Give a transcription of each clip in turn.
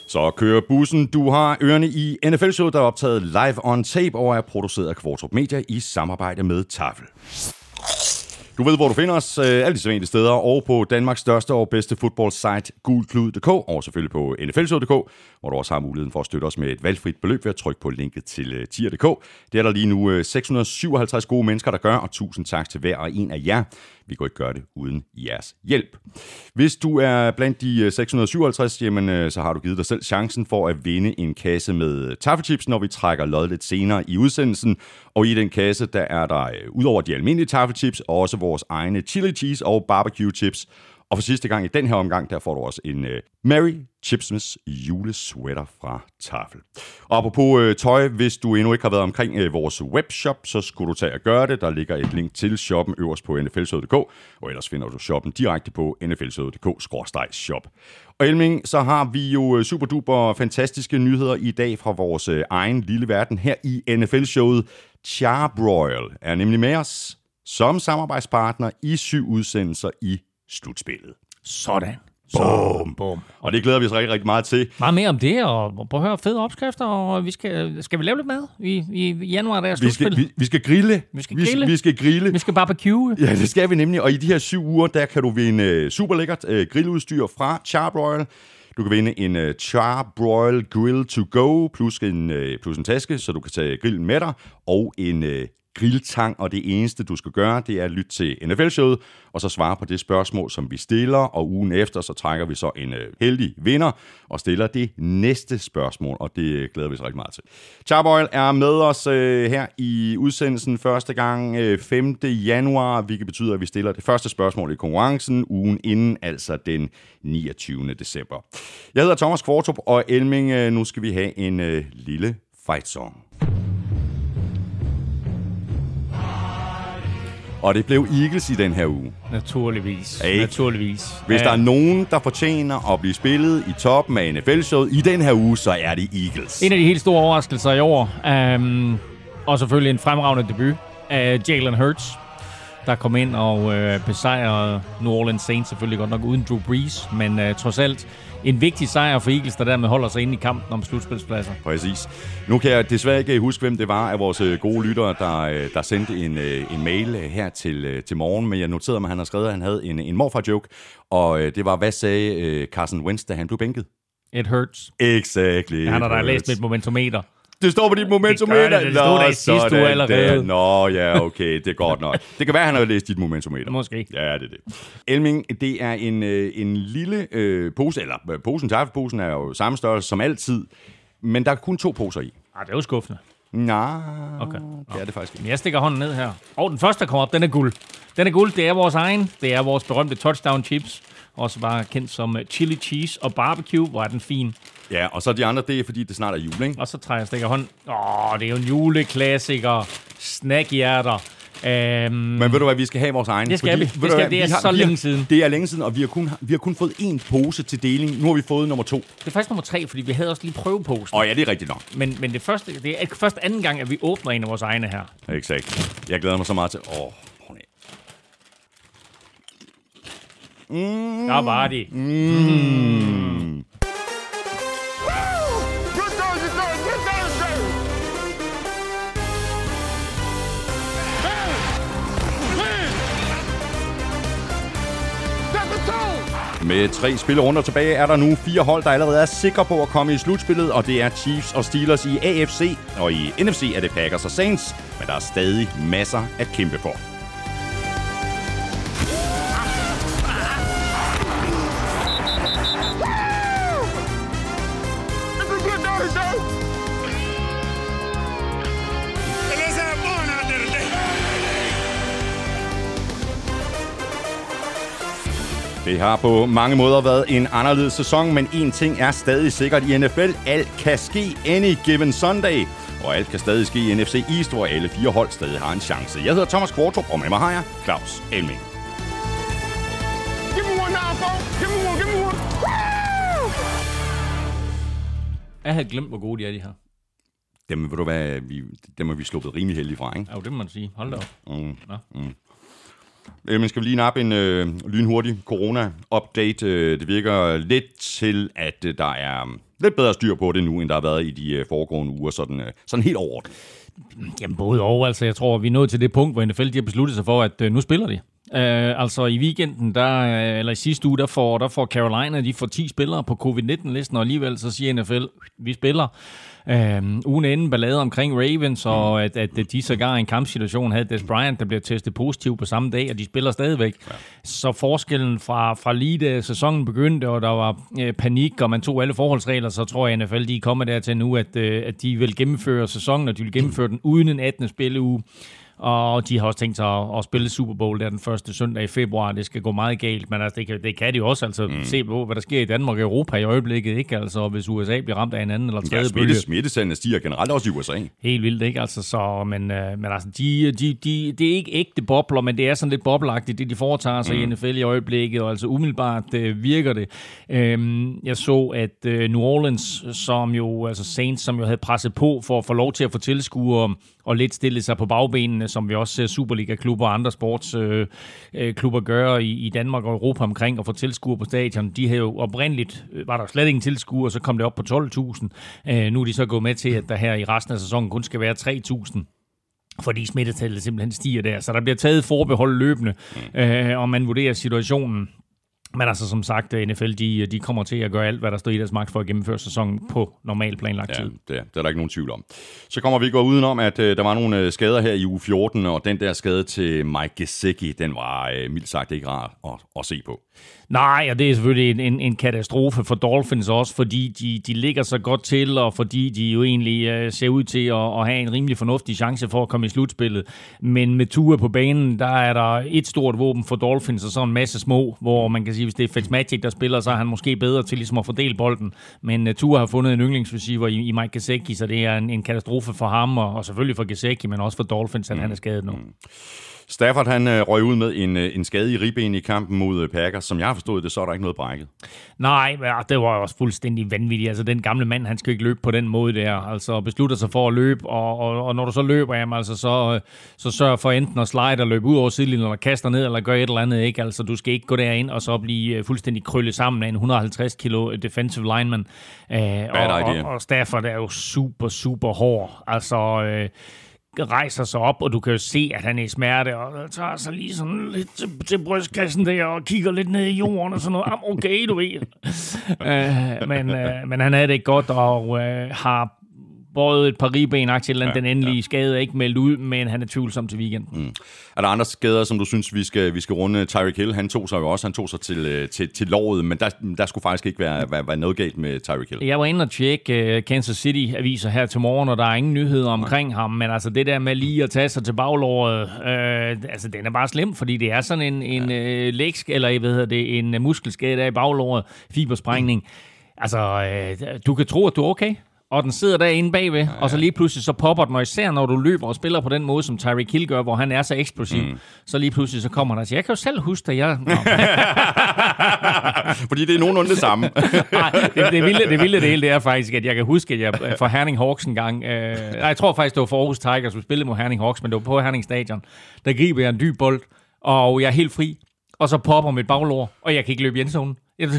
Så kører bussen. Du har ørerne i NFL-showet, der er optaget live on tape og er produceret af Kvartrup Media i samarbejde med Tafel. Du ved, hvor du finder os alle de sædvanlige steder, og på Danmarks største og bedste fodboldsite, gulklud.dk, og selvfølgelig på nflshow.dk, hvor du også har muligheden for at støtte os med et valgfrit beløb ved at trykke på linket til tier.dk. Det er der lige nu 657 gode mennesker, der gør, og tusind tak til hver og en af jer. Vi kan ikke gøre det uden jeres hjælp. Hvis du er blandt de 657, jamen, så har du givet dig selv chancen for at vinde en kasse med taffelchips, når vi trækker lod lidt senere i udsendelsen. Og i den kasse, der er der udover de almindelige taffelchips, også vores egne chili cheese og barbecue chips. Og for sidste gang i den her omgang, der får du også en Merry Chipsmas julesweater fra Tafel. Og apropos tøj, hvis du endnu ikke har været omkring vores webshop, så skulle du tage og gøre det. Der ligger et link til shoppen øverst på nflshow.dk, og ellers finder du shoppen direkte på nflshow.dk/shop. Og Elming, så har vi jo superduper fantastiske nyheder i dag fra vores egen lille verden her i NFL-showet. Charbroil er nemlig med os som samarbejdspartner i 7 udsendelser i slutspillet. Sådan. Boom. Og det glæder vi os rigtig, rigtig meget til. Meget mere om det, og prøv at høre fede opskrifter, og skal vi lave lidt mad i januar, der er slutspillet? Vi skal grille. Vi skal grille. Vi skal barbecue. Ja, det skal vi nemlig. Og i de her 7 uger, der kan du vinde super lækkert grilludstyr fra Charbroil. Du kan vinde en Charbroil Grill to Go, plus en taske, så du kan tage grillen med dig, og en grilltang, og det eneste, du skal gøre, det er at lytte til NFL-showet, og så svare på det spørgsmål, som vi stiller, og ugen efter, så trækker vi så en heldig vinder, og stiller det næste spørgsmål, og det glæder vi os rigtig meget til. Charbroil er med os her i udsendelsen første gang 5. januar, hvilket betyder, at vi stiller det første spørgsmål i konkurrencen ugen inden, altså den 29. december. Jeg hedder Thomas Kvartrup, og Elming, nu skal vi have en lille fight song. Og det blev Eagles i den her uge. Naturligvis. Hvis der er nogen, der fortjener at blive spillet i toppen af NFL-showet i den her uge, så er det Eagles. En af de helt store overraskelser i år. Og selvfølgelig en fremragende debut af Jalen Hurts, der kom ind og besejrede New Orleans Saints, selvfølgelig godt nok uden Drew Brees, men trods alt en vigtig sejr for Eagles, der dermed holder sig inde i kampen om slutspilspladser. Præcis. Nu kan jeg desværre ikke huske, hvem det var af vores gode lyttere, der sendte en mail her til morgen, men jeg noterede mig, at han har skrevet, at han havde en morfar-joke, og det var, hvad sagde Carson Wentz, da han blev bænket? It hurts. Exactly. Han har da læst mit momentometer. Det står på dit momentometer. Det stod der i sidste uge allerede. Nå, ja, okay, det er godt nok. Det kan være, han har læst dit momentometer. Måske. Ja, det er det. Elming, det er en lille pose, eller taffelposen er jo samme størrelse som altid, men der er kun 2 poser i. Det er jo skuffende. Nej, okay. Det er det faktisk ikke. Men jeg stikker hånden ned her. Den første, der kommer op, den er guld. Den er guld, det er vores egen. Det er vores berømte touchdown chips. Også bare kendt som chili cheese og barbecue. Hvor er den fin. Ja, og så de andre, det er fordi, det snart er jul, ikke? Og så træder jeg stikker hånden. Det er jo en juleklassiker. Snackhjerter. Men ved du hvad, vi skal have vores egen. Det skal vi. Det er så længe siden. Det er længe siden, og vi har kun fået 1 pose til deling. Nu har vi fået nummer 2. Det er faktisk nummer 3, fordi vi havde også lige prøveposen. Ja, det er rigtigt nok. Men det er først anden gang, at vi åbner en af vores egne her. Exakt. Jeg glæder mig så meget til. Der var det. Med 3 spillerunder tilbage er der nu 4 hold, der allerede er sikre på at komme i slutspillet, og det er Chiefs og Steelers i AFC, og i NFC er det Packers og Saints, men der er stadig masser at kæmpe for. Det har på mange måder været en anderledes sæson, men én ting er stadig sikkert i NFL. Alt kan ske any given Sunday. Og alt kan stadig ske i NFC East, hvor alle 4 hold stadig har en chance. Jeg hedder Thomas Kvartrup, og med mig har jeg Claus Elming. Jeg havde glemt, hvor gode de er, de her. Dem, ved du hvad, dem har vi sluppet rimelig heldig fra, ikke? Ja, det må man sige. Hold da op. Men skal vi lige nappe en lynhurtig corona-update. Det virker lidt til, at der er lidt bedre styr på det nu, end der har været i de foregående uger, sådan helt overordnet? Jamen både og. Altså, jeg tror, vi er nået til det punkt, hvor NFL de har besluttet sig for, at nu spiller de. Altså i weekenden, eller i sidste uge, der får Carolina, de får 10 spillere på COVID-19-listen, og alligevel så siger NFL, vi spiller. Ugen inden ballade omkring Ravens, og at de sågar i en kampsituation havde Dez Bryant, der blev testet positiv på samme dag, og de spiller stadigvæk. Ja. Så forskellen fra lige da sæsonen begyndte, og der var panik, og man tog alle forholdsregler, så tror jeg, NFL de er kommet dertil nu, at de vil gennemføre sæsonen, og de vil gennemføre den uden en 18. spilleuge. Og de har også tænkt sig at spille Super Bowl der den første søndag i februar. Det skal gå meget galt, men altså, det kan de jo også. Altså, se på, hvad der sker i Danmark og Europa i øjeblikket, ikke? Altså, hvis USA bliver ramt af en anden eller tredje bølge. Smittetallene stiger generelt også i USA. Helt vildt, ikke? Altså, men altså, det er ikke ægte bobler, men det er sådan lidt boblagtigt, det de foretager sig i NFL i øjeblikket, og altså umiddelbart virker det. Jeg så, at New Orleans, altså Saints, som jo havde presset på for at få lov til at få tilskuere og lidt stille sig på bagbenene, som vi også ser Superliga-klubber og andre sportsklubber gøre i Danmark og Europa omkring og få tilskuere på stadion. De havde jo oprindeligt, var der slet ingen tilskuere, så kom det op på 12.000. Nu er de så gået med til, at der her i resten af sæsonen kun skal være 3.000. Fordi smittetallet simpelthen stiger der. Så der bliver taget forbehold løbende, og man vurderer situationen. Men altså som sagt, NFL de kommer til at gøre alt, hvad der står i deres magt for at gennemføre sæsonen på normal planlagt tid. Ja, det er der ikke nogen tvivl om. Så kommer vi gå udenom, at der var nogle skader her i uge 14, og den der skade til Mike Gesicki, den var mildt sagt ikke rar at se på. Nej, og det er selvfølgelig en katastrofe for Dolphins også, fordi de ligger så godt til, og fordi de jo egentlig ser ud til at have en rimelig fornuftig chance for at komme i slutspillet. Men med Tua på banen, der er der et stort våben for Dolphins, og så en masse små, hvor man kan sige, hvis det er Fitzmagic, der spiller, så er han måske bedre til ligesom at fordele bolden. Men Tua har fundet en yndlingsreceiver i Mike Gesicki, så det er en katastrofe for ham, og selvfølgelig for Gesicki, men også for Dolphins, at han er skadet nu. Stafford, han røg ud med en skade i ribben i kampen mod Packers. Som jeg har forstået det, så er der ikke noget brækket. Nej, det var også fuldstændig vanvittigt. Altså, den gamle mand, han skal ikke løbe på den måde der. Altså, beslutter sig for at løbe, og når du så løber, jamen, altså, så sørg for enten at slide og løbe ud over sidelinjen, eller kaster ned, eller gør et eller andet, ikke? Altså, du skal ikke gå derind og så blive fuldstændig krøllet sammen af en 150 kilo defensive lineman. Og Stafford er jo super, super hård. Altså, rejser sig op, og du kan jo se, at han er i smerte, og tager sig lige sådan lidt til brystkassen der, og kigger lidt ned i jorden, og sådan noget. Okay, du ved. Men han er det ikke godt, og har både et par ribbenaktier, den endelige skade er ikke meldt ud, men han er tvivlsom til weekenden. Er der andre skader, som du synes, vi skal runde? Tyreek Hill, han tog sig til låret, men der skulle faktisk ikke være noget galt med Tyreek Hill. Jeg var inde og tjekke Kansas City-aviser her til morgen, og der er ingen nyheder omkring ham, men altså det der med lige at tage sig til baglåret, altså den er bare slem, fordi det er sådan en muskelskade der i baglåret, fibersprængning. Altså, du kan tro, at du er okay, og den sidder derinde bagved, og så lige pludselig så popper den, og især når du løber og spiller på den måde, som Tyreek Hill gør, hvor han er så eksplosiv, så lige pludselig så kommer der og siger, jeg kan jo selv huske, at jeg... Fordi det er nogenlunde det samme. Nej, det vilde det hele, det er faktisk, at jeg kan huske, at jeg for Herning Hawks en gang... jeg tror faktisk, det var for Aarhus Tigers, vi spillede mod Herning Hawks, men det var på Herning Stadion. Der griber jeg en dyb bold, og jeg er helt fri, og så popper mit baglår, og jeg kan ikke løbe i endzonen.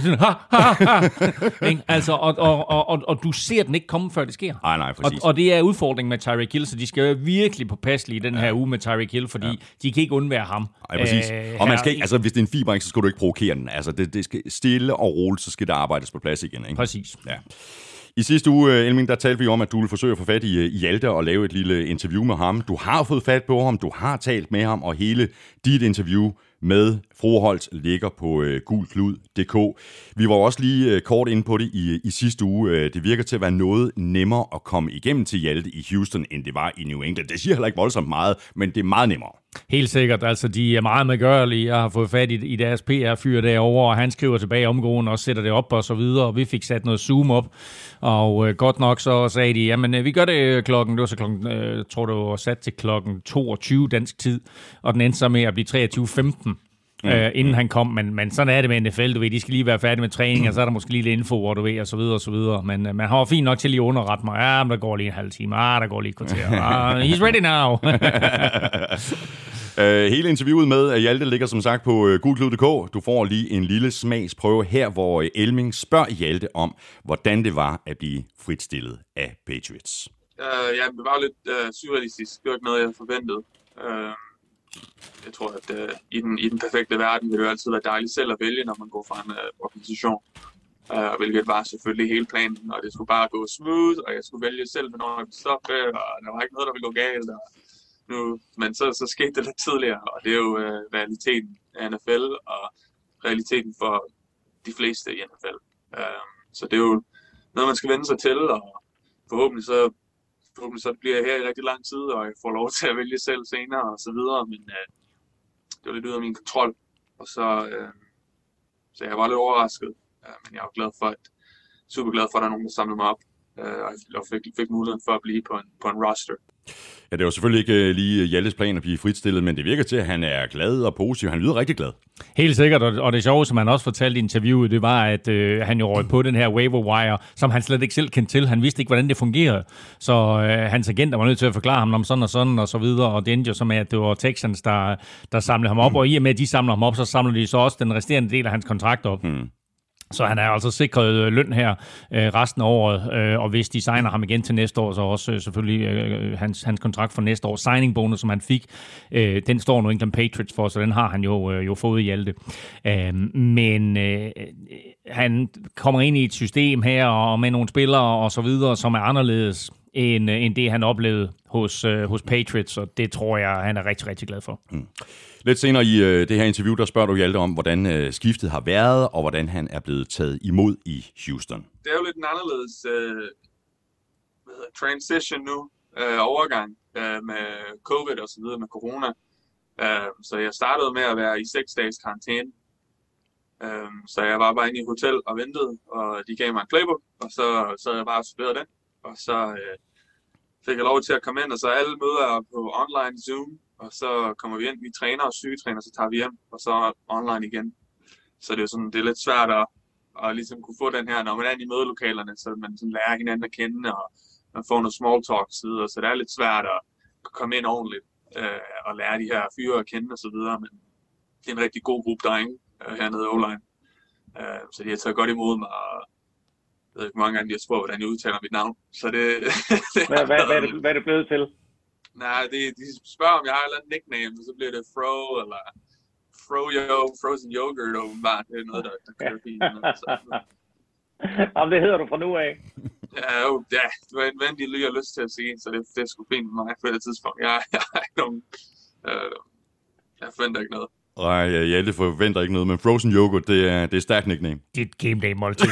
Altså, og du ser den ikke komme, før det sker. Nej, præcis. Og det er udfordringen med Tyreek Hill, så de skal være virkelig påpasselige i den her uge med Tyreek Hill, fordi de kan ikke undvære ham. Nej, præcis. Og man skal ikke, altså, hvis det er en fiber, så skal du ikke provokere den. Altså, det skal stille og roligt, så skal der arbejdes på plads igen. Ikke? Præcis. Ja. I sidste uge, Elming, der talte vi om, at du ville forsøge at få fat i Hjalte og lave et lille interview med ham. Du har fået fat på ham, du har talt med ham, og hele dit interview med Froholt ligger på gulklud.dk. Vi var også lige kort inde på det i sidste uge. Det virker til at være noget nemmere at komme igennem til Hjalte i Houston, end det var i New England. Det siger heller ikke voldsomt meget, men det er meget nemmere. Helt sikkert. Altså, de er meget medgørlige. Jeg har fået fat i deres PR-fyr derovre, og han skriver tilbage omgående og sætter det op og så videre. Og vi fik sat noget Zoom op, og godt nok så sagde de, jamen vi gør det klokken, det var så klokken, tror det var sat til klokken 22 dansk tid, og den endte så med at blive 23:15. Inden han kom, men sådan er det med NFL, du ved, de skal lige være færdige med træning, og så er der måske lige lidt info, hvor du ved, og så videre, og så videre, men man har fint nok til lige at underrette mig, men der går lige en halv time, der går lige et kvarter, he's ready now. Hele interviewet med Hjalte ligger som sagt på gulklud.dk. Du får lige en lille smagsprøve her, hvor Elming spørger Hjalte om, hvordan det var at blive fritstillet af Patriots. Ja, det var lidt surrealistisk. Det var ikke noget, jeg forventede. Jeg tror, at i den perfekte verden vil det jo altid være dejligt selv at vælge, når man går fra en organisation. Hvilket var selvfølgelig hele planen, og det skulle bare gå smooth, og jeg skulle vælge selv, hvornår jeg ville stoppe, og der var ikke noget, der ville gå galt. Men så skete det lidt tidligere, og det er jo realiteten af NFL, og realiteten for de fleste i NFL. Så det er jo noget, man skal vende sig til, og forhåbentlig så bliver jeg her i rigtig lang tid, og jeg får lov til at vælge selv senere, og så videre, men det var lidt ud af min kontrol, og så jeg var lidt overrasket. Men jeg er super glad for, at der er nogen, der samlede mig op, og fik muligheden for at blive på en roster. Ja, det var selvfølgelig ikke lige Hjaltes plan at blive fritstillet, men det virker til, at han er glad og positiv. Han lyder rigtig glad. Helt sikkert, og det sjove, som han også fortalte i interviewet, det var, at han jo røg på den her waiver wire, som han slet ikke selv kendte til. Han vidste ikke, hvordan det fungerede. Så hans agenter var nødt til at forklare ham om sådan og så videre, og det endte jo så med, at det var Texans, der samlede ham op, og i og med, at de samler ham op, så samler de så også den resterende del af hans kontrakt op. Så han er altså sikret løn her resten af året, og hvis de signer ham igen til næste år, så også selvfølgelig hans kontrakt for næste år. Signing bonus, som han fik, den står New England Patriots for, så den har han jo fået i Hjalte. Men han kommer ind i et system her, og med nogle spillere og så videre, som er anderledes end det, han oplevede hos Patriots, og det tror jeg, han er rigtig, rigtig glad for. Lidt senere i det her interview, der spørger du Hjalte om, hvordan skiftet har været, og hvordan han er blevet taget imod i Houston. Det er jo lidt en anderledes transition nu, overgang med covid og så videre, med corona. Så jeg startede med at være i 6 dages karantæne. Så jeg var bare inde i hotel og ventede, og de gav mig en playbook, og så havde jeg bare studeret den. Og så fik jeg lov til at komme ind, og så alle møder på online Zoom. Og så kommer vi ind, vi træner og sygetræner, så tager vi hjem, og så online igen. Så det er jo sådan, det er lidt svært at ligesom kunne få den her, når man er inde i mødelokalerne, så man sådan lærer hinanden at kende, og man får noget small talk og så videre. Så det er lidt svært at komme ind ordentligt og lære de her fyre at kende og så videre. Men det er en rigtig god gruppe drenge hernede i O-line. Så de har taget godt imod mig, og jeg ved ikke, hvor mange gange de har spurgt, hvordan jeg udtaler mit navn. Så hvad er det blevet til? Nej, de spørger, om jeg har et eller andet nickname, så bliver det Fro, eller Froyo, Frozen Yogurt, åbenbart. Det er noget, der kører fint. Jamen, det hedder du fra nu af. Ja, det var en ven, de lige har lyst til at sige, så det er sgu fint med mig på det tidspunkt. Jeg har ikke nogen... jeg forventer ikke noget. Nej, Hjalte forventer ikke noget, men Frozen Yogurt, det er stærkt nickname. Det er et game day måltid.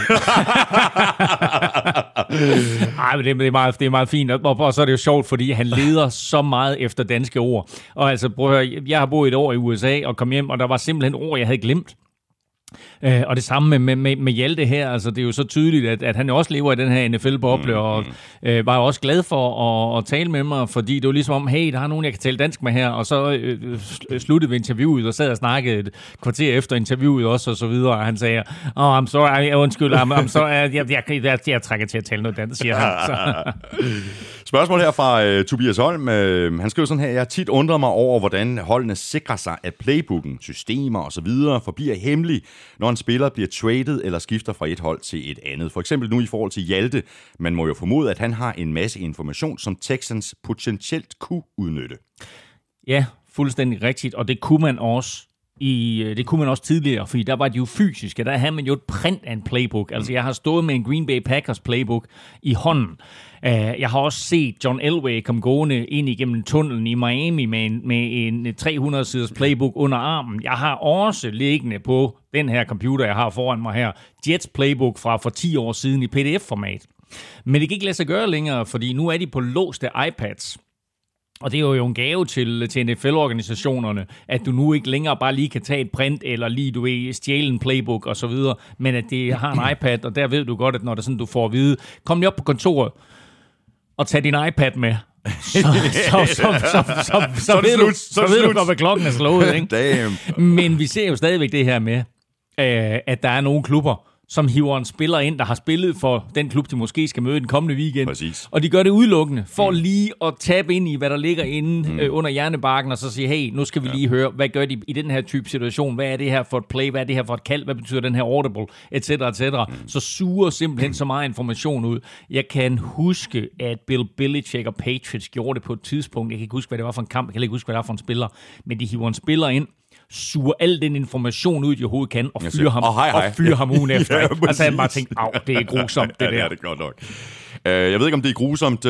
Ej, men det er meget fint, og så er det jo sjovt, fordi han leder så meget efter danske ord. Og altså, prøv at høre, jeg har boet et år i USA og kom hjem, og der var simpelthen ord, jeg havde glemt. Og det samme med Hjalte her, altså det er jo så tydeligt, at han også lever i den her NFL-boble, og var jo også glad for at tale med mig, fordi det var ligesom om, hey, der er nogen, jeg kan tale dansk med her, og så sluttede vi interviewet, og sad og snakkede et kvarter efter interviewet også, og så videre, og han sagde, I'm sorry, undskyld, I'm sorry, jeg trækker til at tale noget dansk, siger han. Så. Spørgsmål her fra Tobias Holm. Han skriver sådan her: jeg har tit undret mig over, hvordan holdene sikrer sig, at playbooken, systemer osv. forbliver hemmelig, når en spiller bliver traded eller skifter fra et hold til et andet. For eksempel nu i forhold til Hjalte. Man må jo formode, at han har en masse information, som Texans potentielt kunne udnytte. Ja, fuldstændig rigtigt, og det kunne man også tidligere, fordi der var de jo fysiske. Der havde man jo et print af en playbook. Altså, jeg har stået med en Green Bay Packers playbook i hånden. Jeg har også set John Elway komme gående ind igennem tunnelen i Miami med en 300-siders playbook under armen. Jeg har også liggende på den her computer, jeg har foran mig her, Jets playbook fra for 10 år siden i PDF-format. Men det kan ikke lade sig gøre længere, fordi nu er de på låste iPads. Og det er jo en gave til NFL-organisationerne, at du nu ikke længere bare lige kan tage et print, eller lige stjæle en playbook og så videre, men at det har en iPad, og der ved du godt, at når det sådan, du får at vide, kom lige op på kontoret og tag din iPad med. Så ved du, når klokken er slået. Ikke? Men vi ser jo stadigvæk det her med, at der er nogle klubber, som hiver en spiller ind, der har spillet for den klub, de måske skal møde den kommende weekend. Præcis. Og de gør det udelukkende for lige at tabe ind i, hvad der ligger inde under hjernebarken, og så sige, hey, nu skal vi lige høre, hvad gør de i den her type situation? Hvad er det her for et play? Hvad er det her for et kald? Hvad betyder den her audible? Etc. Så suger simpelthen så meget information ud. Jeg kan huske, at Bill Belichick og Patriots gjorde det på et tidspunkt. Jeg kan ikke huske, hvad det var for en kamp. Jeg kan ikke huske, hvad det var for en spiller. Men de hiver en spiller ind, suger al den information ud, de overhovedet kan, og fyrer ham ugen efter. Ja, altså han bare tænkt, det er grusomt, det der. Ja, det er godt nok. Jeg ved ikke, om det er grusomt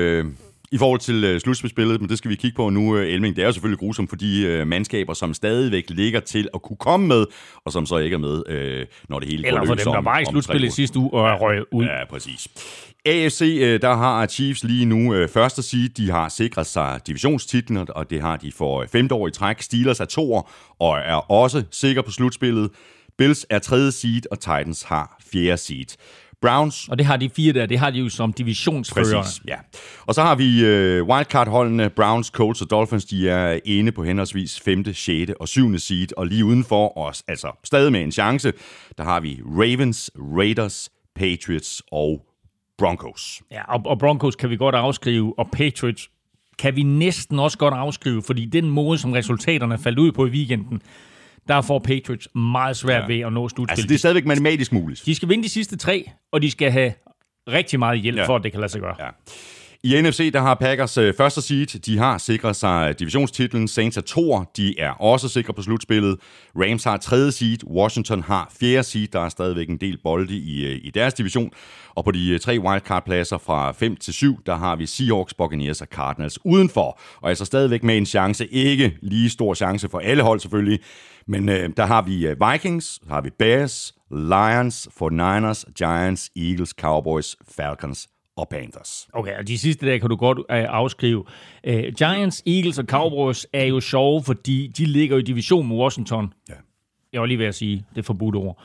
i forhold til slutspillet, men det skal vi kigge på nu, Elming. Det er jo selvfølgelig grusomt for de mandskaber, som stadigvæk ligger til at kunne komme med, og som så ikke er med, når det hele går løs. Eller for dem, der var i slutspillet sidste uge og er røget ud. Ja, præcis. AFC, der har Chiefs lige nu første seed. De har sikret sig divisionstitlen, og det har de for 5. år i træk. Steelers er 2'er og er også sikre på slutspillet. Bills er 3. seed, og Titans har 4. seed. Browns. Og det har de 4 der, det har de jo som divisionsførere. Præcis, ja. Og så har vi wildcard-holdene, Browns, Colts og Dolphins, de er inde på henholdsvis 5., 6. og 7. seed, og lige udenfor os, altså stadig med en chance, der har vi Ravens, Raiders, Patriots og Broncos. Ja, og Broncos kan vi godt afskrive, og Patriots kan vi næsten også godt afskrive, fordi den måde, som resultaterne faldt ud på i weekenden, der får Patriots meget svært ved at nå slutspil. Altså, det er stadigvæk matematisk muligt. De skal vinde de sidste 3, og de skal have rigtig meget hjælp for, at det kan lade sig gøre. Ja. I NFC, der har Packers første seed. De har sikret sig divisionstitlen. Saints er 2'er. De er også sikre på slutspillet. Rams har 3. seed. Washington har 4. seed. Der er stadigvæk en del bolde i deres division. Og på de 3 wildcard-pladser fra 5 til 7, der har vi Seahawks, Buccaneers og Cardinals udenfor. Og altså stadigvæk med en chance. Ikke lige stor chance for alle hold selvfølgelig. Men der har vi Vikings, der har vi Bears, Lions, 49ers, Giants, Eagles, Cowboys, Falcons og Panthers. Okay, og de sidste der kan du godt afskrive. Giants, Eagles og Cowboys er jo sjove, fordi de ligger i division med Washington. Ja. Jeg var lige ved at sige, det er forbudt ord.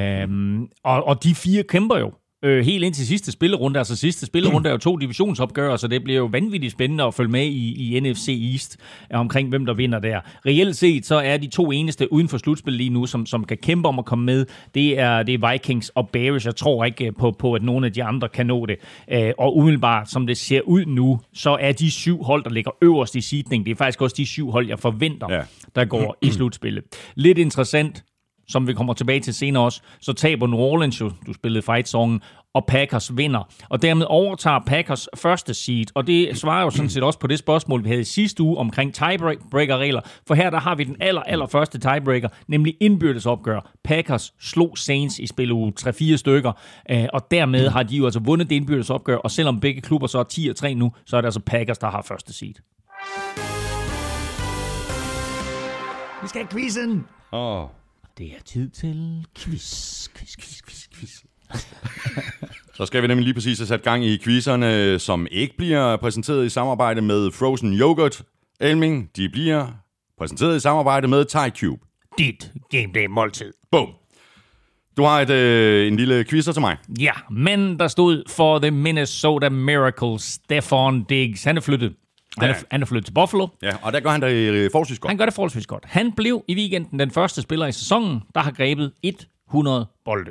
Og de 4 kæmper jo helt ind til sidste spillerunde. Altså sidste spillerunde er jo 2 divisionsopgør, så det bliver jo vanvittigt spændende at følge med i NFC East omkring, hvem der vinder der. Reelt set, så er de 2 eneste uden for slutspil lige nu, som kan kæmpe om at komme med. Det er Vikings og Bears. Jeg tror ikke på, at nogen af de andre kan nå det. Og umiddelbart, som det ser ud nu, så er de 7 hold, der ligger øverst i seedning. Det er faktisk også de 7 hold, jeg forventer, der går i slutspillet. Lidt interessant, som vi kommer tilbage til senere også, så taber New Orleans jo, du spillede fight-songen, og Packers vinder. Og dermed overtager Packers første seed, og det svarer jo sådan set også på det spørgsmål, vi havde sidste uge omkring tiebreaker-regler, for her der har vi den allerførste tiebreaker, nemlig indbyrdes opgør. Packers slog Saints i spil uge 3-4 stykker, og dermed har de jo altså vundet det indbyrdes opgør, og selvom begge klubber så er 10-3 nu, så er det altså Packers, der har første seed. Vi skal have quizzen! Det er tid til quiz. Så skal vi nemlig lige præcis have sat gang i quizzerne, som ikke bliver præsenteret i samarbejde med Frozen Yoghurt. Elming, de bliver præsenteret i samarbejde med Thai Cube. Dit Game Day måltid. Boom. Du har en lille quizzer til mig. Ja, men der stod for The Minnesota Miracle, Stefon Diggs. Han er flyttet. Han er flyttet til Buffalo. Ja, og der gør han det forholdsvis godt. Han gør det forholdsvis godt. Han blev i weekenden den første spiller i sæsonen, der har grebet 100 bolde.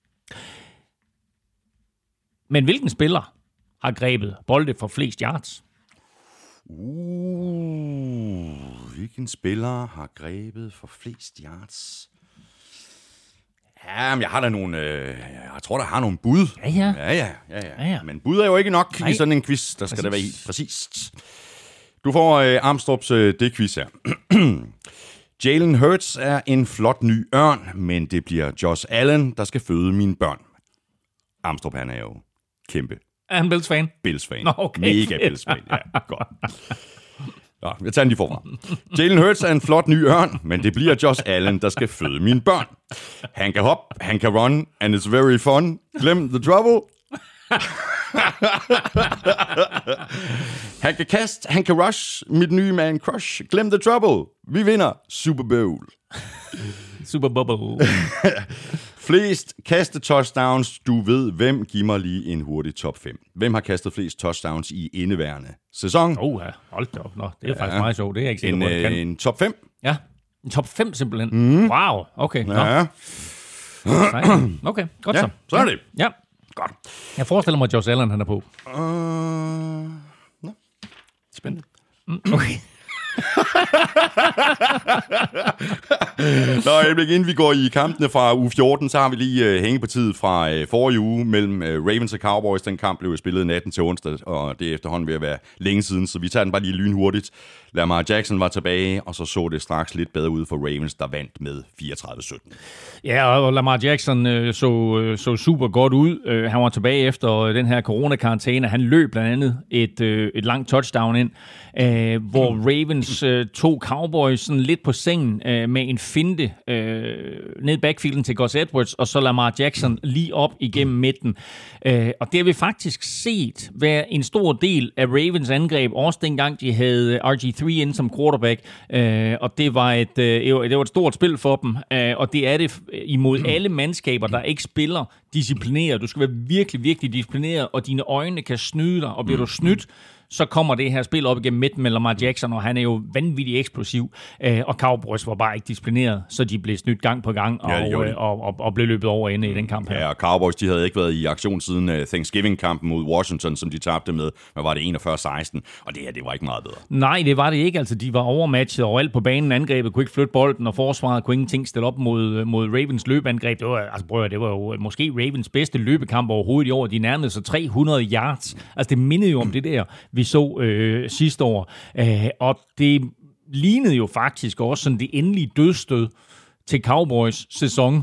Men hvilken spiller har grebet bolde for flest yards? Hvilken spiller har grebet for flest yards? Ja, men jeg har da nogle... jeg tror, der har nogle bud. Ja. Men bud er jo ikke nok i sådan en quiz. Der skal det være helt præcist. Du får Armstrongs det quiz her. Jalen Hurts er en flot ny ørn, men det bliver Josh Allen, der skal føde mine børn. Armstrong, han er jo kæmpe. Er han Bills-fan? Bills-fan. Nå, okay. Mega Bills-fan, ja. Godt. Nå, jeg tager den lige forfra. Jalen Hurts er en flot ny ørn, men det bliver Josh Allen, der skal føde mine børn. Han kan hoppe, han kan run, and it's very fun. Glem the trouble. Han kan kaste, han kan rush, mit nye man crush. Glem the trouble. Vi vinder Super Bowl. Super Bowl. Flest kaste touchdowns, du ved hvem. Giv mig lige en hurtig top 5. Hvem har kastet flest touchdowns i indeværende sæson? Hold da op. Nå, det er faktisk meget sjovt. Det er jeg ikke sikker på, en top 5? Ja, en top 5 simpelthen. Wow, okay. Ja. Okay, godt Ja, så. så er det. Ja. Godt. Jeg forestiller mig, at Josh Allen han er på. Nå. Spændende. Okay. Nå, inden vi går i kampene fra uge 14, så har vi lige hængepartiet fra forrige uge mellem Ravens og Cowboys. Den kamp blev spillet natten til onsdag, og det er efterhånden ved at være længe siden, så vi tager den bare lige lynhurtigt. Lamar Jackson var tilbage, og så det straks lidt bedre ud for Ravens, der vandt med 34-17. Ja, og Lamar Jackson så super godt ud. Han var tilbage efter den her coronakarantæne. Han løb blandt andet et langt touchdown ind, hvor Ravens tog Cowboys sådan lidt på sengen med en finte ned backfielden til Gus Edwards, og så Lamar Jackson lige op igennem midten. Og det har vi faktisk set være en stor del af Ravens angreb, også dengang de havde RG3 ind som quarterback, og det var et stort spil for dem, og det er det imod alle mandskaber, der ikke spiller disciplineret. Du skal være virkelig, virkelig disciplineret, og dine øjne kan snyde dig, og bliver du snydt, så kommer det her spil op igennem midten med Lamar Jackson, og han er jo vanvittigt eksplosiv, og Cowboys var bare ikke disciplineret, så de blev snydt gang på gang, og blev løbet over inde i den kamp her. Ja, og Cowboys, de havde ikke været i aktion siden Thanksgiving-kampen mod Washington, som de tabte med, hvad var det, 41-16, og det her, det var ikke meget bedre. Nej, det var det ikke, altså de var overmatchet overalt på banen, angrebet kunne ikke flytte bolden, og forsvaret kunne ingenting stille op mod Ravens løbeangreb. Det var jo måske Ravens bedste løbekamp overhovedet i år, de nærmede sig 300 yards, altså det mindede jo om det der, vi så sidste år. Og det lignede jo faktisk også sådan det endelige dødsstød til Cowboys sæson.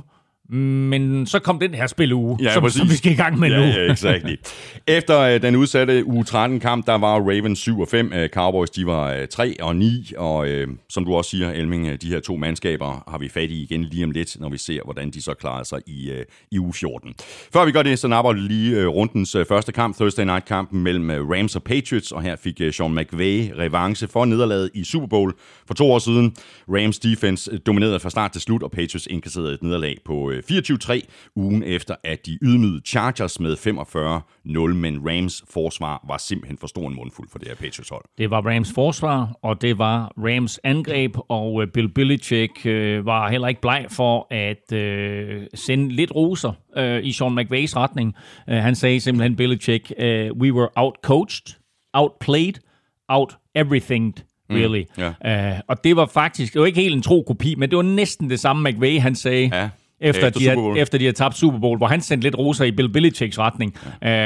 Men så kom den her spilleuge, som vi skal i gang med nu. Ja, exactly. Efter den udsatte uge 13-kamp, der var Ravens 7-5. Cowboys, de var 3-9. Og som du også siger, Elming, de her to mandskaber har vi fat i igen lige om lidt, når vi ser, hvordan de så klarer sig i uge 14. Før vi gør det, så napper vi lige rundens første kamp, Thursday Night-kampen mellem Rams og Patriots. Og her fik Sean McVay revanche for nederlaget i Super Bowl for 2 år siden. Rams defense dominerede fra start til slut, og Patriots indkasserede et nederlag på 24-3 ugen efter, at de ydmygede Chargers med 45-0, men Rams forsvar var simpelthen for stor en mundfuld for det her Patriots hold. Det var Rams forsvar, og det var Rams angreb, og Bill Belichick var heller ikke bleg for at sende lidt roser i Sean McVays retning. Han sagde simpelthen, Belichick, we were outcoached, outplayed, out everything. Really. Og det var faktisk, det var ikke helt en tro kopi, men det var næsten det samme McVay, han sagde. Ja. Efter de havde tabt Super Bowl, hvor han sendte lidt roser i Bill Belichicks retning.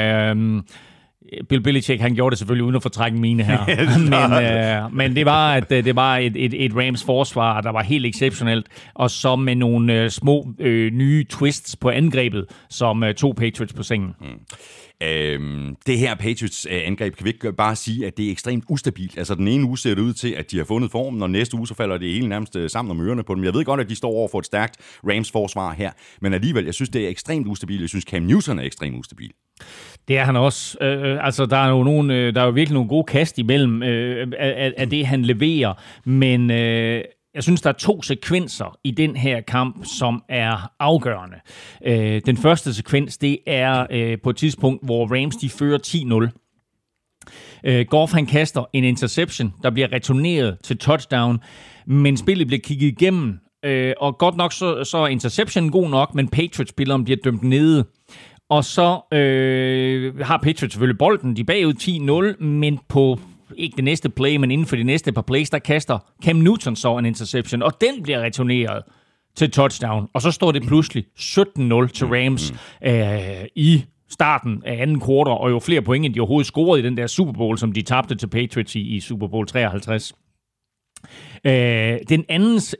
Bill Belichick, han gjorde det selvfølgelig uden at fortrække mine her. men det var et Rams forsvar, der var helt exceptionelt, og så med nogle små nye twists på angrebet, som tog Patriots på sengen. Det her Patriots angreb, kan vi ikke bare sige, at det er ekstremt ustabilt. Altså den ene uge ser det ud til, at de har fundet formen, og næste uge så falder det hele nærmest sammen om ørerne på dem. Jeg ved godt, at de står over for et stærkt Rams forsvar her, men alligevel, jeg synes, det er ekstremt ustabilt. Jeg synes, Cam Newton er ekstremt ustabil. Det er han også. Altså, der er jo virkelig nogle gode kast imellem af det, han leverer, men jeg synes, der er 2 sekvenser i den her kamp, som er afgørende. Den første sekvens, det er på et tidspunkt, hvor Rams de fører 10-0. Goff han kaster en interception, der bliver returneret til touchdown, men spillet bliver kigget igennem, og godt nok så er interceptionen god nok, men Patriots-spilleren bliver dømt nede. Og så har Patriots selvfølgelig bolden, de er bagud 10-0, men på ikke det næste play, men inden for de næste par plays, der kaster Cam Newton så en interception, og den bliver returneret til touchdown. Og så står det pludselig 17-0 til Rams i starten af anden kvartal, og jo flere point, end de overhovedet scorede i den der Super Bowl, som de tabte til Patriots i Super Bowl 53. Det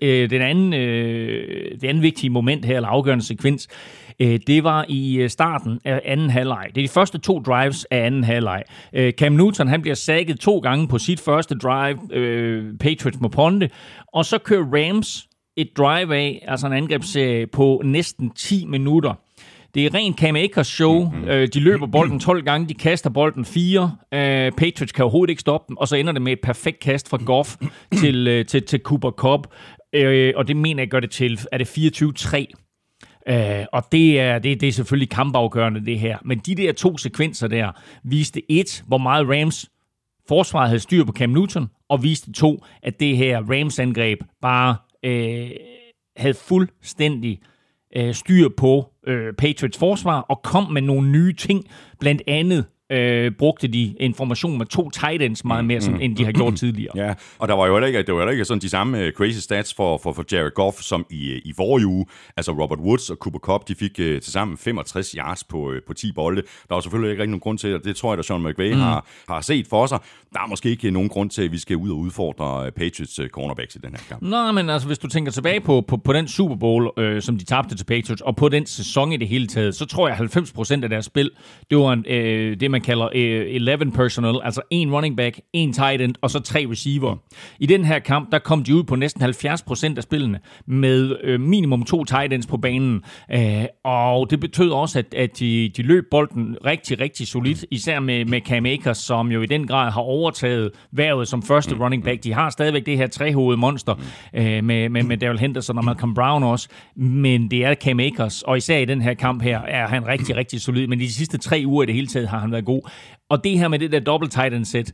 anden vigtige moment her, eller afgørende sekvens, det var i starten af anden halvleg. Det er de første 2 drives af anden halvleg. Cam Newton, han bliver sacket 2 gange på sit første drive. Patriots må ponde. Og så kører Rams et drive af, altså en angrebsserie på næsten 10 minutter. Det er rent Cam Akers show. De løber bolden 12 gange, de kaster bolden 4. Patriots kan overhovedet ikke stoppe dem, og så ender det med et perfekt kast fra Goff til Cooper Kupp. Og det mener jeg gør det til, er det 24-3. Og det er selvfølgelig kampafgørende, det her. Men de der 2 sekvenser der viste 1, hvor meget Rams forsvaret havde styr på Cam Newton, og viste 2, at det her Rams angreb bare havde fuldstændig styr på Patriots forsvar, og kom med nogle nye ting, blandt andet brugte de information med 2 tight ends meget mere, end de har gjort tidligere. Ja, og der var jo heller ikke sådan de samme crazy stats for Jared Goff, som i forrige uge. Altså Robert Woods og Cooper Kupp, de fik til sammen 65 yards på 10 bolde. Der var selvfølgelig ikke rigtig nogen grund til, og det tror jeg, at Sean McVay har set for sig. Der er måske ikke nogen grund til, at vi skal ud og udfordre Patriots cornerbacks i den her kamp. Nå, men altså, hvis du tænker tilbage på den Super Bowl, som de tabte til Patriots, og på den sæson i det hele taget, så tror jeg, 90% af deres spil, det var det, man kalder 11 personnel, altså 1 running back, 1 tight end, og så 3 receiver. I den her kamp, der kom de ud på næsten 70% af spillene, med minimum 2 tight ends på banen, og det betød også, at de løb bolden rigtig, rigtig solidt, især med Cam Akers, som jo i den grad har overtaget hvervet som første running back. De har stadigvæk det her trehovedede monster med Darrell Henderson og Malcolm Brown også, men det er Cam Akers, og især i den her kamp her er han rigtig, rigtig solid, men de sidste 3 uger i det hele taget har han været god. Og det her med det der double tight end set,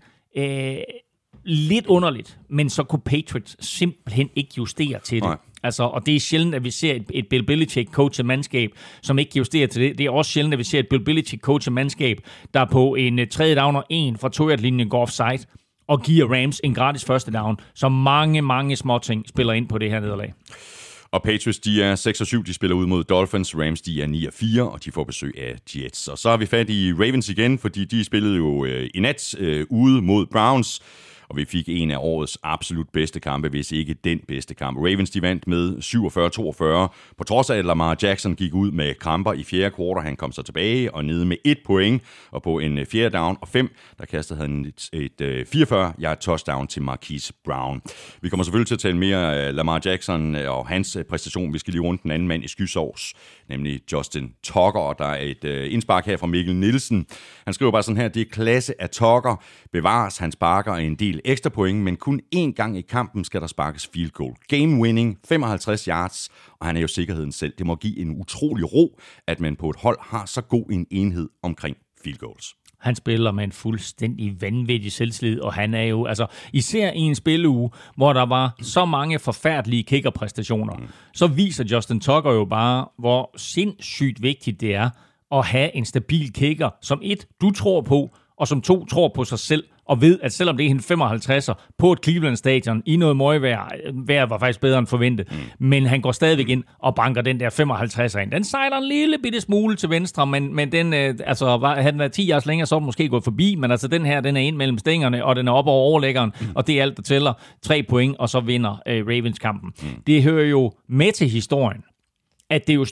lidt underligt, men så kunne Patriots simpelthen ikke justere til det. Altså, og det er sjældent, at vi ser et Bill Belichick coachet mandskab, som ikke justerer til det. Det er også sjældent, at vi ser et Bill Belichick coachet mandskab, der på en 3. down og 1 fra 2-yard-linjen går offside og giver Rams en gratis første down. Så mange små ting spiller ind på det her nederlag. Og Patriots, de er 6-7, de spiller ud mod Dolphins. Rams, de er 9-4, og de får besøg af Jets. Og så har vi fat i Ravens igen, fordi de spillede jo i nat ude mod Browns. Og vi fik en af årets absolut bedste kampe, hvis ikke den bedste kamp. Ravens, de vandt med 47-42, på trods af, at Lamar Jackson gik ud med kramper i 4. kvartal. Han kom så tilbage og nede med 1 point, og på en 4. down og 5, der kastede han et 44-yard touchdown til Marquise Brown. Vi kommer selvfølgelig til at tale mere af Lamar Jackson og hans præstation. Vi skal lige rundt den anden mand i skysovs, nemlig Justin Tucker, og der er et indspark her fra Mikkel Nielsen. Han skriver bare sådan her: det er klasse af Tucker. Bevares, han sparker en del ekstra point, men kun 1 gang i kampen skal der sparkes field goal. Game winning, 55 yards, og han er jo sikkerheden selv. Det må give en utrolig ro, at man på et hold har så god en enhed omkring field goals. Han spiller med en fuldstændig vanvittig selvtillid, og han er jo, altså især i en spilleuge, hvor der var så mange forfærdelige kickerpræstationer, så viser Justin Tucker jo bare, hvor sindssygt vigtigt det er at have en stabil kicker, som 1, du tror på, og som 2, tror på sig selv, og ved, at selvom det er en 55'er på et Cleveland-stadion i noget møgvejr, vejret var faktisk bedre end forventet, men han går stadigvæk ind og banker den der 55'er ind. Den sejler en lille bitte smule til venstre, men den, altså, havde den været 10 yards længere, så var den måske gået forbi, men altså den her, den er ind mellem stængerne, og den er op over overlæggeren, og det er alt, der tæller. 3 point, og så vinder Ravens kampen. Det hører jo med til historien, at det jo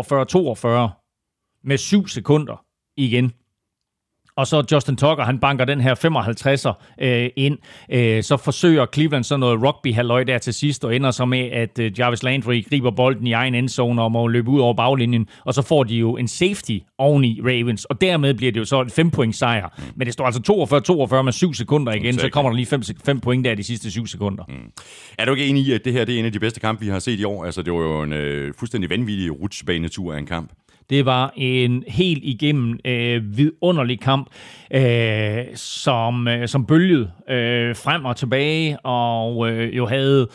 står 42-42 med 7 sekunder igen. Og så Justin Tucker, han banker den her 55'er ind. Så forsøger Cleveland sådan noget rugby-halløj der til sidst, og ender så med, at Jarvis Landry griber bolden i egen endzone og må løbe ud over baglinjen. Og så får de jo en safety oveni Ravens, og dermed bliver det jo så en 5-point sejr. Men det står altså 42-42 med 7 sekunder igen, så kommer der lige 5 point der de sidste 7 sekunder. Er du ikke enig i, at det her det er en af de bedste kampe, vi har set i år? Altså, det var jo en fuldstændig vanvittig rutsjebanetur af en kamp. Det var en helt igennem vidunderlig kamp, som bølgede frem og tilbage, og jo havde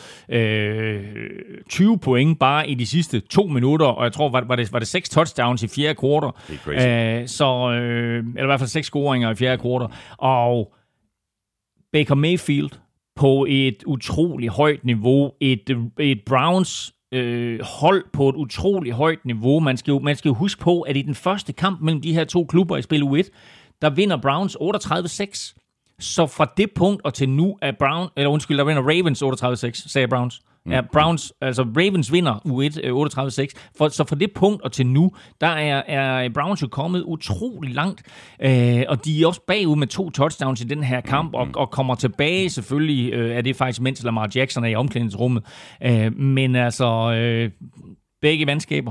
20 point bare i de sidste 2 minutter, og jeg tror, var det 6 touchdowns i 4. kvartal. Det er crazy. Eller i hvert fald 6 scoringer i 4. kvartal. Og Baker Mayfield på et utroligt højt niveau, et Browns hold på et utroligt højt niveau. Man skal jo huske på, at i den første kamp mellem de her 2 klubber i spil U1, der vinder Browns 38-6. Så fra det punkt og til nu er der vinder Ravens 38-6, sagde Browns. Ja, Ravens vinder U1 38-6. Så fra det punkt og til nu, der er Browns jo kommet utrolig langt. Og de er også bagud med 2 touchdowns i den her kamp, og kommer tilbage. Selvfølgelig er det faktisk, mens Lamar Jackson er i omklædningsrummet. Men altså, begge mandskaber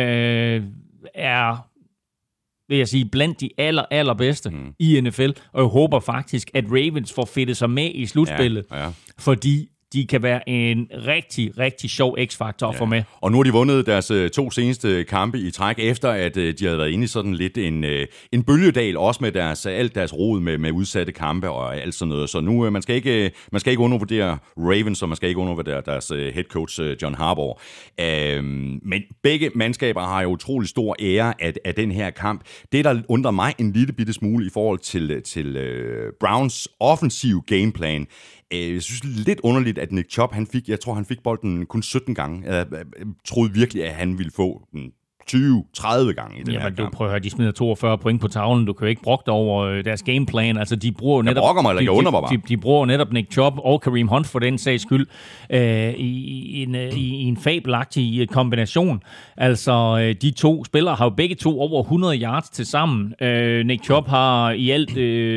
er, vil jeg sige, blandt de allerbedste i NFL. Og jeg håber faktisk, at Ravens får fedtet sig med i slutspillet. Ja. Fordi de kan være en rigtig, rigtig sjov x-faktor at få med. Og nu har de vundet deres 2 seneste kampe i træk, efter at de havde været inde i sådan lidt en bølgedal, også med alt deres rod med udsatte kampe og alt sådan noget. Så nu, man skal ikke undervurdere Ravens, og man skal ikke undervurdere deres head coach John Harbaugh. Men begge mandskaber har jo utrolig stor ære af den her kamp. Det, der undrer mig en lille bitte smule i forhold til Browns offensiv gameplan. Jeg synes lidt underligt, at Nick Chubb, han fik bolden kun 17 gange. Jeg troede virkelig, at han ville få 20-30 gange i den her kamp. Du prøver at høre, de smider 42 point på tavlen. Du kan jo ikke brokke dig over deres gameplan. Altså, de bruger netop, de bruger netop Nick Chubb og Kareem Hunt for den sags skyld i en fabelagtig kombination. Altså, de to spillere har jo begge to over 100 yards til sammen. Nick Chubb har i alt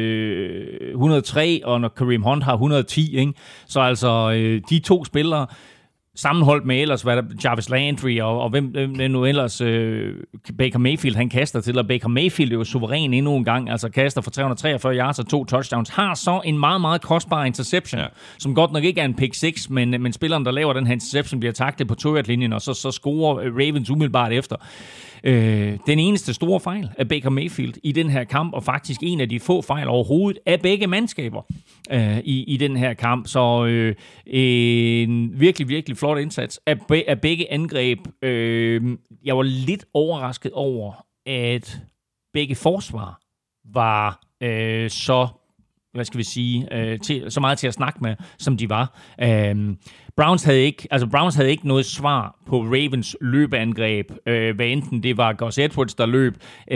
103, og Kareem Hunt har 110. Ikke? Så altså, de to spillere sammenholdt med ellers, hvad der Jarvis Landry og hvem nu ellers Baker Mayfield han kaster til, og Baker Mayfield er jo suveræn endnu en gang, altså kaster for 343 yards og 2 touchdowns, har så en meget, meget kostbar interception, som godt nok ikke er en pick 6, men spilleren, der laver den her interception, bliver taklet på 2-yard-linjen, og så scorer Ravens umiddelbart efter. Den eneste store fejl af Baker Mayfield i den her kamp, og faktisk en af de få fejl overhovedet af begge mandskaber i den her kamp. Så en virkelig, virkelig flot indsats af begge angreb. Jeg var lidt overrasket over, at begge forsvar var så så meget til at snakke med, som de var. Browns havde ikke noget svar på Ravens løbeangreb, hvad enten det var Gus Edwards, der løb,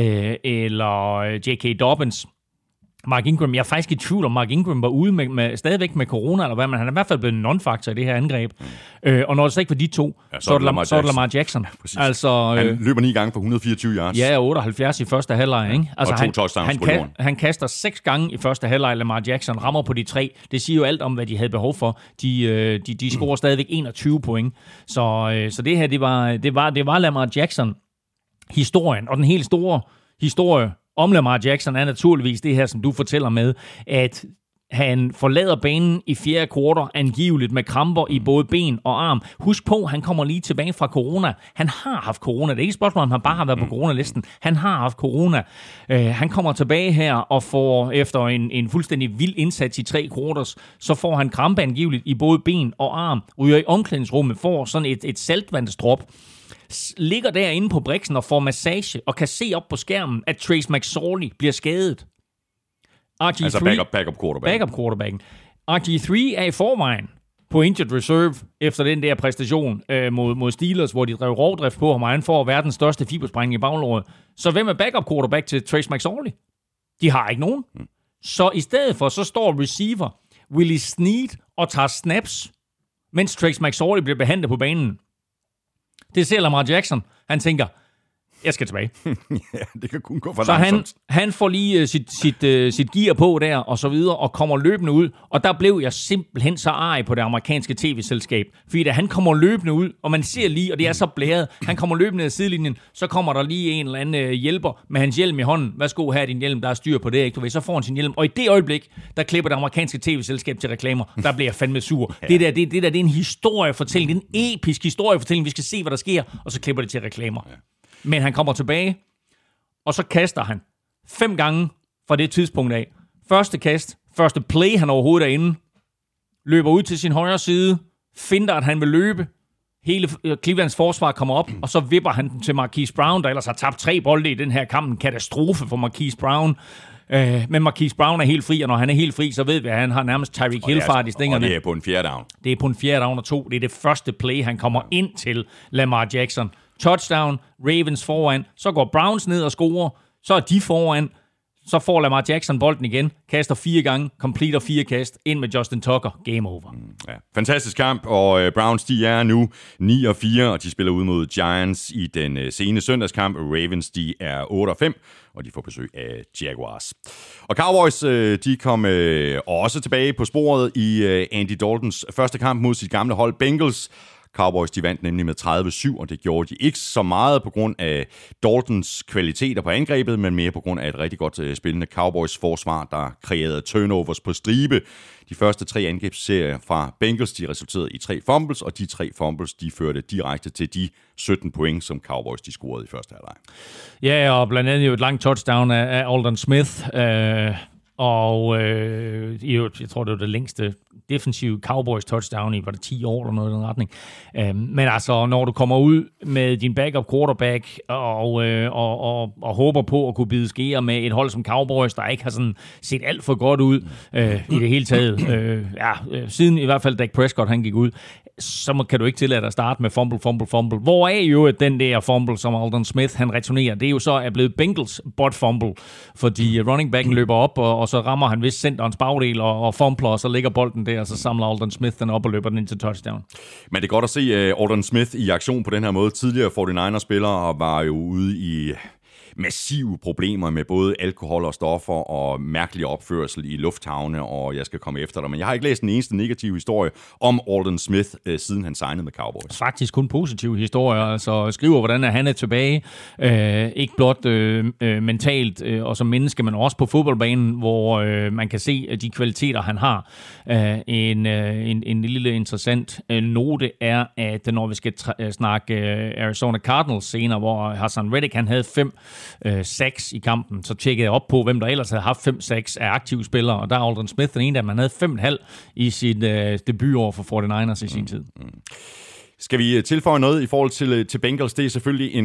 eller J.K. Dobbins. Mark Ingram, jeg er faktisk i tvivl om, Mark Ingram var ude stadigvæk med corona, eller hvad, men han er i hvert fald blevet en non-factor i det her angreb. Og når det så ikke var de to, så er det Lamar Jackson. Ja, altså, han løber 9 gange for 184 yards. Ja, 78 i første halvleg. Ikke? Altså, og 2 touchdowns på jorden. Han kaster 6 gange i første halvleg, Lamar Jackson rammer på de 3. Det siger jo alt om, hvad de havde behov for. De scorer stadigvæk 21 point. Så det her, det var Lamar Jackson historien, og den helt store historie om Lamar Jackson er naturligvis det her, som du fortæller med, at han forlader banen i fjerde kvartal angiveligt med kramper i både ben og arm. Husk på, han kommer lige tilbage fra corona. Han har haft corona. Det er ikke et spørgsmål, om han bare har været på coronalisten. Han har haft corona. Han kommer tilbage her og får efter en fuldstændig vild indsats i 3 quarters, så får han krampe angiveligt i både ben og arm. Ryger i omklædningsrummet, får sådan et saltvandsdrop. Ligger derinde på briksen og får massage og kan se op på skærmen, at Trace McSorley bliver skadet. RG3, altså backup quarterbacken. RG3 er i forvejen på injured reserve efter den der præstation mod Steelers, hvor de drev rovdrift på ham, og han får verdens største fibersprængning i baglåret. Så hvem er backup quarterback til Trace McSorley? De har ikke nogen. Så i stedet for, så står receiver Willie Snead og tager snaps, mens Trace McSorley bliver behandlet på banen. Det ser Lamar Jackson. Han tænker, jeg skal tilbage. Ja, det kan kun gå for langsomt. Så han får lige sit gear på der, og så videre, og kommer løbende ud. Og der blev jeg simpelthen så arg på det amerikanske tv-selskab. Fordi da han kommer løbende ud, og man ser lige, og det er så blæret, han kommer løbende af sidelinjen, så kommer der lige en eller anden hjælper med hans hjelm i hånden. Værsgo, her er din hjelm, der er styr på det, ikke? Du ved, så får han sin hjelm. Og i det øjeblik, der klipper det amerikanske tv-selskab til reklamer. Der bliver jeg fandme sur. Ja. Det er en historiefortælling. Det er en episk historiefortælling. Vi skal se, hvad der sker, og så klipper det til reklamer. Ja. Men han kommer tilbage, og så kaster han 5 gange fra det tidspunkt af. Første kast, første play, han overhovedet er inde, løber ud til sin højre side, finder, at han vil løbe. Hele Clevelands forsvar kommer op, og så vipper han den til Marquise Brown, der ellers har tabt 3 bolde i den her kamp. En katastrofe for Marquise Brown. Men Marquise Brown er helt fri, og når han er helt fri, så ved vi, at han har nærmest Tyreek Hill-fart i stængerne. Og det er på en 4. down. Det er på en 4. down og 2. Det er det første play, han kommer ind til Lamar Jackson. Touchdown, Ravens foran, så går Browns ned og scorer, så er de foran, så får Lamar Jackson bolden igen, kaster 4 gange, completer 4 kast, ind med Justin Tucker, game over. Ja, fantastisk kamp, og Browns de er nu 9-4, og de spiller ud mod Giants i den sene søndagskamp. Ravens de er 8-5, og de får besøg af Jaguars. Og Cowboys de kom også tilbage på sporet i Andy Daltons første kamp mod sit gamle hold Bengals. Cowboys de vandt nemlig med 30-7, og det gjorde de ikke så meget på grund af Daltons kvaliteter på angrebet, men mere på grund af et rigtig godt spillende Cowboys forsvar, der kreerede turnovers på stribe. De første 3 angrebsserier fra Bengals, de resulterede i 3 fumbles, og de 3 fumbles, de førte direkte til de 17 point, som Cowboys de scorede i første halvleg. Ja, og blandt andet jo et langt touchdown af Aldon Smith, og jeg tror, det var det længste defensive Cowboys touchdown i, var det 10 år eller noget i den retning. Men altså, når du kommer ud med din backup quarterback og håber på at kunne bide skære med et hold som Cowboys, der ikke har sådan set alt for godt ud i det hele taget, siden i hvert fald Dak Prescott han gik ud, så kan du ikke tillade dig at starte med fumble. Hvoraf jo den der fumble, som Aldon Smith han returnerer, det er jo så er blevet Bengals butt fumble, fordi running backen løber op, og så rammer han vist centerens bagdel og fumbler, og så ligger bolden der, og så samler Aldon Smith den op og løber den ind til touchdown. Men det er godt at se Aldon Smith i aktion på den her måde. Tidligere 49ers-spillere var jo ude i massive problemer med både alkohol og stoffer og mærkelig opførsel i lufthavne, og jeg skal komme efter dig. Men jeg har ikke læst den eneste negative historie om Aldon Smith, siden han signede med Cowboys. Faktisk kun positive historier. Altså skriver, hvordan han er tilbage. Ikke blot mentalt og som menneske, men også på fodboldbanen, hvor man kan se de kvaliteter, han har. En lille interessant note er, at når vi skal snakke Arizona Cardinals senere, hvor Hassan Reddick han havde 5 sacks i kampen, så tjekkede jeg op på, hvem der ellers havde haft 5 sacks af aktive spillere, og der er Aldon Smith den ene, der man havde 5,5 i sit debutår for 49ers i sin tid. Skal vi tilføje noget i forhold til Bengals? Det er selvfølgelig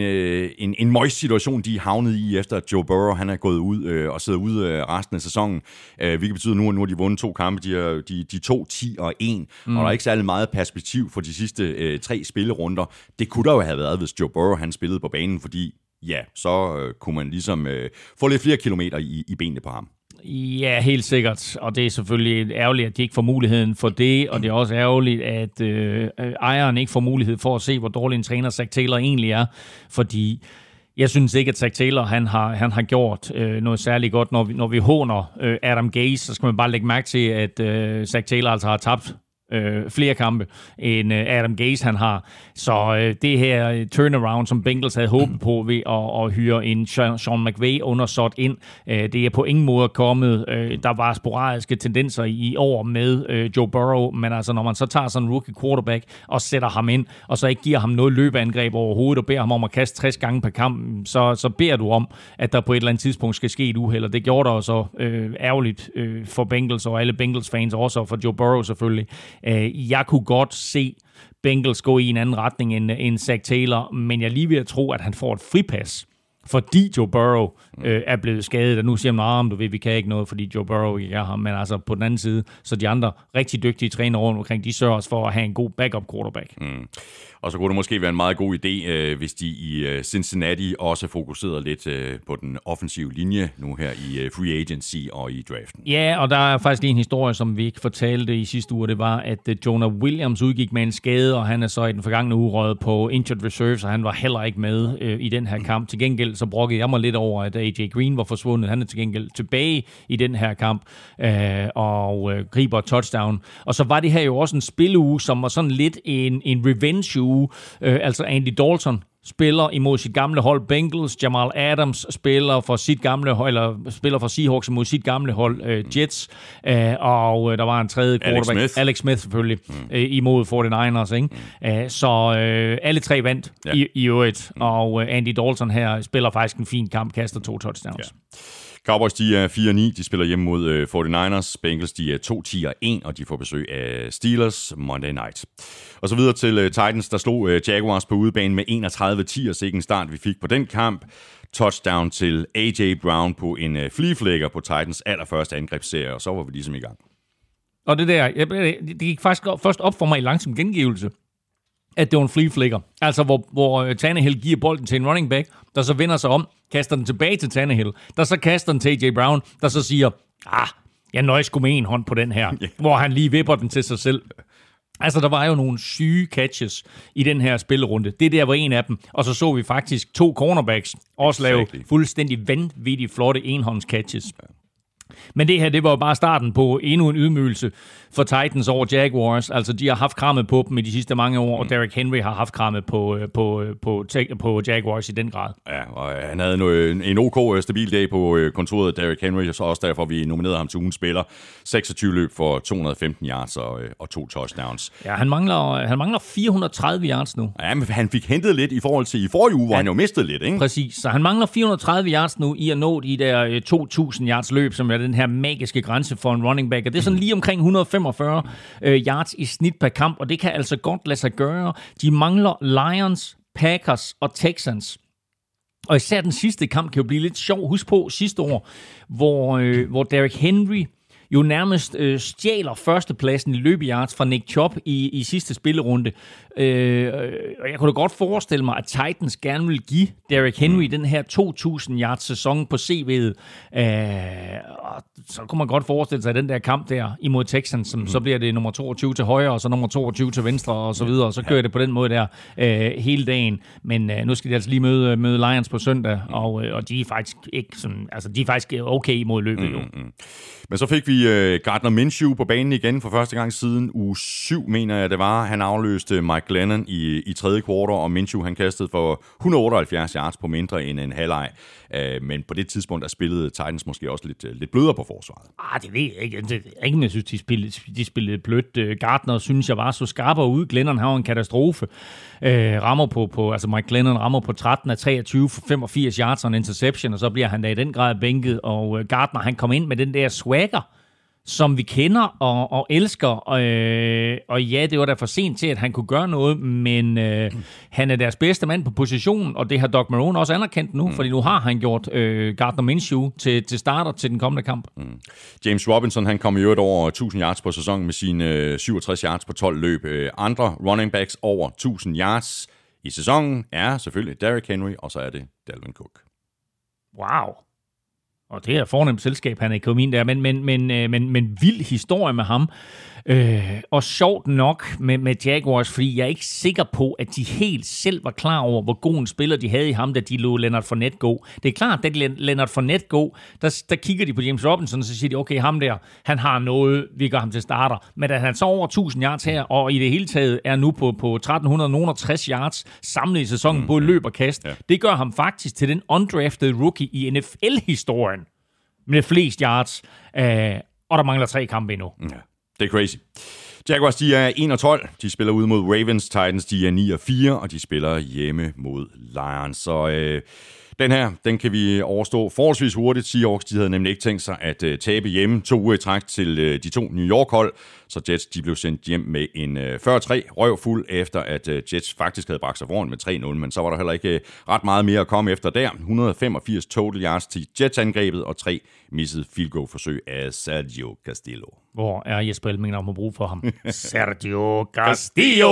en møjs situation, de er havnet i, efter at Joe Burrow han er gået ud og sidder ude resten af sæsonen. Hvilket betyder nu har de vundet 2 kampe. De 2, 10 og 1. Og der er ikke særlig meget perspektiv for de sidste 3 spillerunder. Det kunne der jo have været, hvis Joe Burrow han spillede på banen, fordi ja, så kunne man ligesom få lidt flere kilometer i benene på ham. Ja, helt sikkert. Og det er selvfølgelig ærgerligt, at de ikke får muligheden for det, og det er også ærgerligt, at ejeren ikke får mulighed for at se, hvor dårlig en træner Zac Taylor egentlig er, fordi jeg synes ikke, at Zac Taylor han har gjort noget særligt godt. Når vi håner Adam Gase, så skal man bare lægge mærke til, at Zac Taylor altså har tabt flere kampe, end Adam Gase han har. Så det her turnaround, som Bengals havde håbet på ved at hyre en Sean McVay undersåt ind, det er på ingen måde kommet. Der var sporadiske tendenser i år med Joe Burrow, men altså når man så tager sådan en rookie quarterback og sætter ham ind, og så ikke giver ham noget løbeangreb overhovedet, og beder ham om at kaste 60 gange per kamp, så beder du om, at der på et eller andet tidspunkt skal ske et uheld, og det gjorde der så ærgerligt for Bengals og alle Bengals fans, også for Joe Burrow selvfølgelig. Jeg kunne godt se Bengals gå i en anden retning end Zac Taylor, men jeg lige ved at tro, at han får et fripas, fordi Joe Burrow er blevet skadet, og nu siger man, vi kan ikke noget, fordi Joe Burrow ikke er her, men altså på den anden side, så de andre rigtig dygtige trænere rundt omkring, de sørger også for at have en god backup quarterback. Og så kunne det måske være en meget god idé, hvis de i Cincinnati også fokuserede lidt på den offensive linje nu her i free agency og i draften. Ja, og der er faktisk lige en historie, som vi ikke fortalte i sidste uge. Det var, at Jonah Williams udgik med en skade, og han er så i den forgangne uge røget på injured reserve, så han var heller ikke med i den her kamp. Til gengæld så brokkede jeg mig lidt over, at AJ Green var forsvundet. Han er til gengæld tilbage i den her kamp og griber touchdown. Og så var det her jo også en spilleuge, som var sådan lidt en revenge uge. Altså Andy Dalton spiller imod sit gamle hold Bengals, Jamal Adams spiller for sit gamle hold, eller spiller for Seahawks imod sit gamle hold Jets, og der var en tredje quarterback, Alex Smith selvfølgelig, imod 49ers, ikke? Så alle 3 vandt i øvrigt, og Andy Dalton her spiller faktisk en fin kamp, kaster 2 touchdowns. Ja. Cowboys, de er 4-9, de spiller hjemme mod 49ers. Bengals, de er 2-10-1, og de får besøg af Steelers Monday Night. Og så videre til Titans, der slog Jaguars på udebane med 31-10, og sikken start vi fik på den kamp. Touchdown til A.J. Brown på en flea-flækker på Titans allerførste angrebsserie, og så var vi ligesom i gang. Og det gik faktisk først op for mig i langsom gengivelse, at det var en flea-flicker. Altså, hvor Tannehill giver bolden til en running back, der så vender sig om, kaster den tilbage til Tannehill, der så kaster den til A.J. Brown, der så siger, jeg nøjes sgu med en hånd på den her, hvor han lige vipper den til sig selv. Altså, der var jo nogle syge catches i den her spillerunde. Det der var en af dem. Og så vi faktisk 2 cornerbacks også lave fuldstændig vanvittigt flotte enhånds catches. Men det her, det var jo bare starten på endnu en ydmygelse for Titans over Jaguars. Altså, de har haft krammet på dem i de sidste mange år, og Derrick Henry har haft krammet på Jaguars i den grad. Ja, og han havde en OK stabil dag på kontoret, Derrick Henry, så også derfor, vi nominerede ham til ugens spiller. 26 løb for 215 yards og 2 touchdowns. Ja, han mangler 430 yards nu. Ja, men han fik hentet lidt i forhold til i forrige uge, hvor han jo mistede lidt, ikke? Præcis, så han mangler 430 yards nu i at nå de der 2.000 yards løb, som er den her magiske grænse for en running back. Og det er sådan lige omkring 145 yards i snit per kamp, og det kan altså godt lade sig gøre. De mangler Lions, Packers og Texans. Og især den sidste kamp kan jo blive lidt sjov. Husk på sidste år, hvor Derrick Henry jo nærmest stjæler førstepladsen i løbeyards fra Nick Chubb i sidste spillerunde. Og jeg kunne da godt forestille mig, at Titans gerne vil give Derrick Henry den her 2.000 yards sæson på CV'et. Og så kunne man godt forestille sig den der kamp der imod Texans, som så bliver det nummer 22 til højre, og så nummer 22 til venstre, og så videre. Og så kører det på den måde der hele dagen. Men nu skal de altså lige møde Lions på søndag, og de er faktisk ikke sådan, altså de er faktisk okay imod løbet jo. Men så fik vi Gardner Minshew på banen igen for første gang siden uge 7, mener jeg det var. Han afløste Mike Glennon i tredje kvartal, og Minshew han kastede for 178 yards på mindre end en halvleg. Men på det tidspunkt der spillede Titans måske også lidt blødere på forsvaret. Det ved jeg ikke. Det er ikke, men jeg synes, de spillede blødt. Gardner synes jeg var så skarpere ud. Glennon har en katastrofe. Rammer på altså Mike Glennon rammer på 13 af 23 for 85 yards og en interception, og så bliver han da i den grad bænket. Og Gardner, han kom ind med den der swagger, som vi kender og elsker, og ja, det var da for sent til, at han kunne gøre noget, men han er deres bedste mand på positionen, og det har Doug Marrone også anerkendt nu, fordi nu har han gjort Gardner Minshew til starter til den kommende kamp. James Robinson, han kom i øvrigt over 1000 yards på sæsonen med sine 67 yards på 12 løb. Andre running backs over 1000 yards i sæsonen er selvfølgelig Derrick Henry, og så er det Dalvin Cook. Wow. Og det er fornemt selskab, han er kommet ind der, men vild historie med ham. Og sjovt nok med Jaguars, fordi jeg er ikke sikker på, at de helt selv var klar over, hvor god en spiller de havde i ham, da de lå Leonard Fournette gå. Det er klart, at Leonard Fournette gå, der kigger de på James Robinson, og så siger de, okay, ham der, han har noget, vi gør ham til starter. Men da han så over 1000 yards her, og i det hele taget er nu på 1360 yards samlet i sæsonen på løb og kast, det gør ham faktisk til den undrafted rookie i NFL-historien med flest yards, og der mangler 3 kampe endnu. Ja. Det er crazy. Jaguars, de er 1-12. De spiller ude mod Ravens. Titans, de er 9-4, og de spiller hjemme mod Lions. Så den her, den kan vi overstå forholdsvis hurtigt. Seahawks, de havde nemlig ikke tænkt sig at tabe hjemme 2 uger i træk til de 2 New York-hold. Så Jets, de blev sendt hjem med en 40-3 røvfuld, efter at Jets faktisk havde bragt sig foran med 3-0. Men så var der heller ikke ret meget mere at komme efter der. 185 total yards til Jets-angrebet, og 3 missede field goal-forsøg af Sergio Castillo. Hvor er Jesper Elming, der må bruge for ham? Sergio Castillo!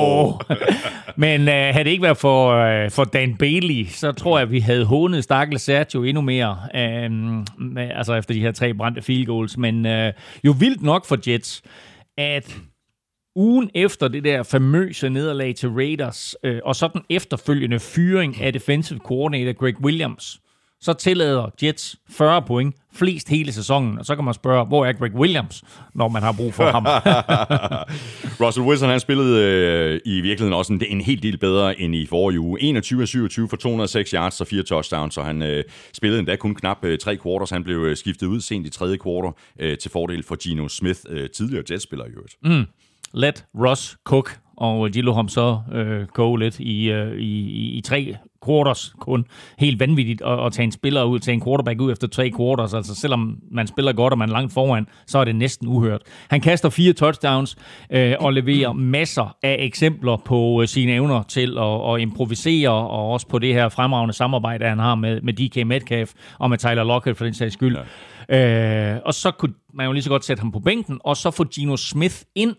Men havde det ikke været for Dan Bailey, så tror jeg, at vi havde hånet stakkels Sergio endnu mere, altså efter de her 3 brændte field goals. Men jo vildt nok for Jets, at ugen efter det der famøse nederlag til Raiders, og så den efterfølgende fyring af defensive coordinator Greg Williams, så tillader Jets 40 point, flest hele sæsonen. Og så kan man spørge, hvor er Greg Williams, når man har brug for ham? Russell Wilson, han spillede i virkeligheden også en helt del bedre end i forrige uge. 21 af 27 for 206 yards og 4 touchdowns, så han spillede endda kun knap 3 quarters. Han blev skiftet ud sent i tredje kvartal til fordel for Geno Smith, tidligere Jets-spiller i øvrigt. Let Russ cook, og de lå ham så koge lidt i 3 quarters kun. Helt vanvittigt at tage en spiller ud, tage en quarterback ud efter 3 quarters. Altså selvom man spiller godt, og man er langt foran, så er det næsten uhørt. Han kaster 4 touchdowns og leverer masser af eksempler på sine evner til at improvisere, og også på det her fremragende samarbejde, han har med DK Metcalf og med Tyler Lockett for den sags skyld. Ja. Og så kunne man jo lige så godt sætte ham på bænken, og så få Geno Smith ind,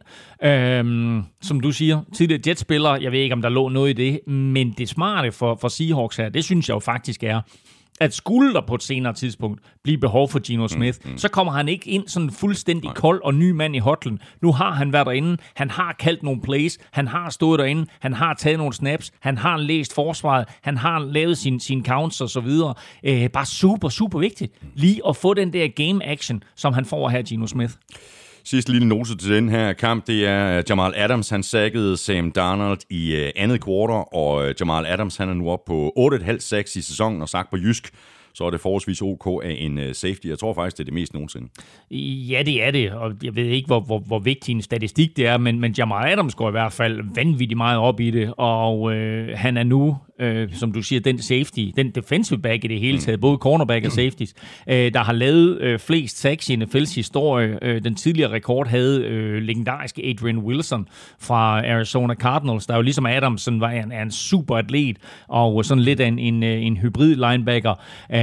som du siger, tidligere Jets-spiller. Jeg ved ikke, om der lå noget i det, men det smarte for Seahawks her, det synes jeg jo faktisk er, at skulle der på et senere tidspunkt blive behov for Geno Smith, så kommer han ikke ind sådan fuldstændig kold og ny mand i hotlen. Nu har han været derinde, han har kaldt nogle plays, han har stået derinde, han har taget nogle snaps, han har læst forsvaret, han har lavet sine counts og så videre. Bare super, super vigtigt lige at få den der game action, som han får her, Geno Smith. Sidste lille note til den her kamp, det er Jamal Adams. Han sackede Sam Darnold i andet kvartal, og Jamal Adams han er nu oppe på 8,5 sacks i sæsonen, og sagt på jysk, så er det forholdsvis ok af en safety. Jeg tror faktisk, det er det mest nogensinde. Ja, det er det, og jeg ved ikke, hvor vigtig en statistik det er, men Jamal Adams går i hvert fald vanvittigt meget op i det, og han er nu, som du siger, den safety, den defensive back i det hele taget, både cornerback og safeties, der har lavet flest sacks i NFL's historie. Den tidligere rekord havde legendariske Adrian Wilson fra Arizona Cardinals, der jo ligesom Adams sådan var en super atlet, og sådan lidt af en hybrid linebacker.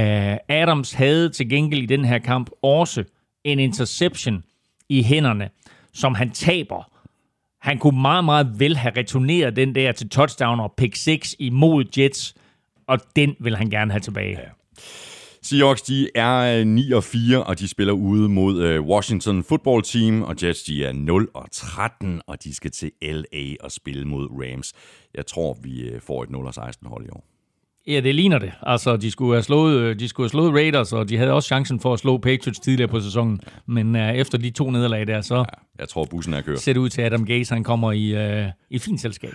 Adams havde til gengæld i den her kamp også en interception i hænderne, som han taber. Han kunne meget, meget vel have returneret den der til touchdown og pick 6 imod Jets, og den vil han gerne have tilbage. Ja. Seahawks, de er 9-4, og de spiller ude mod Washington Football Team, og Jets, de er 0-13, og de skal til LA og spille mod Rams. Jeg tror, vi får et 0-16 hold i år. Ja, det ligner det. Altså, de skulle have slået Raiders, og de havde også chancen for at slå Patriots tidligere på sæsonen. Men efter de 2 nederlag der, så jeg tror, bussen er kørt. Ser det ud til, at Adam Gase, han kommer i fint selskab.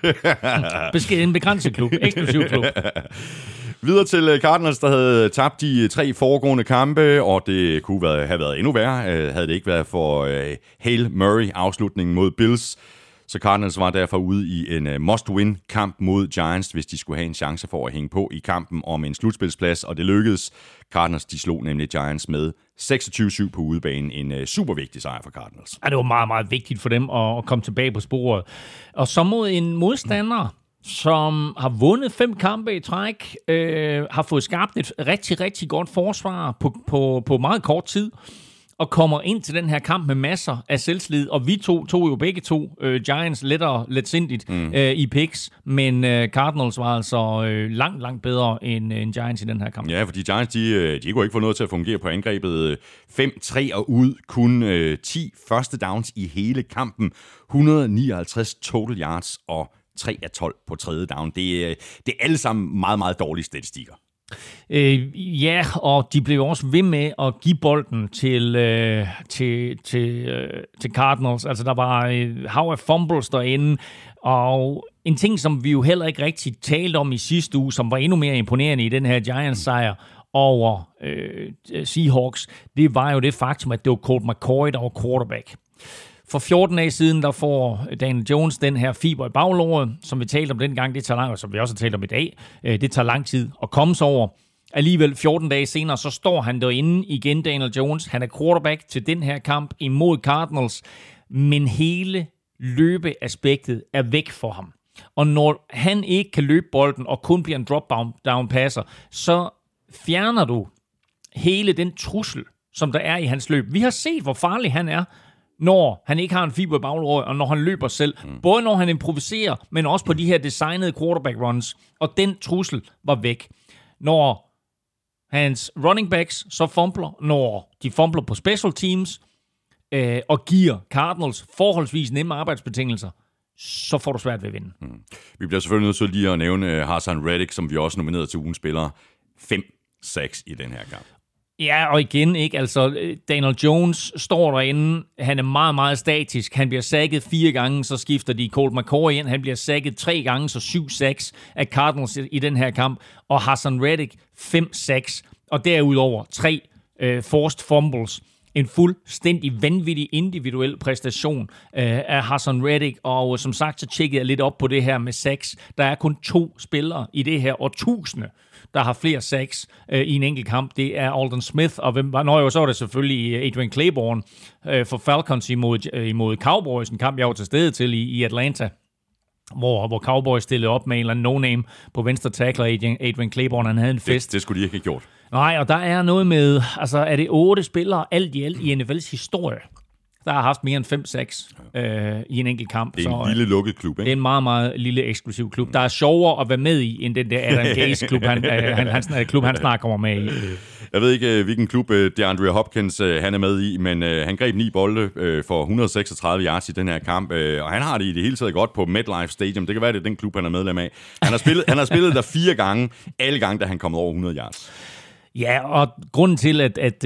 En begrænset klub, eksklusiv klub. Videre til Cardinals, der havde tabt de 3 foregående kampe, og det kunne have været endnu værre, havde det ikke været for Hail Murray-afslutningen mod Bills. Så Cardinals var derfor ude i en must-win-kamp mod Giants, hvis de skulle have en chance for at hænge på i kampen om en slutspilsplads, og det lykkedes. Cardinals, de slog nemlig Giants med 26-7 på udebanen. En super vigtig sejr for Cardinals. Ja, det var meget, meget vigtigt for dem at komme tilbage på sporet. Og så mod en modstander, som har vundet 5 kampe i træk, har fået skabt et rigtig, rigtig godt forsvar på meget kort tid, og kommer ind til den her kamp med masser af selvslid, og vi tog jo begge to Giants letsindigt i picks, men Cardinals var altså langt bedre end Giants i den her kamp. Ja, fordi Giants, de kunne ikke få noget til at fungere på angrebet. 5-3 og ud, kun 10 første downs i hele kampen, 159 total yards og 3 af 12 på tredje down. Det er alle sammen meget, meget dårlige statistikker. Ja, og de blev også ved med at give bolden til Cardinals. Altså, der var hav af fumbles derinde, og en ting, som vi jo heller ikke rigtig talte om i sidste uge, som var endnu mere imponerende i den her Giants-sejr over Seahawks, det var jo det faktum, at det var Colt McCoy, der var quarterback. For 14 dage siden, der får Daniel Jones den her fiber i baglåret, som vi talte om dengang, det tager lang, og som vi også har talt om i dag, det tager lang tid at komme sig over. Alligevel 14 dage senere, så står han derinde igen, Daniel Jones. Han er quarterback til den her kamp imod Cardinals, men hele løbeaspektet er væk for ham. Og når han ikke kan løbe bolden og kun bliver en drop-down passer, så fjerner du hele den trussel, som der er i hans løb. Vi har set, hvor farlig han er, når han ikke har en fiber i baglåret, og når han løber selv. Både når han improviserer, men også på de her designede quarterback runs. Og den trussel var væk. Når hans running backs så fumbler, når de fumbler på special teams, og giver Cardinals forholdsvis nemme arbejdsbetingelser, så får du svært ved at vinde. Vi bliver selvfølgelig nødt til lige at nævne Haason Reddick, som vi også nominerede til ugens spillere. 5 sacks i den her kamp. Ja, og igen, ikke? Altså, Daniel Jones står derinde, han er meget, meget statisk. Han bliver sacket 4 gange, så skifter de Colt McCoy ind. Han bliver sacket 3 gange, så 7 sacks af Cardinals i den her kamp. Og Haason Reddick, 5 sacks. Og derudover 3 forced fumbles. En fuldstændig vanvittig individuel præstation af Haason Reddick. Og som sagt, så tjekkede jeg lidt op på det her med sacks. Der er kun 2 spillere i det her årtusinde, der har flere sacks i en enkelt kamp. Det er Aldon Smith, og så var det selvfølgelig Adrian Claiborne for Falcons imod Cowboys, en kamp, jeg var til stede til i Atlanta, hvor Cowboys stillede op med en eller anden no-name på venstre tackler. Adrian Claiborne, han havde en fest. Det skulle de ikke have gjort. Nej, og der er noget med, altså er det 8 spillere alt i NFL's historie, der har haft mere end 5-6 i en enkelt kamp. Det er en lille lukket klub, ikke? Det er en meget, meget lille eksklusiv klub. Der er sjovere at være med i, end den der Adam Gase-klub, han snart kommer med i. Jeg ved ikke, hvilken klub DeAndre Hopkins han er med i, men han greb 9 bolde for 136 yards i den her kamp, og han har det i det hele taget godt på MetLife Stadium. Det kan være, det er den klub, han er medlem af. Han har spillet der 4 gange, alle gange, da han kom over 100 yards. Ja, og grunden til, at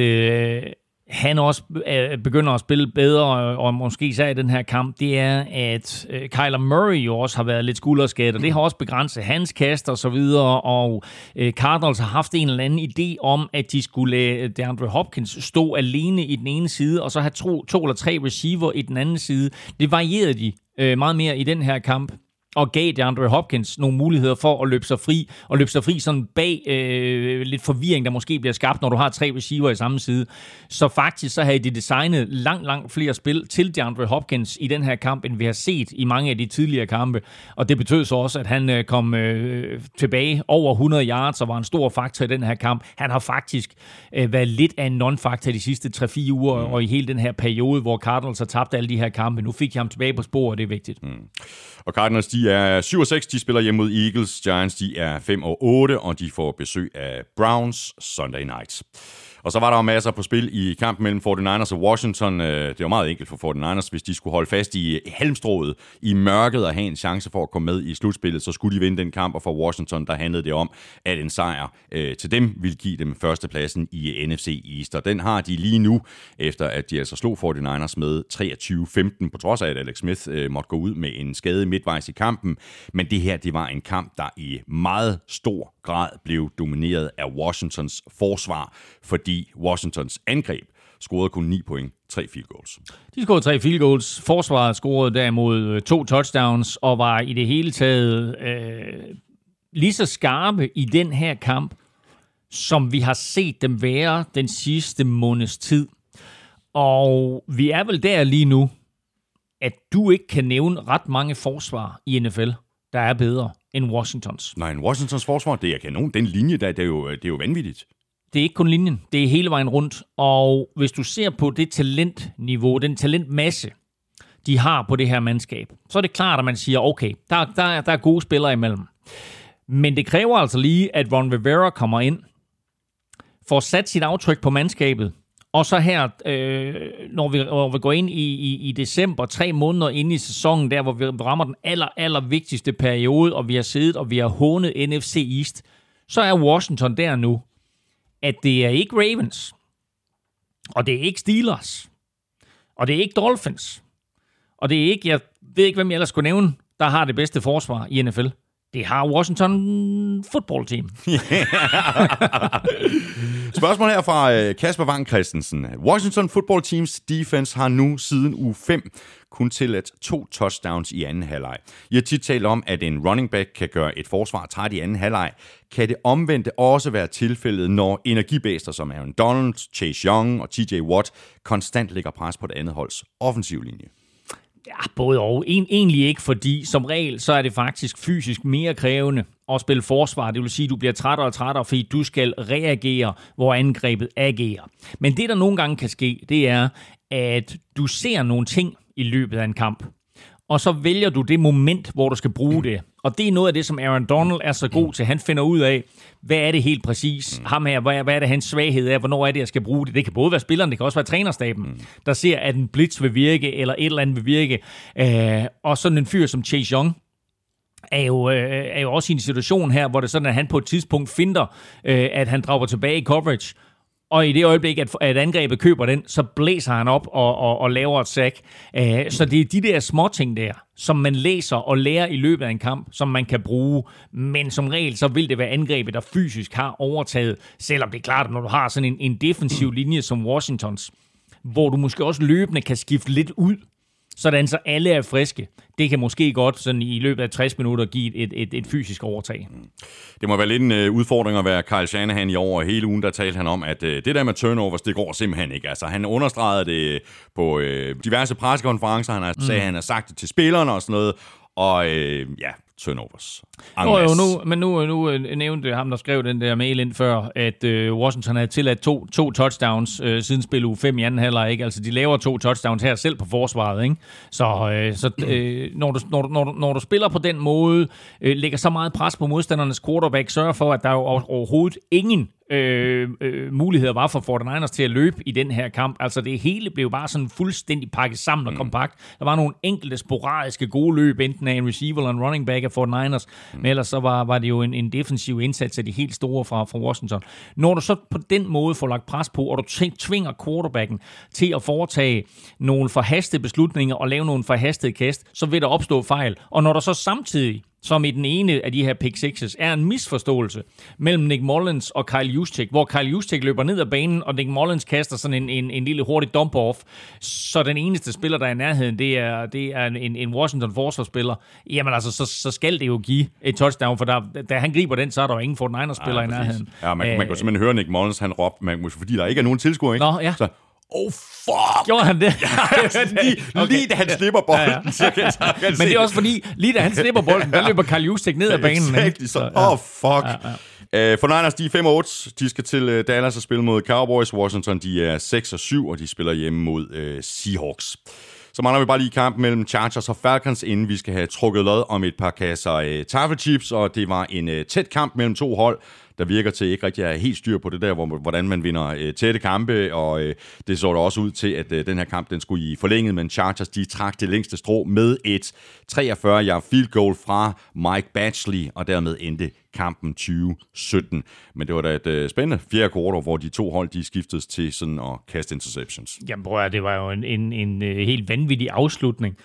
han også begynder at spille bedre, og måske især i den her kamp, det er, at Kyler Murray jo også har været lidt skulderskadet, og det har også begrænset hans kast og så videre, og Cardinals har haft en eller anden idé om, at de skulle lade DeAndre Hopkins stå alene i den ene side, og så have 2 eller 3 receiver i den anden side. Det varierede de meget mere i den her kamp, og gav DeAndre Hopkins nogle muligheder for at løbe sig fri sådan bag lidt forvirring, der måske bliver skabt, når du har 3 receiver i samme side. Så faktisk så havde de designet langt flere spil til DeAndre Hopkins i den her kamp, end vi har set i mange af de tidligere kampe. Og det betød så også, at han kom tilbage over 100 yards og var en stor faktor i den her kamp. Han har faktisk været lidt af en non-faktor de sidste 3-4 uger, og i hele den her periode, hvor Cardinals har tabt alle de her kampe. Nu fik jeg ham tilbage på sporet, og det er vigtigt. Og Cardinals, de er 7-6, de spiller hjemme mod Eagles. Giants, de er 5-8, og de får besøg af Browns Sunday night. Og så var der jo masser på spil i kampen mellem 49ers og Washington. Det var meget enkelt for 49ers, hvis de skulle holde fast i halmstrået i mørket og have en chance for at komme med i slutspillet, så skulle de vinde den kamp, og for Washington, der handlede det om, at en sejr til dem ville give dem førstepladsen i NFC East. Og den har de lige nu, efter at de altså slog 49ers med 23-15, på trods af, at Alex Smith måtte gå ud med en skade midtvejs i kampen. Men det her, det var en kamp, der i meget stor grad blev domineret af Washingtons forsvar, fordi Washingtons angreb scorede kun 9 point, 3 field goals. De scorede 3 field goals. Forsvaret scorede derimod 2 touchdowns og var i det hele taget lige så skarpe i den her kamp, som vi har set dem være den sidste måneds tid. Og vi er vel der lige nu, at du ikke kan nævne ret mange forsvar i NFL, der er bedre end Washingtons. Nej, en Washingtons forsvar, det er kanon. Den linje, der, det er jo vanvittigt. Det er ikke kun linjen, det er hele vejen rundt. Og hvis du ser på det talentniveau, den talentmasse, de har på det her mandskab, så er det klart, at man siger, okay, der er gode spillere imellem. Men det kræver altså lige, at Ron Rivera kommer ind, får sat sit aftryk på mandskabet, og så her, når vi går ind i december, 3 måneder inde i sæsonen, der hvor vi rammer den aller vigtigste periode, og vi har siddet og vi har hånet NFC East, så er Washington der nu, at det er ikke Ravens, og det er ikke Steelers, og det er ikke Dolphins, og det er ikke, jeg ved ikke, hvem jeg ellers skulle nævne, der har det bedste forsvar i NFL. Det har Washington Football Team. Spørgsmål her fra Kasper Vang Christensen. Washington Football Teams defense har nu siden uge 5 kun tilladt 2 touchdowns i anden halvleg. I har tit talt om, at en running back kan gøre et forsvar træt i anden halvleg. Kan det omvendte også være tilfældet, når energibæster som Aaron Donald, Chase Young og TJ Watt konstant lægger pres på det andet holds offensiv linje? Ja, både og. Egentlig ikke, fordi som regel, så er det faktisk fysisk mere krævende at spille forsvar. Det vil sige, at du bliver trættere og trættere, fordi du skal reagere, hvor angrebet agerer. Men det, der nogle gange kan ske, det er, at du ser nogle ting i løbet af en kamp, og så vælger du det moment, hvor du skal bruge det. Og det er noget af det, som Aaron Donald er så god til. Han finder ud af, hvad er det helt præcis? Ham her, hvad er det hans svaghed er? Hvornår er det, jeg skal bruge det? Det kan både være spilleren, det kan også være trænerstaben, der ser, at en blitz vil virke, eller et eller andet vil virke. Og sådan en fyr som Chase Young er jo også i en situation her, hvor det er sådan, at han på et tidspunkt finder, at han drager tilbage i coverage, og i det øjeblik, at angrebet køber den, så blæser han op og laver et sack. Så det er de der små ting der, som man læser og lærer i løbet af en kamp, som man kan bruge. Men som regel, så vil det være angrebet, der fysisk har overtaget. Selvom det er klart, at når du har sådan en defensiv linje som Washingtons, hvor du måske også løbende kan skifte lidt ud, sådan så alle er friske. Det kan måske godt sådan i løbet af 60 minutter give et fysisk overtag. Det må være lidt en udfordring at være Kyle Shanahan i år, og hele ugen der talte han om, at det der med turnovers, det går simpelthen ikke. Altså, han understregede det på diverse pressekonferencer, han sagde, han har sagt det til spillerne og sådan noget, og turnovers. Nu nævnte ham, der skrev den der mail ind før, at Washington havde tilladt to touchdowns siden spil uge 5 i anden halvleg, ikke? Altså, de laver 2 touchdowns her selv på forsvaret, ikke? Så når du spiller på den måde, lægger så meget pres på modstandernes quarterback, sørger for, at der jo overhovedet ingen muligheder var for 49ers til at løbe i den her kamp. Altså det hele blev bare sådan fuldstændig pakket sammen og kompakt. Der var nogle enkelte sporadiske gode løb, enten af en receiver eller en running back af 49ers, men ellers så var det jo en defensiv indsats af de helt store fra Washington. Når du så på den måde får lagt pres på, og du tvinger quarterbacken til at foretage nogle forhastede beslutninger og lave nogle forhastede kast, så vil der opstå fejl. Og når der så samtidig, som i den ene af de her pick sixes, er en misforståelse mellem Nick Mullins og Kyle Juszczyk, hvor Kyle Juszczyk løber ned ad banen, og Nick Mullins kaster sådan en lille hurtig dump-off, så den eneste spiller, der er i nærheden, det er en Washington-forsvarsspiller. Jamen altså, så skal det jo give et touchdown, for da han griber den, så er der jo ingen 49ers-spiller i nærheden. Ja, man kan simpelthen høre Nick Mullins, han råber, fordi der ikke er nogen tilskuere, ikke? Nå, ja. Så, fuck! Gjorde han det? Lige da han slipper bolden. Ja. Så kan men det er også fordi, lige da han slipper bolden, der løber Kyle Juszczyk ned ad banen. Exakt, så, fuck. For Niners, de er 5-8. De skal til Dallas og spille mod Cowboys. Washington, de er 6-7, og de spiller hjemme mod Seahawks. Så mangler vi bare lige kampen mellem Chargers og Falcons, inden vi skal have trukket lod om et par kasser taffelchips, og det var en tæt kamp mellem 2 hold, der virker til ikke rigtig at have helt styr på det der, hvordan man vinder tætte kampe, og det så der også ud til, at den her kamp, den skulle i forlænget, men Chargers, de trak det længste strå med et 43-yard field goal fra Mike Batchley, og dermed endte kampen 2017. Men det var da et spændende fjerde kvartal, hvor de 2 hold, de skiftedes til sådan at kaste interceptions. Jamen prøv at det var jo en helt vanvittig afslutning,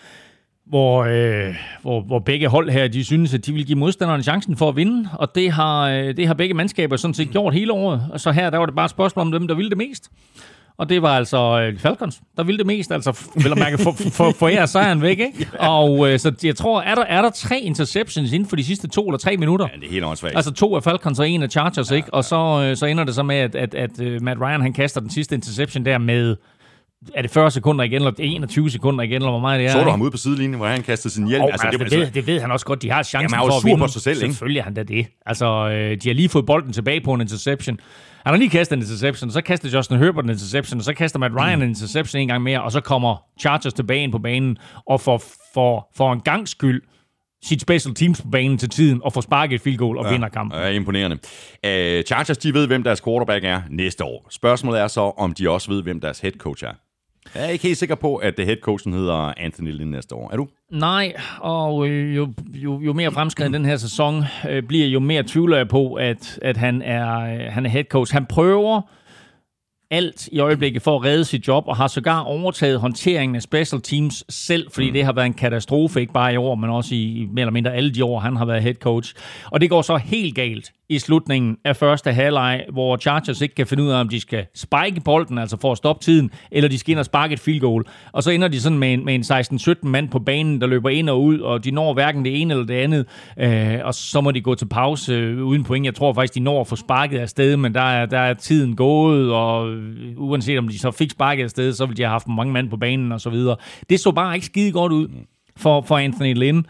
hvor begge hold her, de synes, at de vil give modstanderne chancen for at vinde, og det har begge mandskaber sådan set gjort hele året. Og så her, der var det bare et spørgsmål om dem, der ville det mest. Og det var altså Falcons, der ville det mest, altså vil jeg mærke for jer sejren væk, ikke? Og så jeg tror, er der 3 interceptions inden for de sidste 2 eller 3 minutter? Ja, det er helt åndssvagt. Altså 2 af Falcons og 1 af Chargers, ikke? Og så ender det så med, at Matt Ryan, han kaster den sidste interception der med, er det 40 sekunder igen, eller 21 sekunder igen, eller hvor meget det er? Så du ham ude på sidelinjen, hvor han kastede sin hjelm? Det ved han også godt, de har chancen for at vinde. På sig selv, ikke? Selvfølgelig er han da det. Altså, de har lige fået bolden tilbage på en interception. Han har lige kastet en interception, så kaster Justin Herbert en interception, og så kaster Matt Ryan en interception en gang mere, og så kommer Chargers tilbage ind på banen, og for en gangs skyld sit special teams på banen til tiden, og får sparket et field goal og vinder kampen. Ja, imponerende. Chargers, de ved, hvem deres quarterback er næste år. Spørgsmålet er så, om de også ved, hvem deres head coach er. Jeg er ikke helt sikker på, at headcoachen hedder Anthony Lynn næste år. Er du? Nej, og jo mere fremskreden den her sæson bliver, jo mere tvivler jeg på, at han er headcoach. Han prøver alt i øjeblikket for at redde sit job, og har sågar overtaget håndteringen af special teams selv, fordi det har været en katastrofe, ikke bare i år, men også i mere eller mindre alle de år, han har været head coach. Og det går så helt galt i slutningen af første halvleg, hvor Chargers ikke kan finde ud af, om de skal spike bolden, altså for at stoppe tiden, eller de skal ind og sparke et field goal. Og så ender de sådan med en 16-17 mand på banen, der løber ind og ud, og de når hverken det ene eller det andet, og så må de gå til pause uden point. Jeg tror faktisk, de når at få sparket afsted, men der er tiden gået, og uanset om de så fik sparket afsted, så ville de have haft mange mand på banen og så videre. Det så bare ikke skide godt ud for Anthony Lynn.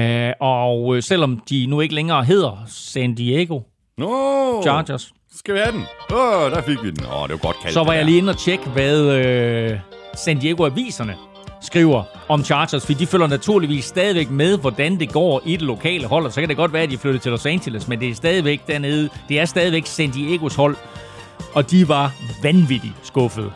Og selvom de nu ikke længere hedder San Diego Chargers. Skal vi have den? Der fik vi den. Det var godt kaldt. Så var jeg lige inde og tjekke, hvad San Diego-aviserne skriver om Chargers, for de følger naturligvis stadigvæk med, hvordan det går i det lokale hold, og så kan det godt være, at de flytter til Los Angeles, men det er stadigvæk dernede. Det er stadigvæk San Diegos hold, og de var vanvittigt skuffede.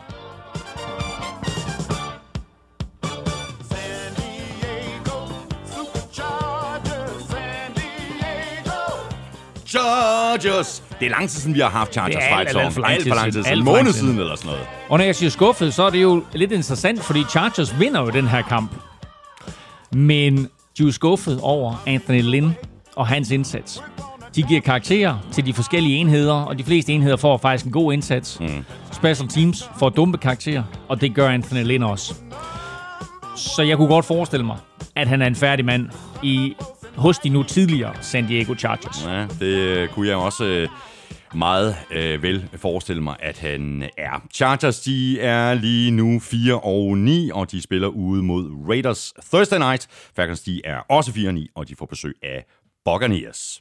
Chargers! Det er lang tid siden, vi har haft Chargers fights om. Alt for lang tid. En måned siden eller sådan noget. Og når jeg siger skuffet, så er det jo lidt interessant, fordi Chargers vinder jo den her kamp. Men de er jo skuffet over Anthony Lynn og hans indsats. De giver karakterer til de forskellige enheder, og de fleste enheder får faktisk en god indsats. Special teams får dumpe karakterer, og det gør Anthony Lynn også. Så jeg kunne godt forestille mig, at han er en færdig mand hos de nu tidligere San Diego Chargers. Ja, det kunne jeg også. meget vel forestille mig, at han er. Chargers, de er lige nu 4-9, og de spiller ude mod Raiders Thursday night. Falcons, de er også 4-9, og de får besøg af Buccaneers.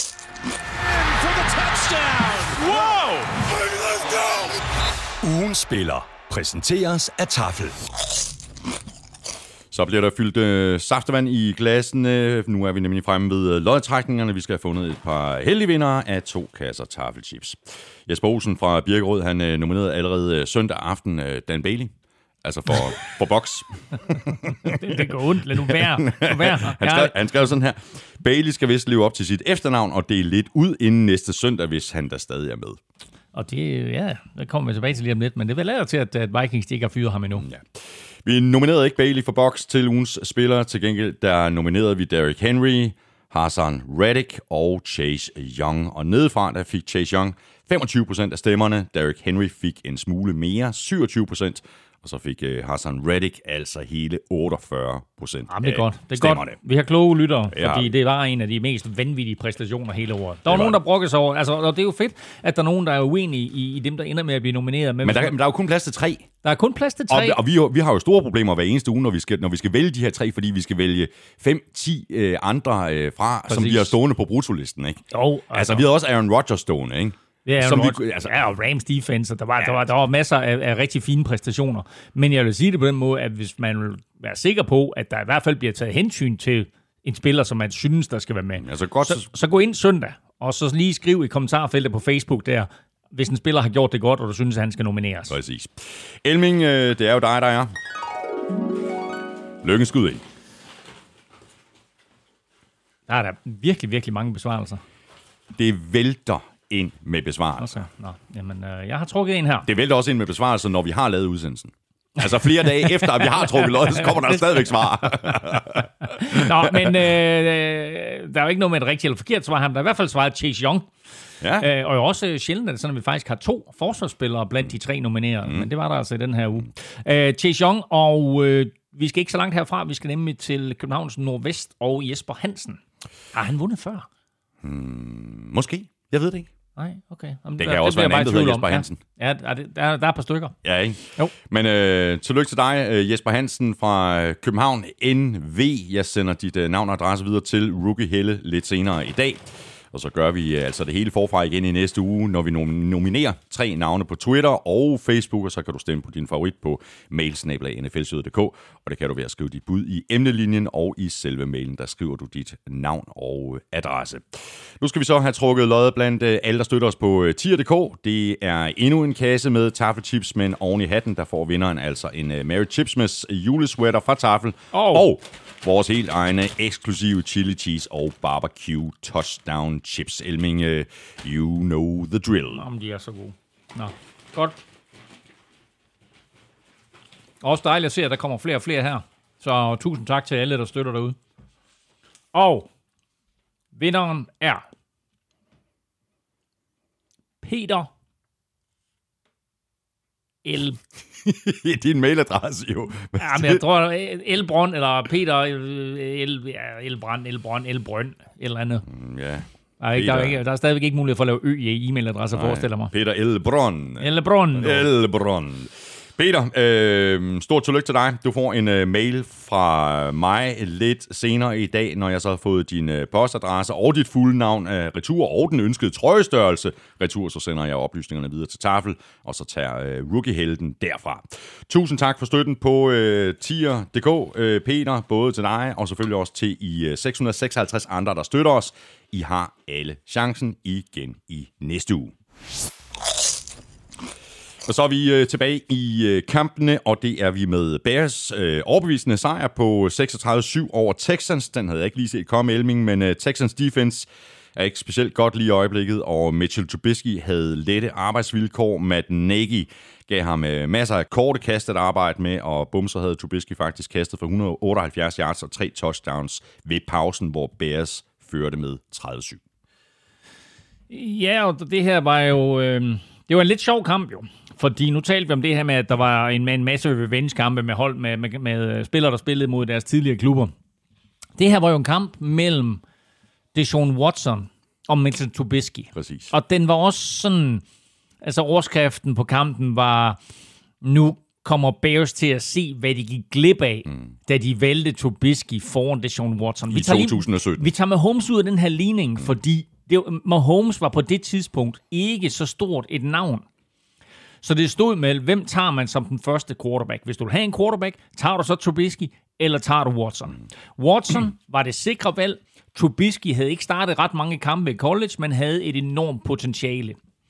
Ugens spiller præsenteres af Tafel. Så bliver der fyldt saftevand i glassene. Nu er vi nemlig fremme ved lodtrækningerne. Vi skal have fundet et par heldige vindere af 2 kasser tafelchips. Jesper Olsen fra Birkerød, han nominerede allerede søndag aften Dan Bailey. Altså for boks. det går ondt. Lad nu være. Han skrev sådan her. Bailey skal vist leve op til sit efternavn og dele lidt ud inden næste søndag, hvis han der stadig er med. Og det kommer vi tilbage til lige om lidt, men det vil lader til, at Vikings ikke har fyret ham endnu. Ja. Vi nominerede ikke Bailey for boks til ugens spillere. Til gengæld der nominerede vi Derrick Henry, Haason Reddick og Chase Young. Og nedefra der fik Chase Young 25% af stemmerne. Derrick Henry fik en smule mere, 27%. Og så fik Haason Reddick altså hele 48% Jamen, det er godt. Det er stemmerne. godt. Vi har kloge lyttere, Ja. fordi det var en af de mest vanvittige præstationer hele året. Der var nogen, der brokkede sig over. Altså, og det er jo fedt, at der er nogen, der er uenige i dem, der ender med at blive nomineret. Men der er jo kun plads til 3. Der er kun plads til 3. Og vi har jo store problemer hver eneste uge, når vi skal vælge de her 3, fordi vi skal vælge 5-10 andre fra, Præcis. som bliver stående på brutolisten, ikke? Jo, Altså, vi havde også Aaron Rodgers stående, ikke? Ja, som og Rams defense, og der var masser af rigtig fine præstationer. Men jeg vil sige det på den måde, at hvis man vil være sikker på, at der i hvert fald bliver taget hensyn til en spiller, som man synes, der skal være med, Altså godt, så gå ind søndag, og så lige skriv i kommentarfeltet på Facebook der, hvis en spiller har gjort det godt, og du synes, at han skal nomineres. Præcis. Elming, det er jo dig, der er. Lykkens skud ind. Der er der virkelig, virkelig mange besvarelser. Det vælter ind med besvarelser. Okay. Nå, jamen, jeg har trukket en her. Det vælter også ind med besvarelser, når vi har lavet udsendelsen. Altså flere dage efter, at vi har trukket lod, så kommer der stadigvæk svar. Nå, men der er jo ikke noget med et rigtigt eller forkert svar. Han der i hvert fald svaret Chase Young. Ja. Og jo også sjældent, at det sådan, at vi faktisk har 2 forsvarsspillere blandt de 3 nominerede. Men det var der altså i den her uge. Chase Young, og vi skal ikke så langt herfra. Vi skal nemlig til Københavns Nordvest og Jesper Hansen. Har han vundet før? Måske. Jeg ved det ikke. Nej, okay. Jamen, Det kan også være en anden, der hedder Jesper Hansen. Ja, der er et par stykker. Ja, ikke? Jo. Men tillykke til dig, Jesper Hansen fra København NV. Jeg sender dit navn og adresse videre til Rookie Helle lidt senere i dag. Og så gør vi altså det hele forfra igen i næste uge, når vi nominerer 3 navne på Twitter og Facebook, og så kan du stemme på din favorit på mail@nflshowet.dk, og det kan du ved at skrive dit bud i emnelinjen, og i selve mailen, der skriver du dit navn og adresse. Nu skal vi så have trukket lod blandt alle, der støtter os på tier.dk. Det er endnu en kasse med tafelchips, men oven i hatten, der får vinderen altså en Merry Chipsmas julesweater fra Tafel, og vores helt egne eksklusive chili cheese og barbecue touchdown chips. Elming, you know the drill. Jamen, de er så gode. Nå, godt. Også dejligt at se, at der kommer flere og flere her. Så tusind tak til alle, der støtter derude. Og vinderen er Peter L. Din mailadresse jo. Ja, men jeg tror, Elbrønd, eller Peter Elbrønd, et eller andet. Ja. Der er stadigvæk ikke mulighed for at lave ø i e-mailadresser, forestiller mig. Peter Elbrønd. Elbrønd. Peter, stort tillykke til dig. Du får en mail fra mig lidt senere i dag, når jeg så har fået din postadresse og dit fulde navn retur, og den ønskede trøjestørrelse retur, så sender jeg oplysningerne videre til Tafel, og så tager Rookie-helten derfra. Tusind tak for støtten på tier.dk, Peter, både til dig, og selvfølgelig også til I 656 andre, der støtter os. I har alle chancen igen i næste uge. Og så er vi tilbage i kampene, og det er vi med Bears overbevisende sejr på 36-7 over Texans. Den havde jeg ikke lige set komme, Elming, men Texans defense er ikke specielt godt lige i øjeblikket, og Mitchell Trubisky havde lette arbejdsvilkår. Matt Nagy gav ham masser af korte kast at arbejde med, og bumser havde Trubisky faktisk kastet for 178 yards og 3 touchdowns ved pausen, hvor Bears førte med 30-7. Ja, og det her var jo... Det var en lidt sjov kamp jo, fordi nu talte vi om det her med, at der var en masse revenge-kampe med hold med spillere, der spillede mod deres tidligere klubber. Det her var jo en kamp mellem Deshaun Watson om Mitchell Trubisky. Præcis. Og den var også sådan, altså overskriften på kampen var, nu kommer Bears til at se, hvad de gik glip af, da de valgte Trubisky foran Deshaun Watson. I 2017. Vi tager Mahomes ud af den her ligning, fordi Mahomes var på det tidspunkt ikke så stort et navn. Så det stod med, hvem tager man som den første quarterback? Hvis du vil have en quarterback, tager du så Trubisky, eller tager du Watson? Watson var det sikre valg. Trubisky havde ikke startet ret mange kampe i college, men havde et enormt potentiale.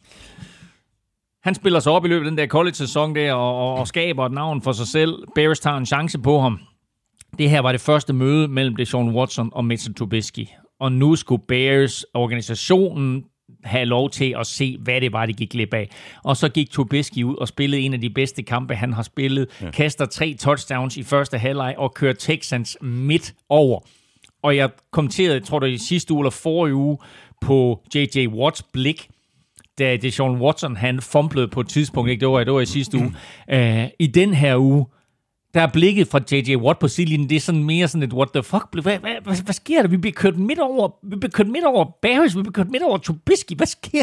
Han spiller sig op i løbet af den der college-sæson der, og skaber et navn for sig selv. Bears tager en chance på ham. Det her var det første møde mellem Deshaun Watson og Mitchell Trubisky. Og nu skulle Bears, organisationen, have lov til at se, hvad det var, de gik glip af. Og så gik Trubisky ud og spillede en af de bedste kampe, han har spillet. Ja. Kaster 3 touchdowns i første halvleg og kører Texans midt over. Og jeg kommenterede, jeg tror det i sidste uge eller forrige uge, på J.J. Watts blik, da Deshaun Watson, han fumblede på et tidspunkt, ikke? Det var i sidste uge. I den her uge, der er blikket fra J.J. Watt på sidelinjen, det er sådan mere sådan et, what the fuck, hvad sker der? Vi bliver kørt midt over Bears, vi bliver kørt midt over Trubisky, hvad sker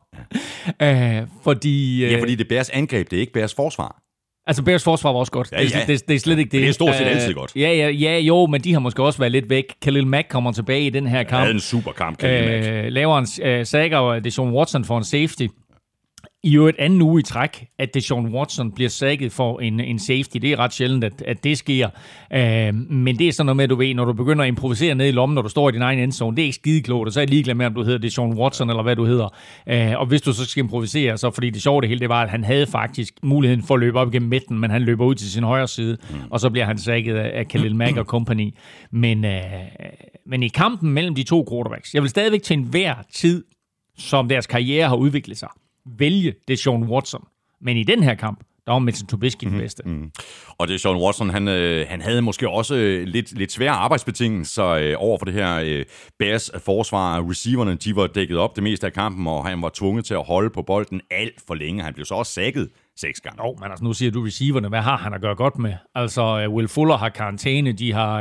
der? Fordi det er Bears angreb, det er ikke Bears forsvar. Altså, Bears forsvar var også godt. Ja. Det er slet ikke det. Det er stort set altid godt. Jo, men de har måske også været lidt væk. Khalil Mack kommer tilbage i den her kamp. Det er en super kamp, Khalil Mack. Laver en sacker, og Deshaun Watson får en safety. I jo et anden uge i træk, at Deshaun Watson bliver sacket for en safety. Det er ret sjældent, at det sker. Men det er sådan noget med, at du ved, når du begynder at improvisere ned i lommen, når du står i din egen endzone, det er ikke skideklogt, og så er jeg ligeglad med, om du hedder Deshaun Watson, eller hvad du hedder. Og hvis du så skal improvisere, så fordi det sjove det hele, det var, at han havde faktisk muligheden for at løbe op igennem midten, men han løber ud til sin højre side, og så bliver han sacket af Khalil Mack og company. Men i kampen mellem de to quarterbacks, jeg vil stadigvæk til enhver tid, som deres karriere har udviklet sig, vælge Deshaun Watson. Men i den her kamp, der var Mitchell Trubisky den bedste. Og Deshaun Watson, han havde måske også lidt svære arbejdsbetingelser over for det her Bears forsvar. Receiverne, de var dækket op det meste af kampen, og han var tvunget til at holde på bolden alt for længe. Han blev så også sacket 6 gange. Men altså, nu siger du receiverne. Hvad har han at gøre godt med? Altså, Will Fuller har karantæne. De har,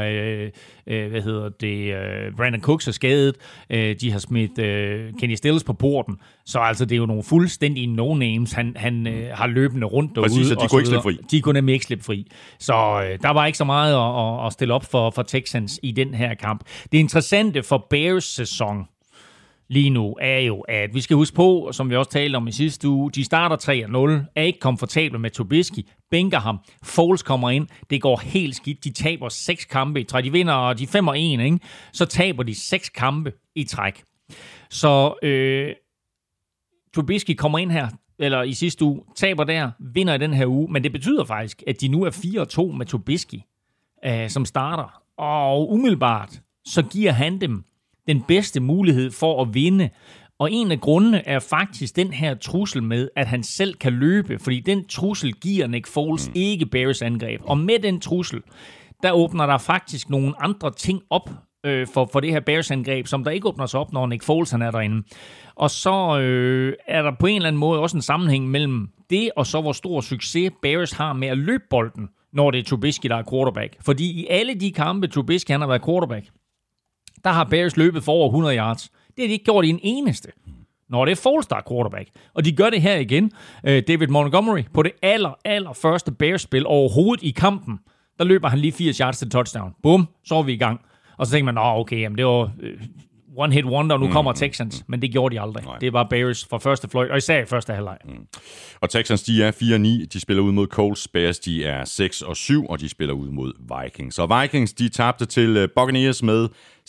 Brandon Cooks er skadet. De har smidt Kenny Stills på porten. Så altså, det er jo nogle fuldstændige no-names. Han har løbende rundt derude. Præcis, og de kunne ikke slippe fri. De kunne nemlig ikke slippe fri. Så der var ikke så meget at stille op for Texans i den her kamp. Det interessante for Bears sæson lige nu er jo, at vi skal huske på, som vi også talte om i sidste uge, de starter 3-0, er ikke komfortable med Trubisky, bænker ham, Foles kommer ind, det går helt skidt, de taber 6 kampe i træk, de vinder de 5-1, ikke? Så taber de 6 kampe i træk. Så Trubisky kommer ind her, eller i sidste uge, taber der, vinder i den her uge, men det betyder faktisk, at de nu er 4-2 med Trubisky, som starter, og umiddelbart, så giver han dem den bedste mulighed for at vinde. Og en af grundene er faktisk den her trussel med, at han selv kan løbe, fordi den trussel giver Nick Foles ikke Bears angreb. Og med den trussel, der åbner der faktisk nogle andre ting op for det her Bears angreb, som der ikke åbner sig op, når Nick Foles han er derinde. Og så er der på en eller anden måde også en sammenhæng mellem det, og så hvor stor succes Bears har med at løbe bolden, når det er Trubisky, der er quarterback. Fordi i alle de kampe, Trubisky han har været quarterback, der har Bears løbet for over 100 yards. Det har de ikke gjort i en eneste, når det er Foles, der er quarterback. Og de gør det her igen. David Montgomery på det allerførste Bears-spil overhovedet i kampen, der løber han lige 80 yards til touchdown. Bum, så er vi i gang. Og så tænker man, okay, jamen det var one hit wonder, og nu kommer Texans. Men det gjorde de aldrig. Nej. Det var Bears fra første fløjt, og især i første halvleg. Og Texans, de er 4-9. De spiller ud mod Colts. Bears, de er 6-7, og de spiller ud mod Vikings. Og Vikings, de tabte til Buccaneers med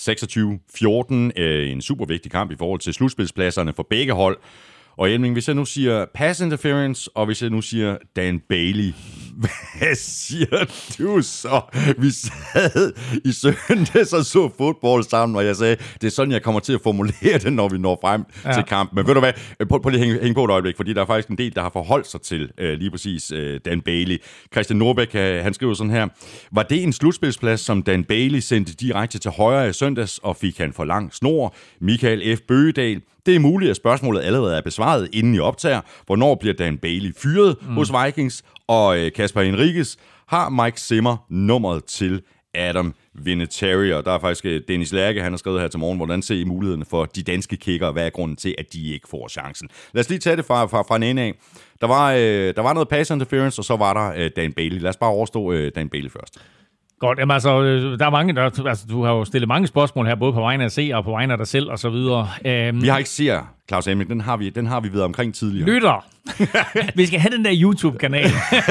26-14. En super vigtig kamp i forhold til slutspilspladserne for begge hold. Og Elming, hvis jeg nu siger pass interference, og hvis jeg nu siger Dan Bailey, hvad siger du så? Vi sad i søndags og så fodbold sammen, og jeg sagde, det er sådan, jeg kommer til at formulere det, når vi når frem til kampen. Men ved du hvad, prøv lige at hænge på et øjeblik, fordi der er faktisk en del, der har forholdt sig til lige præcis Dan Bailey. Christian Norbæk, han skriver sådan her, var det en slutspilsplads, som Dan Bailey sendte direkte til højre i søndags, og fik han for lang snor? Michael F. Bøgedal, det er muligt, at spørgsmålet allerede er besvaret, inden I optager. Hvornår bliver Dan Bailey fyret hos Vikings? Og Kasper Henriques, har Mike Zimmer nummeret til Adam Vinatieri. Og der er faktisk Dennis Lærke, han har skrevet her til morgen, hvordan ser I mulighederne for de danske kickere? Hvad er grunden til, at de ikke får chancen? Lad os lige tage det fra en ende af. Der var noget pass interference, og så var der Dan Bailey. Lad os bare overstå Dan Bailey først. Godt, jamen altså, der er mange, du har jo stillet mange spørgsmål her, både på vegne af seere og på vegne af dig selv og så videre. Vi har ikke seere, Claus Emil, den har vi været omkring tidligere. Lytter! Vi skal have den der YouTube-kanal.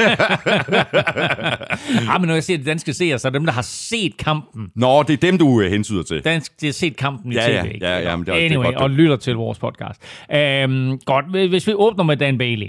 Men når jeg siger de danske seere, så er dem, der har set kampen. Nå, det er dem, du hensyder til. De har set kampen i tv. Ja, men det anyway, det er godt, og lytter til vores podcast. Godt, hvis vi åbner med Dan Bailey.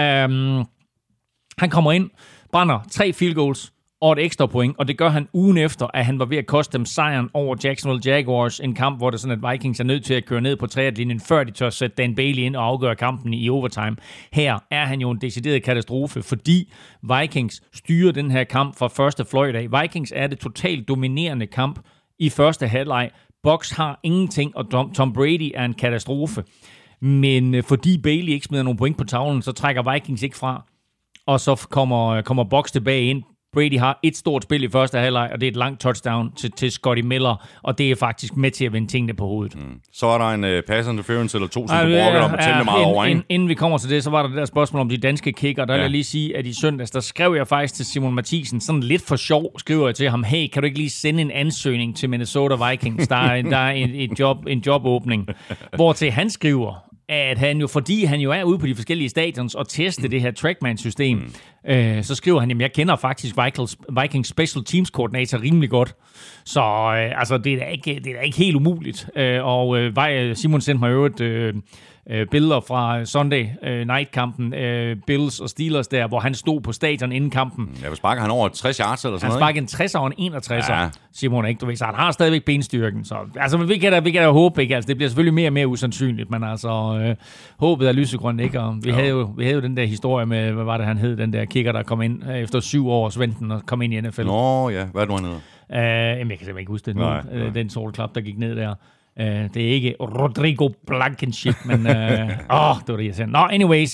Han kommer ind, brænder 3 field goals og et ekstra point, og det gør han ugen efter, at han var ved at koste dem sejren over Jacksonville Jaguars, en kamp, hvor det er sådan, at Vikings er nødt til at køre ned på 3-linjen, før de tør sætte Dan Bailey ind og afgøre kampen i overtime. Her er han jo en decideret katastrofe, fordi Vikings styrer den her kamp fra første fløjdag. Vikings er det totalt dominerende kamp i første halvleg. Bucs har ingenting, og Tom Brady er en katastrofe. Men fordi Bailey ikke smider nogen point på tavlen, så trækker Vikings ikke fra, og så kommer Bucs tilbage ind. Brady har et stort spil i første halvleg, og det er et langt touchdown til Scotty Miller, og det er faktisk med til at vende tingene på hovedet. Så er der en pass interference eller to, som du brokker om at tænde meget over, ikke? Inden vi kommer til det, så var der det der spørgsmål om de danske kicker. Der vil jeg lige sige, at i søndags, der skrev jeg faktisk til Simon Mathisen, sådan lidt for sjov, skriver jeg til ham, hey, kan du ikke lige sende en ansøgning til Minnesota Vikings? Der er en jobåbning, hvortil han skriver, at han jo, fordi han jo er ude på de forskellige stadions og teste det her Trackman-system, så skriver han, jamen jeg kender faktisk Vikings Special Teams koordinator rimelig godt. Så altså, det er da ikke helt umuligt. Og Simon sendte mig øvrigt billeder fra Sunday Night-kampen, Bills og Steelers der, hvor han stod på stadion inden kampen. Ja, sparker han over 60 yards eller sådan noget? Han sparker en 60'er og en 61'er, ja. Simon, ikke? Du ved, så han har stadigvæk benstyrken. Så, altså, vi kan da håbe, ikke? Altså, det bliver selvfølgelig mere og mere usandsynligt, men altså, håbet er lysegrønt, ikke? Og vi havde jo den der historie med, hvad var det, han hed, den der kicker, der kom ind efter 7 års venten og kom ind i NFL. Nå ja, hvad er det nu, han hedder? Jeg kan simpelthen ikke huske det nu. Den sorte klap, der gik ned der. Det er ikke Rodrigo Blankenship, men det var det, jeg sagde. Nå, anyways.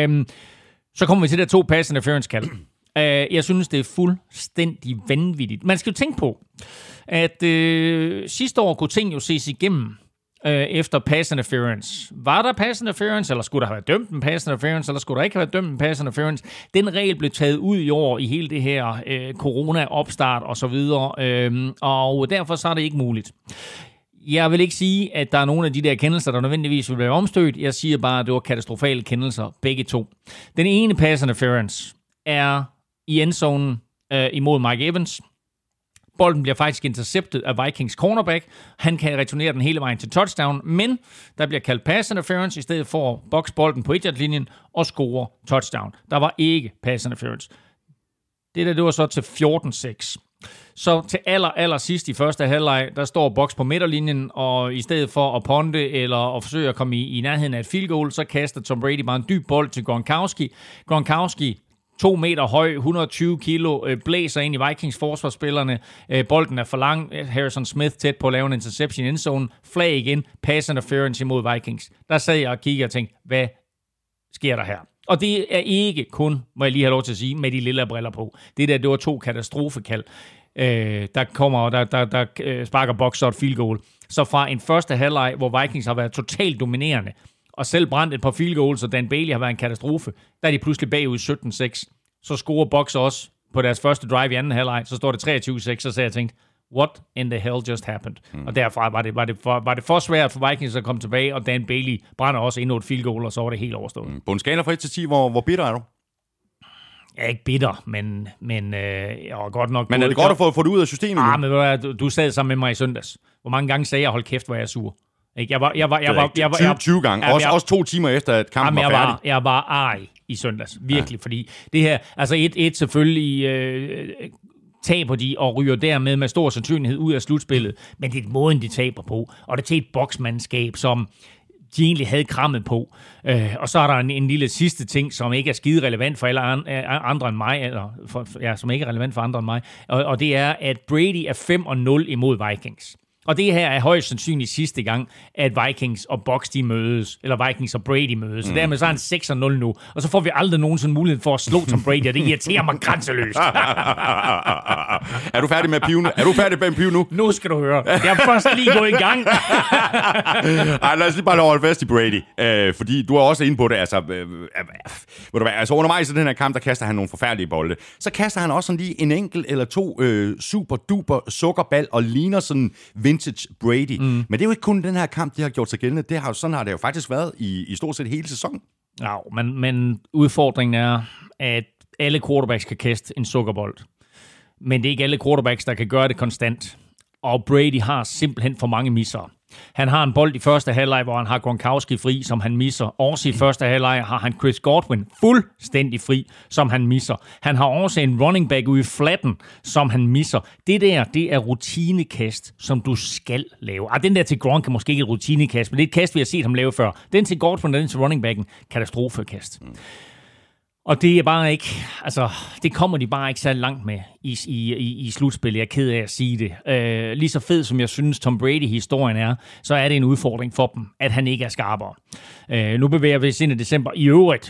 Så kommer vi til der 2 pass interference-kald. Jeg synes, det er fuldstændig vanvittigt. Man skal jo tænke på, at sidste år kunne ting jo ses igennem efter pass interference. Var der pass interference, eller skulle der have været dømt en pass interference, eller skulle der ikke have været dømt en pass interference? Den regel blev taget ud i år i hele det her corona-opstart og så videre, og derfor så er det ikke muligt. Jeg vil ikke sige, at der er nogle af de der kendelser, der nødvendigvis vil være omstødt. Jeg siger bare, at det var katastrofale kendelser, begge to. Den ene pass interference er i endzonen imod Mike Evans. Bolden bliver faktisk interceptet af Vikings cornerback. Han kan returnere den hele vejen til touchdown, men der bliver kaldt pass interference i stedet for at boxe bolden på 1-yard-linjen og score touchdown. Der var ikke pass interference. Det var så til 14-6. Så til aller sidst i første halvleg, der står Bucs på midterlinjen, og i stedet for at ponte eller at forsøge at komme i nærheden af et field goal, så kaster Tom Brady bare en dyb bold til Gronkowski. Gronkowski, 2 meter høj, 120 kilo, blæser ind i Vikings forsvarsspillerne. Bolden er for lang. Harrison Smith tæt på at lave en interception i endzone. Flag igen. Pass interference imod Vikings. Der sad jeg og kiggede og tænkte, hvad sker der her? Og det er ikke kun, må jeg lige have lov til at sige, med de lille briller på. Det var 2 katastrofekald. Der sparker Bucs og et field goal. Så fra en første halvleg, hvor Vikings har været totalt dominerende, og selv brændt et par field goals, og Dan Bailey har været en katastrofe, der er de pludselig bagud 17-6. Så scorer Bucs også på deres første drive i anden halvleg, så står det 23-6, så jeg tænkte, what in the hell just happened? Og derfra var det for svært for Vikings at komme tilbage, og Dan Bailey brænder også endnu et field goal, og så var det helt overstået. På en skala fra 1 til 10, hvor bitter er du? Jeg er ikke bitter, men jeg var godt nok... Men er det godt at få det ud af systemet? Men du sad sammen med mig i søndags. Hvor mange gange sagde jeg, hold kæft, hvor jeg er sur? Jeg var 20 gange. Også 2 timer efter, at kampen var færdig. Jeg var arg i søndags. Virkelig, fordi det her... Altså selvfølgelig... taber de og ryger dermed med stor sandsynlighed ud af slutspillet. Men det er måden, de taber på. Og det er til et boksmandskab, som de egentlig havde krammet på. Og så er der en lille sidste ting, som ikke er skide relevant for alle andre end mig, som ikke er relevant for andre end mig, og det er, at Brady er 5-0 imod Vikings. Og det her er højst sandsynligt sidste gang, at Vikings og Bucs de mødes, eller Vikings og Brady mødes. Så dermed så er han 6-0 nu, og så får vi aldrig nogensinde mulighed for at slå Tom Brady, og det irriterer mig grænseløst. Er du færdig med at pive nu? Er du færdig med at pive nu? Nu skal du høre. Jeg er først lige gået i gang. Ej, lad os lige bare holde fast i Brady, fordi du er også inde på det. Altså, undervejs i den her kamp, der kaster han nogle forfærdelige bolde. Så kaster han også sådan lige en enkelt eller to super duper sukkerball og ligner sådan vintage Brady. Men det er jo ikke kun den her kamp, de har gjort sig gældende. Sådan har det jo faktisk været i stort set hele sæsonen. Ja, men udfordringen er, at alle quarterbacks kan kaste en sukkerbold. Men det er ikke alle quarterbacks, der kan gøre det konstant. Og Brady har simpelthen for mange misser. Han har en bold i første halvleg, hvor han har Gronkowski fri, som han misser. Også i første halvleg har han Chris Godwin fuldstændig fri, som han misser. Han har også en running back ude i flatten, som han misser. Det er rutinekast, som du skal lave. Den der til Gronk er måske ikke et rutinekast, men det er et kast, vi har set ham lave før. Den til Godwin og den til running backen, katastrofekast. Og det er bare ikke, altså, det kommer de bare ikke så langt med i slutspillet. Jeg er ked af at sige det. Lige så fed, som jeg synes, Tom Brady-historien er, så er det en udfordring for dem, at han ikke er skarpere. Nu bevæger vi os ind i december. I øvrigt.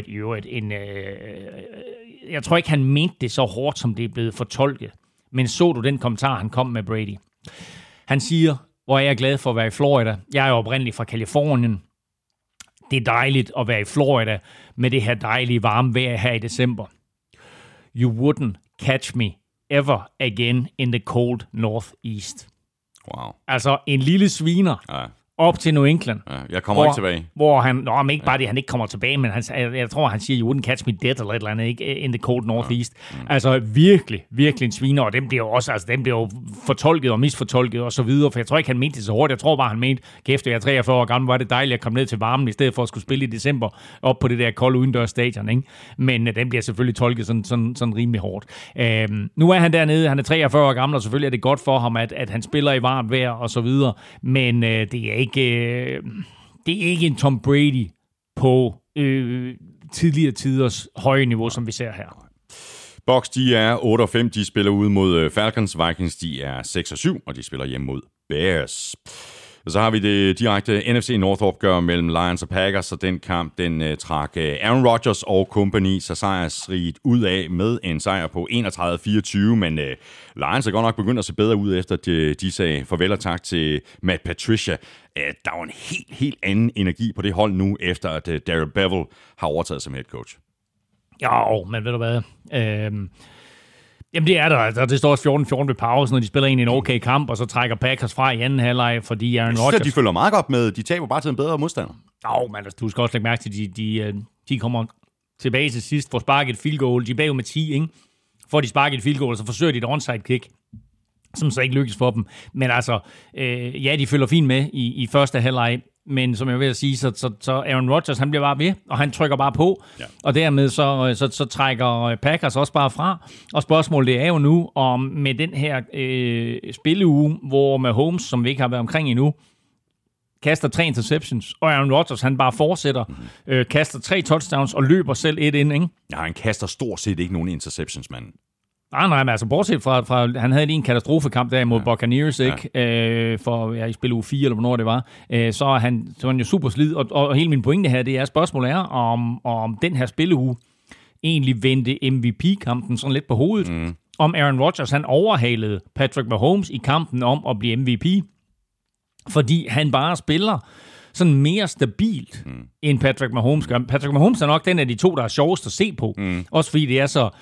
Jeg tror ikke, han mente det så hårdt, som det er blevet fortolket. Men så du den kommentar, han kom med Brady? Han siger, hvor er jeg glad for at være i Florida. Jeg er jo oprindelig fra Kalifornien. Det er dejligt at være i Florida med det her dejlige varme vejr her i december. You wouldn't catch me ever again in the cold northeast. Wow. Altså en lille sviner op til New England. Ja, jeg kommer ikke tilbage. Hvor han, men ikke bare det, han ikke kommer tilbage, men jeg tror, han siger, you wouldn't catch me dead, eller et eller andet, ikke? In the cold northeast. Altså virkelig, virkelig en sviner, og den bliver jo fortolket og misfortolket og så videre, for jeg tror ikke, han mente det så hårdt. Jeg tror bare, han mente, kæft, jeg er 43 år gammel, var det dejligt at komme ned til varmen, i stedet for at skulle spille i december op på det der kolde udendørs stadion, ikke? Men den bliver selvfølgelig tolket sådan rimelig hårdt. Nu er han dernede, han er 43 år gammel, og selvfølgelig er det godt for ham, at han spiller i varmt vejr og så videre, men det er ikke en Tom Brady på tidligere tiders høje niveau, som vi ser her. Bucs, de er 8-5, de spiller ude mod Falcons. Vikings, de er 6-7, og de spiller hjemme mod Bears. Og så har vi det direkte NFC North-opgør mellem Lions og Packers, og den kamp, den trak Aaron Rodgers og company sig sejrsrigt ud af med en sejr på 31-24, men Lions er godt nok begyndt at se bedre ud, efter de sagde farvel og tak til Matt Patricia. Der var en helt anden energi på det hold nu, efter at Darrell Bevell har overtaget som head coach. Ja, men ved du hvad? Jamen det er der. Altså, det står også 14-14 ved pause, når de spiller ind i en okay kamp, og så trækker Packers fra i anden halvleg, fordi Aaron Rodgers... De følger meget godt med. De taber bare til en bedre modstander. Men altså, du skal også lægge mærke til, de kommer tilbage til sidst, får sparket et field goal. De er bagud med 10, ikke? Får de sparket et field goal, så forsøger de et onside kick, som så ikke lykkes for dem. Men altså, de følger fint med i første halvleg. Men som jeg vil sige, så Aaron Rodgers, han bliver bare ved, og han trykker bare på. Ja. Og dermed så trækker Packers også bare fra. Og spørgsmålet det er jo nu, om med den her spilleuge, hvor Mahomes, som vi ikke har været omkring endnu, kaster 3 interceptions, og Aaron Rodgers, han bare fortsætter, kaster 3 touchdowns og løber selv et ind, ikke? Ja, han kaster stort set ikke nogen interceptions, mand. Nej, men altså bortset fra han havde lige en katastrofekamp der mod Buccaneers, ikke? For i spil uge 4, eller hvornår det var. Så er han jo super slid, og hele min pointe her, det er, spørgsmålet er, om den her spilleuge egentlig vendte MVP-kampen sådan lidt på hovedet. Om Aaron Rodgers, han overhalede Patrick Mahomes i kampen om at blive MVP, fordi han bare spiller sådan mere stabilt, end Patrick Mahomes gør. Patrick Mahomes er nok den af de to, der er sjovest at se på. Også fordi det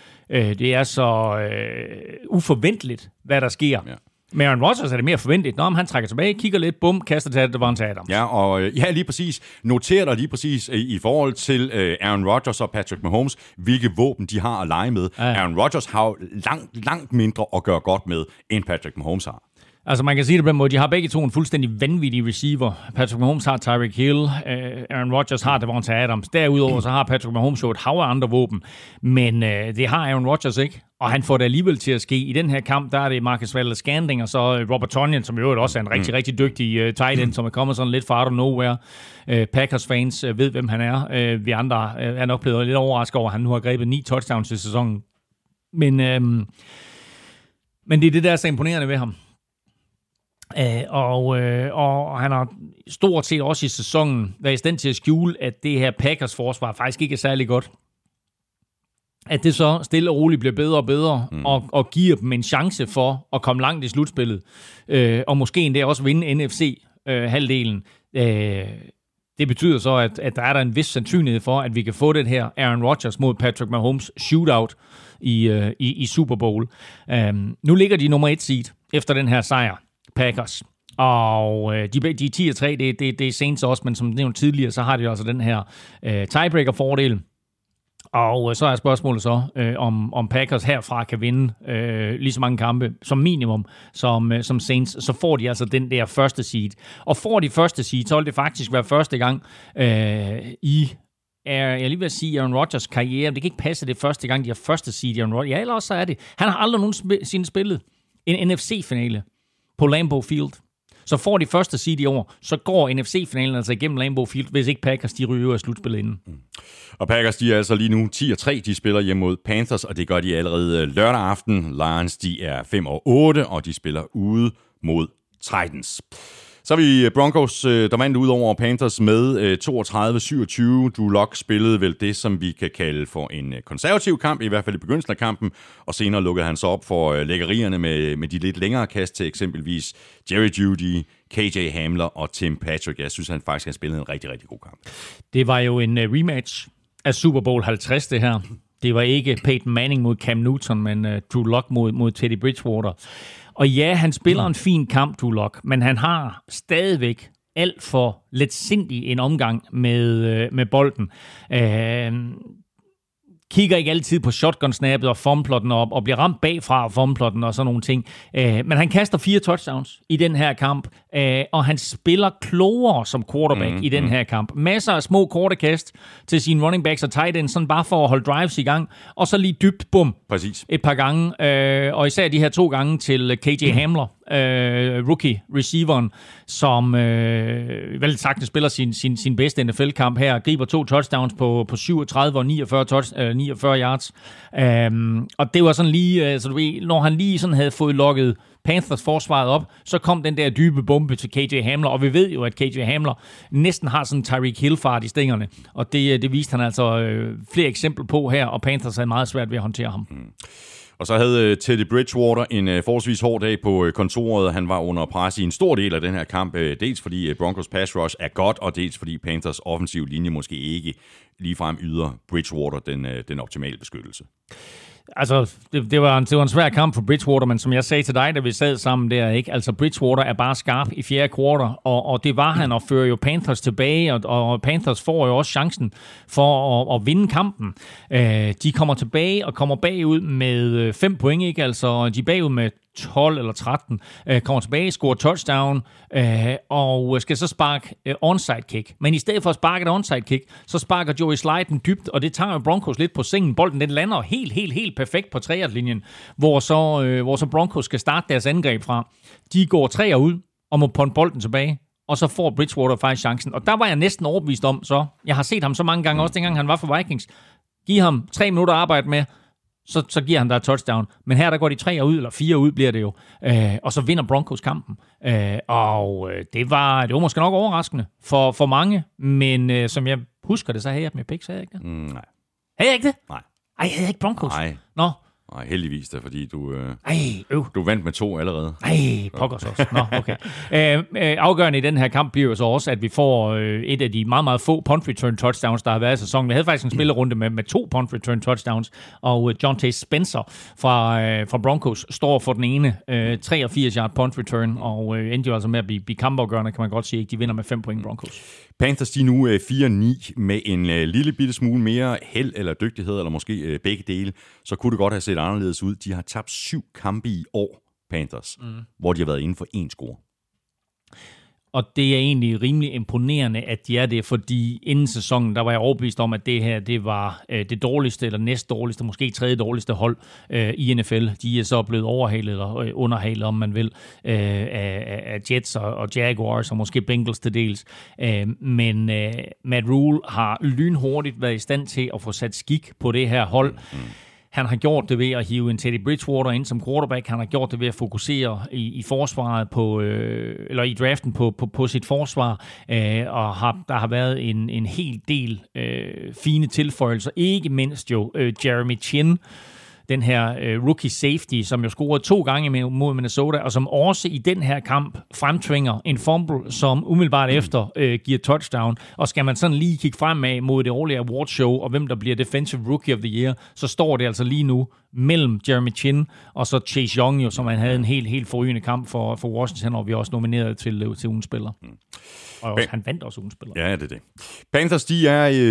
er så uforventeligt, hvad der sker. Ja. Med Aaron Rodgers er det mere forventeligt. Når han trækker tilbage, kigger lidt, bum, kaster til Davante Adams. Ja, og lige præcis. Noter dig lige præcis i forhold til Aaron Rodgers og Patrick Mahomes, hvilke våben de har at lege med. Ja. Aaron Rodgers har jo langt mindre at gøre godt med, end Patrick Mahomes har. Altså man kan sige det på den måde, de har begge to en fuldstændig vanvittig receiver. Patrick Mahomes har Tyreek Hill, Aaron Rodgers har Davante Adams. Derudover så har Patrick Mahomes jo et hav af andre våben, men det har Aaron Rodgers ikke. Og han får det alligevel til at ske. I den her kamp, der er det Marcus Valdes-Scantling og så Robert Tonyan, som jo også er en rigtig, rigtig dygtig tight end, som er kommet sådan lidt fra out of nowhere. Packers fans ved, hvem han er. Vi andre er nok blevet lidt overrasket over, at han nu har grebet 9 touchdowns i sæsonen. Men det er det, der er så imponerende ved ham. Og han har stort set også i sæsonen været i stand til at skjule, at det her Packers forsvar faktisk ikke er særlig godt. At det så stille og roligt bliver bedre og bedre, og giver dem en chance for at komme langt i slutspillet, og måske endda også vinde NFC-halvdelen. Det betyder så, at der er der en vis sandsynlighed for, at vi kan få det her Aaron Rodgers mod Patrick Mahomes shootout i Super Bowl. Nu ligger de nummer 1 seed efter den her sejr, Packers. Og de er 10-3, det er Saints også, men som nævnt tidligere, så har de altså den her tiebreaker-fordel. Og så er spørgsmålet så, om Packers herfra kan vinde lige så mange kampe som minimum som Saints. Så får de altså den der første seed. Og får de første seed, så vil det faktisk være første gang jeg lige vil sige Aaron Rodgers karriere. Det kan ikke passe, det første gang, de har første seed i Aaron Rodgers. Ja, ellers så er det. Han har aldrig nogensinde spillet en NFC-finale på Lambeau Field. Så får de første seed i år, så går NFC-finalen altså igennem Lambeau Field, hvis ikke Packers de ryger af slutspillet inden. Og Packers, de er altså lige nu 10-3. De spiller hjemme mod Panthers, og det gør de allerede lørdag aften. Lions, de er 5-8, og de spiller ude mod Titans. Så har vi Broncos, der vandt ud over Panthers med 32-27. Drew Lock spillede vel det, som vi kan kalde for en konservativ kamp, i hvert fald i begyndelsen af kampen, og senere lukkede han så op for lækkerierne med de lidt længere kast til eksempelvis Jerry Jeudy, KJ Hamler og Tim Patrick. Jeg synes, han faktisk har spillet en rigtig, rigtig god kamp. Det var jo en rematch af Super Bowl 50, det her. Det var ikke Peyton Manning mod Cam Newton, men Drew Lock mod Teddy Bridgewater. Og ja, han spiller en fin kamp, Drew Lock, men han har stadigvæk alt for letsindig en omgang med bolden. Kigger ikke altid på shotgun-snappet og fumbler den op, og bliver ramt bagfra og fumbler den og sådan nogle ting. Men han kaster 4 touchdowns i den her kamp, og han spiller klogere som quarterback i den her kamp. Masser af små korte kast til sine running backs og tight ends, sådan bare for at holde drives i gang, og så lige dybt, bum, præcis, et par gange. Og især de her 2 gange til KJ Hamler, rookie-receiveren, som vel sagtens spiller sin bedste NFL-kamp her, griber 2 touchdowns på 37 og 49 yards. Og det var sådan lige, så du ved, når han lige sådan havde fået lukket Panthers forsvaret op, så kom den der dybe bombe til KJ Hamler, og vi ved jo, at KJ Hamler næsten har sådan Tyreek Hill-fart i stængerne, og det viste han altså flere eksempler på her, og Panthers havde meget svært ved at håndtere ham. Og så havde Teddy Bridgewater en forholdsvis hård dag på kontoret. Han var under pres i en stor del af den her kamp. Dels fordi Broncos pass rush er godt, og dels fordi Panthers offensiv linje måske ikke ligefrem yder Bridgewater den optimale beskyttelse. Altså, det var en svær kamp for Bridgewater, men som jeg sagde til dig, da vi sad sammen der, ikke? Altså, Bridgewater er bare skarp i 4. kvartal, og det var han, og fører jo Panthers tilbage, og Panthers får jo også chancen for at vinde kampen. De kommer tilbage og kommer bagud med 5 point, ikke? Altså, de er bagud med 12 eller 13, kommer tilbage, scorer touchdown, og skal så sparke onside kick. Men i stedet for at sparke et onside kick, så sparker Joey Slye den dybt, og det tager jo Broncos lidt på sengen. Bolden den lander helt perfekt på 3-linjen, hvor så Broncos skal starte deres angreb fra. De går 3'er ud og må punte bolden tilbage, og så får Bridgewater faktisk chancen. Og der var jeg næsten overbevist om, så jeg har set ham så mange gange, også dengang han var for Vikings. Giv ham 3 minutter at arbejde med, så giver han der et touchdown. Men her der går de 3 ud, eller 4 ud bliver det jo. Og så vinder Broncos kampen. Og det var måske nok overraskende for mange. Men som jeg husker det, så havde jeg dem i picks, havde jeg ikke det? Nej. Havde jeg ikke det? Nej. Ej, jeg havde ikke Broncos. Nej. Nå. Nej, heldigvis da, fordi du vandt med 2 allerede. Ej, pokkers også. Nå, okay. Afgørende i den her kamp bliver jo så også, at vi får et af de meget, meget få punt return touchdowns, der har været i sæsonen. Vi havde faktisk en spillerunde med 2 punt return touchdowns, og Jonte Spencer fra Broncos står for den ene 83-yard punt return, og endte jo altså med at blive kampafgørende, kan man godt sige. De vinder med 5 point, Broncos. Panthers, de er nu 4-9 med en lille bitte smule mere held eller dygtighed, eller måske begge dele, så kunne det godt have set anderledes ud. De har tabt 7 kampe i år, Panthers, hvor de har været inde for 1 score. Og det er egentlig rimelig imponerende, at de er det, fordi inden sæsonen, der var jeg overbevist om, at det her, det var det dårligste, eller næst dårligste, måske 3. dårligste hold i NFL. De er så blevet overhalet, eller underhalet, om man vil, af Jets og Jaguars, og måske Bengals til dels. Men Matt Rule har lynhurtigt været i stand til at få sat skik på det her hold. Han har gjort det ved at hive en Teddy Bridgewater ind som quarterback. Han har gjort det ved at fokusere i forsvaret på, eller i draften på sit forsvar. Og der har været en hel del fine tilføjelser. Ikke mindst jo Jeremy Chinn, den her rookie safety, som jo scorede 2 gange mod Minnesota, og som også i den her kamp fremtvinger en fumble, som umiddelbart efter giver touchdown. Og skal man sådan lige kigge fremad mod det årlige awardshow, og hvem der bliver Defensive Rookie of the Year, så står det altså lige nu mellem Jeremy Chinn og så Chase Young, jo, som han havde en helt forrygende kamp for Washington, og vi er også nomineret til ugens spiller. Og også, han vandt også ugens spiller. Ja, det er det. Panthers, de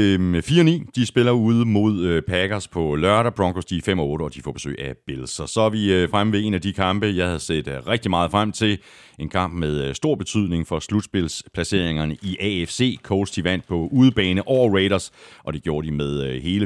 er 4-9. De spiller ude mod Packers på lørdag. Broncos, de er 5-8, og de får besøg af Bills. Så er vi fremme ved en af de kampe, jeg havde set rigtig meget frem til. En kamp med stor betydning for slutspilsplaceringerne i AFC. Colts, de vandt på udebane over Raiders, og det gjorde de med hele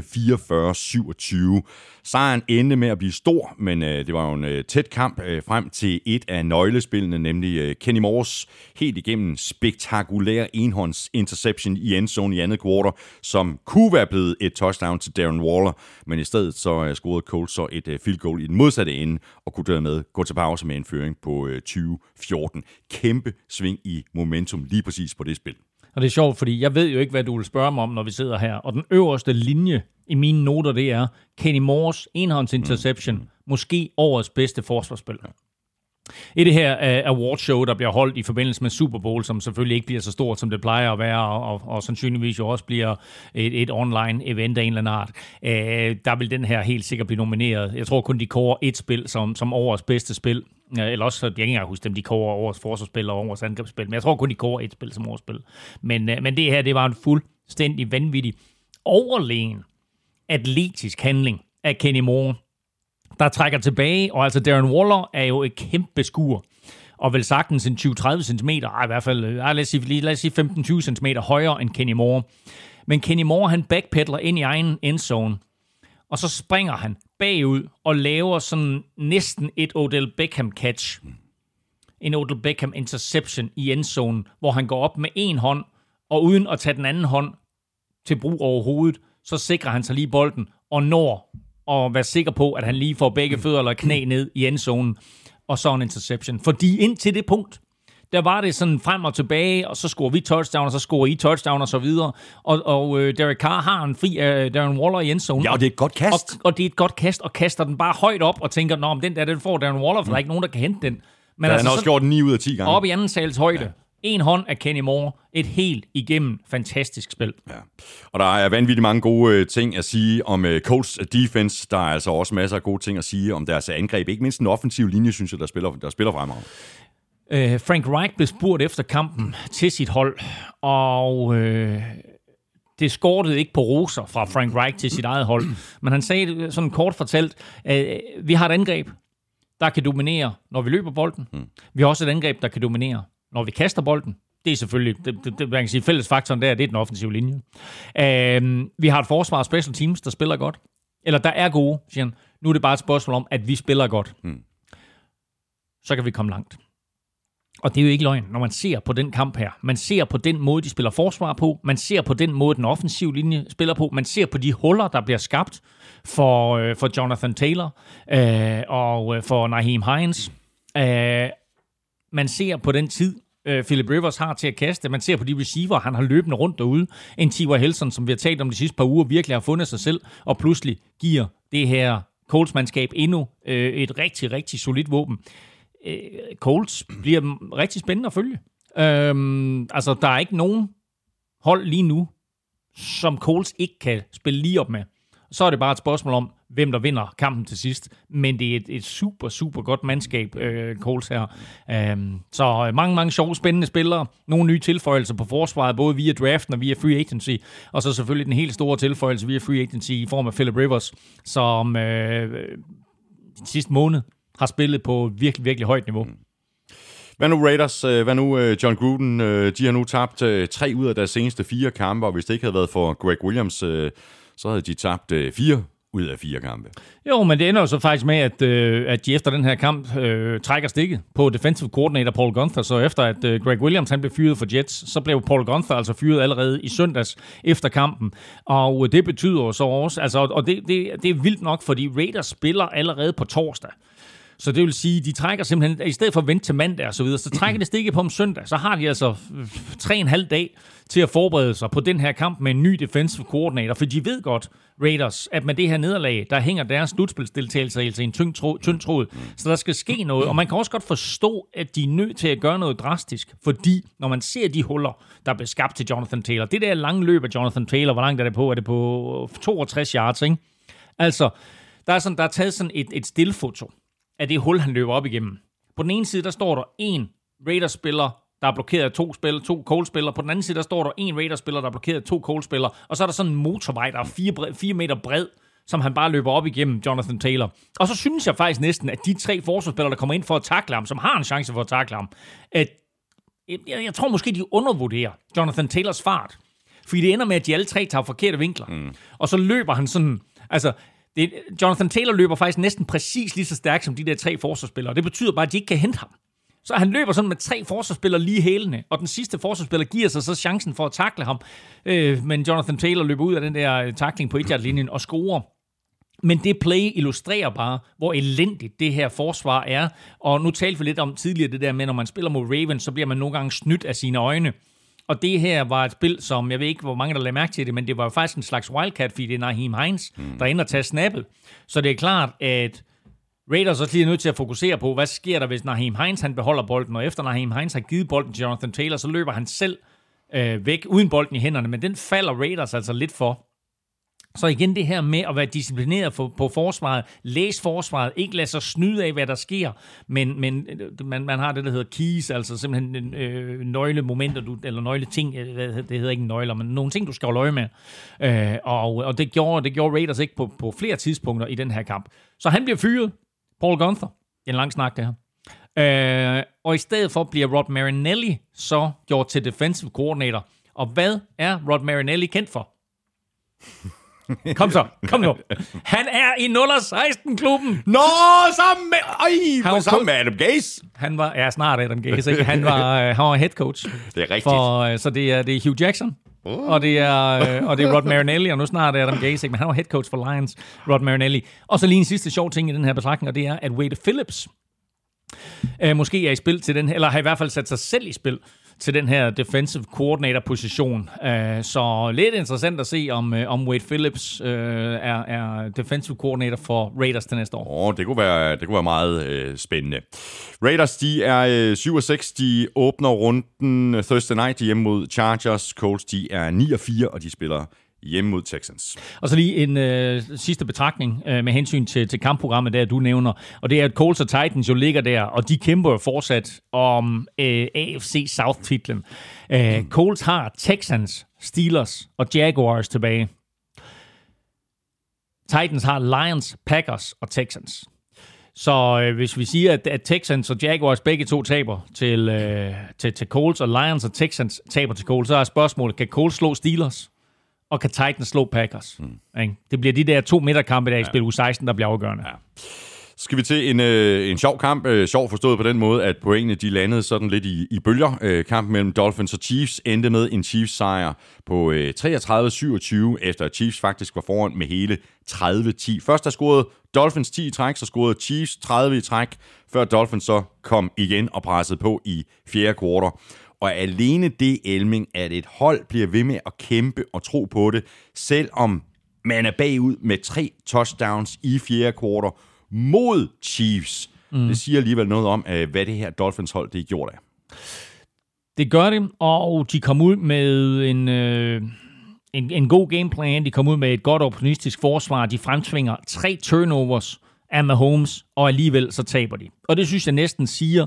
44-27. Sejren endte med at blive stor, men det var jo en tæt kamp frem til et af nøglespillene, nemlig Kenny Moores helt igennem spektakulær enhånds interception i endzone i andet kvartal, som kunne være blevet et touchdown til Darren Waller, men i stedet så scorede Colts så et field goal i den modsatte ende, og kunne dermed gå til pause med en føring på 2014. Kæmpe sving i momentum lige præcis på det spil. Og det er sjovt, fordi jeg ved jo ikke, hvad du vil spørge mig om, når vi sidder her. Og den øverste linje i mine noter, det er Kenny Moores enhånds interception, måske årets bedste forsvarsspil. I det her awardshow, der bliver holdt i forbindelse med Super Bowl, som selvfølgelig ikke bliver så stort, som det plejer at være, og sandsynligvis jo også bliver et online event af en eller anden art, der vil den her helt sikkert blive nomineret. Jeg tror kun, de kårer et spil som årets bedste spil. Eller også, jeg kan ikke engang huske dem, de kårer årets forsvarsspil og årets angrebsspil, men jeg tror kun, de kårer et spil som årets spil. Men det her, det var en fuldstændig vanvittig, overlegen, atletisk handling af Kenny Moore, der trækker tilbage, og altså Darren Waller er jo et kæmpe skur, og vel sagtens en 20-30 cm, i hvert fald, lad os sige 15-20 cm højere end Kenny Moore. Men Kenny Moore, han backpedler ind i egen endzone, og så springer han bagud og laver sådan næsten et Odell Beckham catch. En Odell Beckham interception i endzone, hvor han går op med en hånd, og uden at tage den anden hånd til brug overhovedet, så sikrer han sig lige bolden og når og være sikker på, at han lige får begge fødder eller knæ ned i endzonen, og så en interception. Fordi indtil det punkt, der var det sådan frem og tilbage, og så scorer vi touchdown, og så scorer I touchdown, og så videre. Og Derek Carr har en fri af Darren Waller i endzonen. Ja, og det er et godt kast. Og det er et godt kast, og kaster den bare højt op, og tænker, nå, den der, den får Darren Waller, for der er ikke nogen, der kan hente den. Men han har også gjort den 9 ud af 10 gange. Op i anden sals højde. Ja. En hånd af Kenny Moore. Et helt igennem fantastisk spil. Ja. Og der er vanvittigt mange gode ting at sige om Colts defense. Der er altså også masser af gode ting at sige om deres angreb. Ikke mindst den offensive linje, synes jeg, der spiller fremragende. Frank Reich blev spurgt efter kampen til sit hold, og det skortede ikke på roser fra Frank Reich til sit eget hold. Men han sagde sådan kort fortalt, vi har et angreb, der kan dominere, når vi løber bolden. Vi har også et angreb, der kan dominere, når vi kaster bolden. Det er selvfølgelig, man kan sige, fællesfaktoren der, det er den offensive linje. Vi har et forsvar og special teams, der spiller godt. Eller der er gode, siger han. Nu er det bare et spørgsmål om, at vi spiller godt. Så kan vi komme langt. Og det er jo ikke løgn, når man ser på den kamp her. Man ser på den måde, de spiller forsvar på. Man ser på den måde, den offensive linje spiller på. Man ser på de huller, der bliver skabt for Jonathan Taylor og for Nyheim Hines. Man ser på den tid, Philip Rivers har til at kaste. Man ser på de receiver, han har løbende rundt derude. En T.Y. Hilton, som vi har talt om de sidste par uger, virkelig har fundet sig selv, og pludselig giver det her Colts-mandskab endnu et rigtig, rigtig solidt våben. Colts bliver rigtig spændende at følge. Altså, der er ikke nogen hold lige nu, som Colts ikke kan spille lige op med. Så er det bare et spørgsmål om, hvem der vinder kampen til sidst. Men det er et super, super godt mandskab, Colts her. Så mange sjove, spændende spillere. Nogle nye tilføjelser på forsvaret, både via draften og via free agency. Og så selvfølgelig den helt store tilføjelse via free agency i form af Philip Rivers, som den sidste måned har spillet på virkelig, virkelig højt niveau. Hvad nu Raiders? Hvad nu John Gruden? De har nu tabt 3 ud af deres seneste 4 kampe, og hvis det ikke havde været for Greg Williams, så havde de tabt 4 ud af 4 kampe. Jo, men det ender jo så faktisk med, at de efter den her kamp trækker stikket på defensive coordinator Paul Guenther. Så efter at Greg Williams han blev fyret for Jets, så blev Paul Guenther altså fyret allerede i søndags efter kampen. Og det betyder jo så også, altså, og det er vildt nok, fordi Raiders spiller allerede på torsdag. Så det vil sige, de trækker simpelthen, i stedet for at vente til mandag og så videre, så trækker de stikket på om søndag. Så har de altså 3,5 dag til at forberede sig på den her kamp med en ny defensive coordinator. For de ved godt, Raiders, at med det her nederlag, der hænger deres slutspilsdeltagelse i en tynd tråd. Så der skal ske noget. Og man kan også godt forstå, at de er nødt til at gøre noget drastisk. Fordi når man ser de huller, der bliver skabt til Jonathan Taylor, det der lange løb af Jonathan Taylor, hvor langt er det på? Er det på 62 yards, ikke? Altså, der er taget sådan et stillfoto af det hul, han løber op igennem. På den ene side, der står der en Raiders-spiller, der er blokeret af 2 Colts-spillere. På den anden side, der står der en Raiders-spiller, der er blokeret af 2 Colts-spillere. Og så er der sådan en motorvej, der er 4 meter bred, som han bare løber op igennem, Jonathan Taylor. Og så synes jeg faktisk næsten, at de 3 forsvarsspillere, der kommer ind for at tackle ham, som har en chance for at tackle ham, at jeg tror måske, de undervurderer Jonathan Taylors fart. Fordi det ender med, at de alle 3 tager forkerte vinkler. Og så løber han sådan... Altså, Jonathan Taylor løber faktisk næsten præcis lige så stærkt som de der 3 forsvarsspillere. Det betyder bare, at de ikke kan hente ham. Så han løber sådan med 3 forsvarsspillere lige hælende, og den sidste forsvarsspiller giver sig så chancen for at tackle ham. Men Jonathan Taylor løber ud af den der tackling på 1-yard-linjen og scorer. Men det play illustrerer bare, hvor elendigt det her forsvar er. Og nu talte vi lidt om tidligere det der med, når man spiller mod Ravens, så bliver man nogle gange snydt af sine øjne. Og det her var et spil, som jeg ved ikke, hvor mange der lagde mærke til det, men det var jo faktisk en slags wildcat, fordi det er Naheem Hines, der ender til at snappe. Så det er klart, at Raiders også lige er nødt til at fokusere på, hvad sker der, hvis Naheem Hines han beholder bolden, og efter Naheem Hines har givet bolden til Jonathan Taylor, så løber han selv væk uden bolden i hænderne, men den falder Raiders altså lidt for. Så igen det her med at være disciplineret på forsvaret, læse forsvaret, ikke lade sig snyde af, hvad der sker, men man har det, der hedder keys, altså simpelthen nøglemomenter, eller nøgleting, det hedder ikke nøgler, men nogle ting, du skal holde øje med. Og det gjorde Raiders ikke på flere tidspunkter i den her kamp. Så han bliver fyret, Paul Guenther. En lang snak, det her. Og i stedet for bliver Rod Marinelli så gjort til defensive coordinator. Og hvad er Rod Marinelli kendt for? Kom nu. Han er i 0-16-klubben. Nå, sammen med Adam Gase. Han var snart Adam Gase, ikke? Han var head coach. Det er rigtigt. Så det er Hugh Jackson. Og det er Rod Marinelli, og nu snart er Adam Gase, ikke? Men han var head coach for Lions, Rod Marinelli. Og så lige en sidste sjov ting i den her betragtning, og det er, at Wade Phillips måske er i spil til den her, eller har i hvert fald sat sig selv i spil til den her defensive coordinator-position. Så lidt interessant at se, om Wade Phillips er defensive coordinator for Raiders til næste år. Det kunne være meget spændende. Raiders, de er 7-6. De åbner runden Thursday night hjemme mod Chargers. Colts, de er 9-4, og de spiller hjemme mod Texans. Og så lige en sidste betragtning med hensyn til kampprogrammet, der du nævner. Og det er, at Colts og Titans jo ligger der, og de kæmper jo fortsat om AFC South-titlen. Colts har Texans, Steelers og Jaguars tilbage. Titans har Lions, Packers og Texans. Så hvis vi siger, at Texans og Jaguars begge to taber til Colts, og Lions og Texans taber til Colts, så er spørgsmålet, kan Colts slå Steelers? Og kan Titans slå Packers? Det bliver de der 2 midterkampe, der i spil uge 16, der bliver afgørende. Ja. Så skal vi til en sjov kamp. Sjov forstået på den måde, at pointene de landede sådan lidt i bølger. Kampen mellem Dolphins og Chiefs endte med en Chiefs-sejr på 33-27, efter at Chiefs faktisk var foran med hele 30-10. Først der scorede Dolphins 10 i træk, så scorede Chiefs 30 i træk, før Dolphins så kom igen og pressede på i fjerde kvartal. Og alene det, Elming, at et hold bliver ved med at kæmpe og tro på det, selvom man er bagud med 3 touchdowns i fjerde kvartal mod Chiefs. Det siger alligevel noget om, hvad det her Dolphins-hold det er gjort af. Det gør det, og de kom ud med en god gameplan. De kom ud med et godt opportunistisk forsvar. De fremtvinger 3 turnovers af Mahomes, og alligevel så taber de. Og det synes jeg næsten siger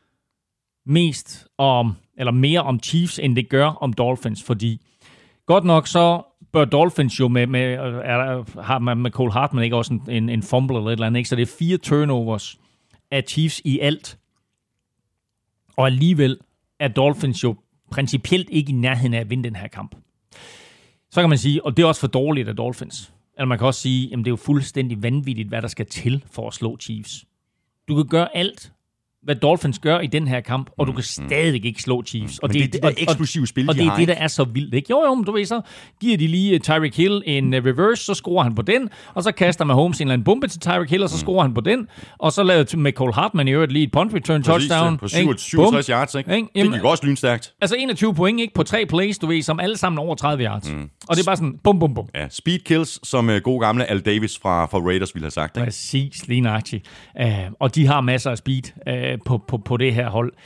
mere om Chiefs, end det gør om Dolphins, fordi godt nok så bør Dolphins jo har man med Cole Hartman ikke også en fumble eller et eller andet, ikke? Så det er 4 turnovers af Chiefs i alt. Og alligevel er Dolphins jo principielt ikke i nærheden af at vinde den her kamp. Så kan man sige, og det er også for dårligt af Dolphins. Eller man kan også sige, at det er jo fuldstændig vanvittigt, hvad der skal til for at slå Chiefs. Du kan gøre alt, hvad Dolphins gør i den her kamp, og du kan stadig ikke slå Chiefs. Og det er det der eksplosive spil, og de det er har, det, der er så vildt. Ikke? Jo, men du ved, så giver de lige Tyreek Hill en reverse, så scorer han på den, og så kaster Mahomes en eller anden bombe til Tyreek Hill, og så scorer han på den, og så lavede McCall Hartman i øvrigt lige et punt return touchdown. På 67 yards, ikke? Det gik også lynstærkt. Altså 21 point, ikke? På 3 plays, du ved, som alle sammen over 30 yards. Og det er bare sådan, bum, bum, bum. Ja, speed kills, som god gamle Al Davis fra Raiders ville have sagt. Ikke? Præcis, lige nøjagtigt. Og de har masser af speed på det her hold.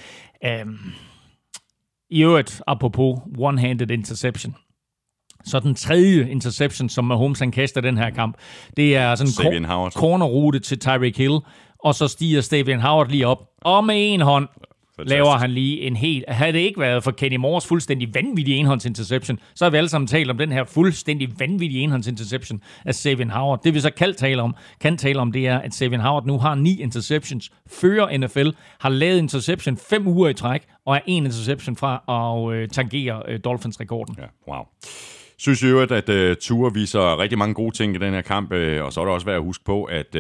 I øvrigt, apropos one-handed interception. Så den tredje interception, som Mahomes han kaster den her kamp, det er sådan en cornerrute til Tyreek Hill, og så stiger Xavier Howard lige op, og med en hånd laver han lige en helt... Havde det ikke været for Kenny Moores fuldstændig vanvittige enhåndsinterception, så har vi alle sammen talt om den her fuldstændig vanvittige enhåndsinterception af Xavier Howard. Det vi så kan tale om, det er, at Xavier Howard nu har 9 interceptions, fører NFL, har lavet interception 5 uger i træk, og er 1 interception fra at tangere Dolphins-rekorden. Ja, wow. Synes jeg jo, at Tua viser rigtig mange gode ting i den her kamp, og så er det også værd at huske på, at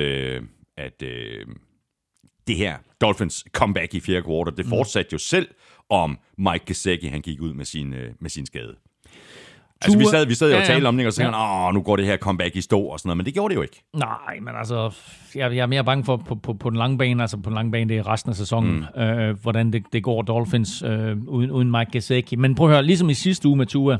det her Dolphins comeback i fjerde kvartal, det fortsatte jo selv om Mike Gesicki, han gik ud med sin skade. Altså, vi sad jo og talte om det, og sagde, nu går det her comeback i stå og sådan noget, men det gjorde det jo ikke. Nej, men altså, jeg er mere bange for på den lange bane, altså på den lange bane, det er resten af sæsonen, hvordan det går Dolphins uden Mike Gesicki. Men prøv at høre, ligesom i sidste uge med Tua,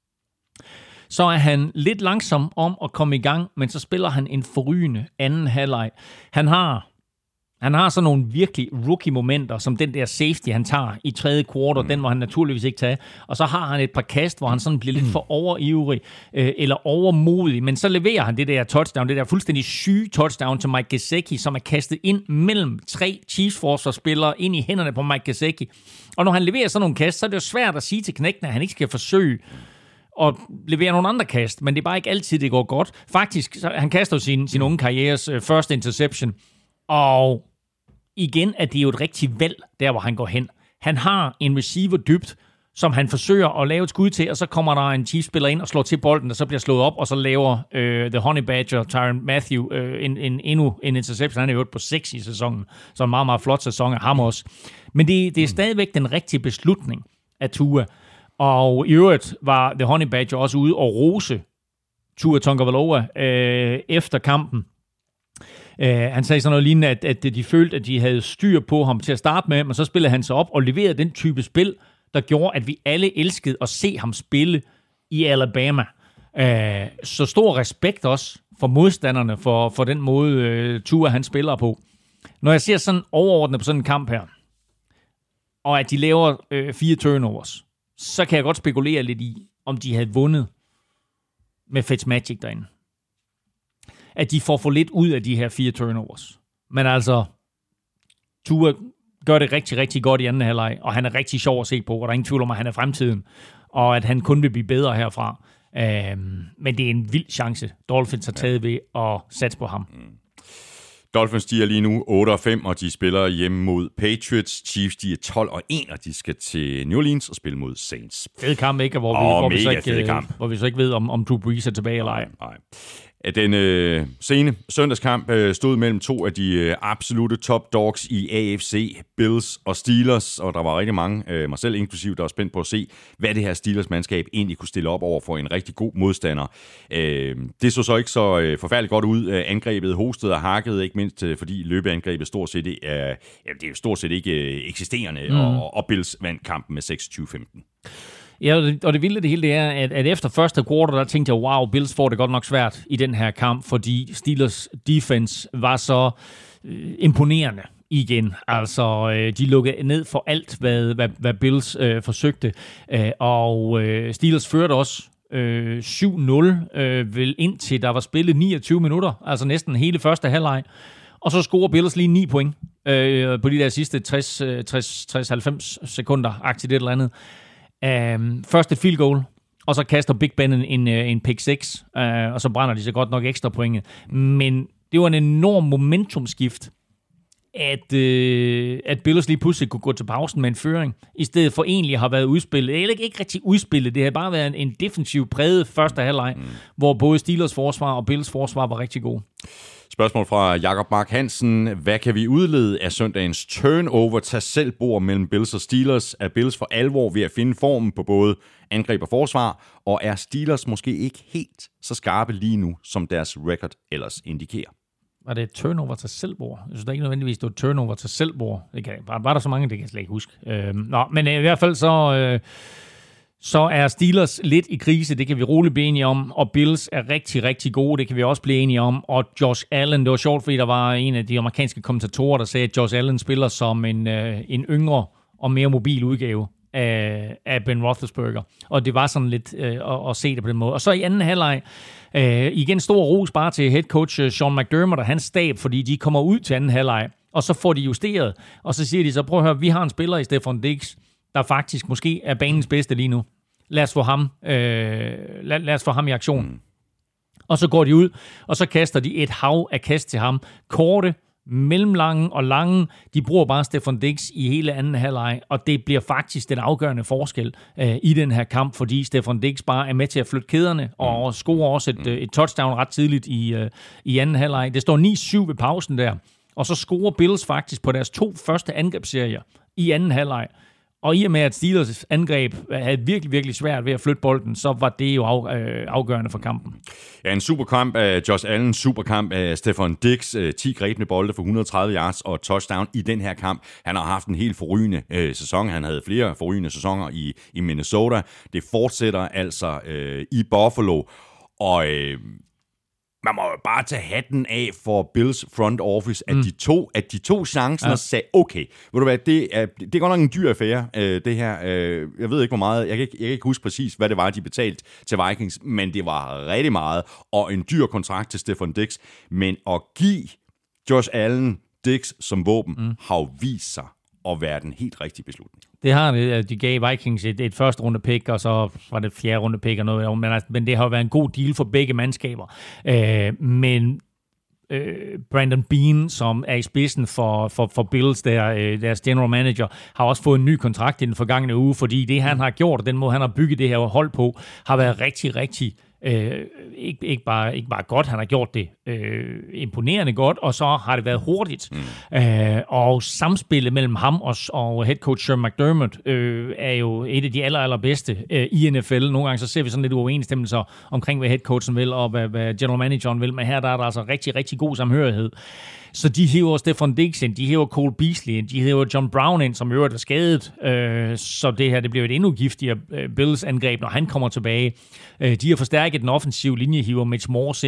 så er han lidt langsom om at komme i gang, men så spiller han en forrygende anden halvleg. Han har sådan nogle virkelig rookie-momenter, som den der safety, han tager i tredje kvartal, den må han naturligvis ikke tage. Og så har han et par kast, hvor han sådan bliver lidt for overivrig eller overmodig, men så leverer han det der touchdown, det der fuldstændig syge touchdown til Mike Gesicki, som er kastet ind mellem 3 Chiefs-forsvarsspillere ind i hænderne på Mike Gesicki. Og når han leverer sådan nogle kast, så er det jo svært at sige til knægten, at han ikke skal forsøge og levere nogle andre kast, men det er bare ikke altid, det går godt. Faktisk, han kaster jo sin unge karrieres første interception, og igen er det jo et rigtigt valg, der hvor han går hen. Han har en receiver dybt, som han forsøger at lave et skud til, og så kommer der en Chiefs-spiller ind og slår til bolden, der så bliver slået op, og så laver The Honey Badger, Tyrann Mathieu, endnu en interception. Han er jo på 6 i sæsonen, så en meget, meget flot sæson af ham også. Men det er stadigvæk den rigtige beslutning af Tua. Og i øvrigt var The Honey Badger også ude og rose Tua Tagovailoa efter kampen. Han sagde sådan noget lignende, at de følte, at de havde styr på ham til at starte med, men så spillede han sig op og leverede den type spil, der gjorde, at vi alle elskede at se ham spille i Alabama. Så stor respekt også for modstanderne, for den måde Tua han spiller på. Når jeg ser sådan overordnet på sådan en kamp her, og at de laver 4 turnovers, så kan jeg godt spekulere lidt i, om de havde vundet med Fitzmagic derinde. At de får for lidt ud af de her 4 turnovers. Men altså, Tua gør det rigtig, rigtig godt i anden halvleg, og han er rigtig sjov at se på, og der er ingen tvivl om, at han er fremtiden, og at han kun vil blive bedre herfra. Men det er en vild chance, Dolphins har taget ved at satse på ham. Dolphins, de er lige nu 8-5, og de spiller hjemme mod Patriots. Chiefs, de er 12-1, og de skal til New Orleans og spille mod Saints. Fed kamp, ikke? Hvor vi så ikke ved, om Drew Brees er tilbage eller ej. Nej. Den sene søndagskamp stod mellem 2 af de absolute top dogs i AFC, Bills og Steelers, og der var rigtig mange, mig selv inklusiv, der var spændt på at se, hvad det her Steelers-mandskab egentlig kunne stille op over for en rigtig god modstander. Det så ikke så forfærdeligt godt ud. Angrebet hostede og hakkede, ikke mindst fordi løbeangrebet stort set det er jo stort set ikke eksisterende, og Bills vandt kampen med 26-15. Ja, og det vilde det hele det er, at efter første kvartal, der tænkte jeg, wow, Bills får det godt nok svært i den her kamp, fordi Steelers defense var så imponerende igen. Altså, de lukkede ned for alt, hvad Bills forsøgte. Og Steelers førte også 7-0, vel indtil der var spillet 29 minutter, altså næsten hele første halvleg. Og så scorer Bills lige 9 point på de der sidste 60-90 sekunder-agtigt et eller andet. Første field goal, og så kaster Big Ben en pick 6, og så brænder de så godt nok ekstra pointet. Men det var en enorm momentumskift at Bills lige pludselig kunne gå til pausen med en føring, i stedet for egentlig har været udspillet, eller ikke rigtig udspillet, det har bare været en defensiv præget første halvleg, hvor både Steelers forsvar og Bills forsvar var rigtig gode. Spørgsmål fra Jakob Mark Hansen. Hvad kan vi udlede af søndagens turnover tag selvbord mellem Bills og Steelers? Er Bills for alvor ved at finde formen på både angreb og forsvar? Og er Steelers måske ikke helt så skarpe lige nu, som deres record ellers indikerer? Var det turnover til selvbord? Jeg synes da ikke nødvendigvis, det var turnover til selvbord. Var der så mange, det kan jeg slet ikke huske. Men i hvert fald så er Steelers lidt i krise, det kan vi roligt blive enige om, og Bills er rigtig, rigtig gode, det kan vi også blive enige om, og Josh Allen, det var sjovt, fordi der var en af de amerikanske kommentatorer, der sagde, at Josh Allen spiller som en yngre og mere mobil udgave af Ben Roethlisberger, og det var sådan lidt at se det på den måde. Og så i anden halvleg, igen stor ros bare til head coach Sean McDermott og hans stab, fordi de kommer ud til anden halvleg, og så får de justeret, og så siger de så, prøv at høre, vi har en spiller i Stefon Diggs, der faktisk måske er banens bedste lige nu. Lad os få ham i aktion. Og så går de ud, og så kaster de et hav af kast til ham. Korte, mellemlange og lange. De bruger bare Stefon Diggs i hele anden halvleg, og det bliver faktisk den afgørende forskel i den her kamp, fordi Stefon Diggs bare er med til at flytte kæderne, og scorer også et touchdown ret tidligt i anden halvleg. Det står 9-7 ved pausen der, og så scorer Bills faktisk på deres 2 første angrebsserier i anden halvleg. Og i og med, at Steelers angreb havde virkelig, virkelig svært ved at flytte bolden, så var det jo afgørende for kampen. Ja, en superkamp af Josh Allen, superkamp af Stefon Diggs, 10 grebne bolde for 130 yards og touchdown i den her kamp. Han har haft en helt forrygende sæson. Han havde flere forrygende sæsoner i Minnesota. Det fortsætter altså i Buffalo. Og man må jo bare tage hatten af for Bills front office, at de to chancen og sagde, okay, ved du hvad, det er godt nok en dyr affære, det her. Jeg ved ikke, hvor meget, jeg kan ikke huske præcis, hvad det var, de betalte til Vikings, men det var rigtig meget, og en dyr kontrakt til Stefon Diggs. Men at give Josh Allen Diggs som våben, har jo vist sig at være den helt rigtige beslutning. Det har det. De gav Vikings et første runde pick, og så var det fjerde runde pick og noget. Men det har jo været en god deal for begge mandskaber. Men Brandon Beane, som er i spidsen for Bills, deres general manager, har også fået en ny kontrakt i den forgangne uge, fordi det, han har gjort, og den måde, han har bygget det her hold på, har været rigtig, rigtig ikke bare godt, han har gjort det imponerende godt, og så har det været hurtigt. Og samspillet mellem ham og head coach Sean McDermott er jo et af de allerbedste i NFL. Nogle gange så ser vi sådan lidt uoverensstemmelser omkring, hvad head coachen vil, og hvad general manageren vil, men her der er der altså rigtig, rigtig god samhørighed. Så de hiver Stefon Diggs ind, de hiver Cole Beasley ind, de hiver John Brown ind, som i øvrigt er skadet. Så det her, det bliver et endnu giftigere Bills angreb, når han kommer tilbage. De har forstærket den offensive linje, hiver Mitch Morse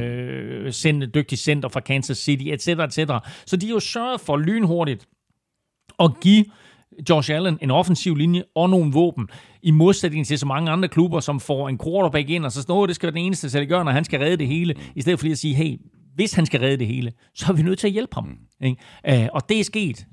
ind, dygtig center fra Kansas City, etc. Så de har jo sørget for lynhurtigt at give Josh Allen en offensiv linje og nogle våben, i modsætning til så mange andre klubber, som får en quarterback ind, og så sådan, det skal være den eneste, der gør, når han skal redde det hele, i stedet for lige at sige, hey, hvis han skal redde det hele, så er vi nødt til at hjælpe ham. Ikke? Og det er sket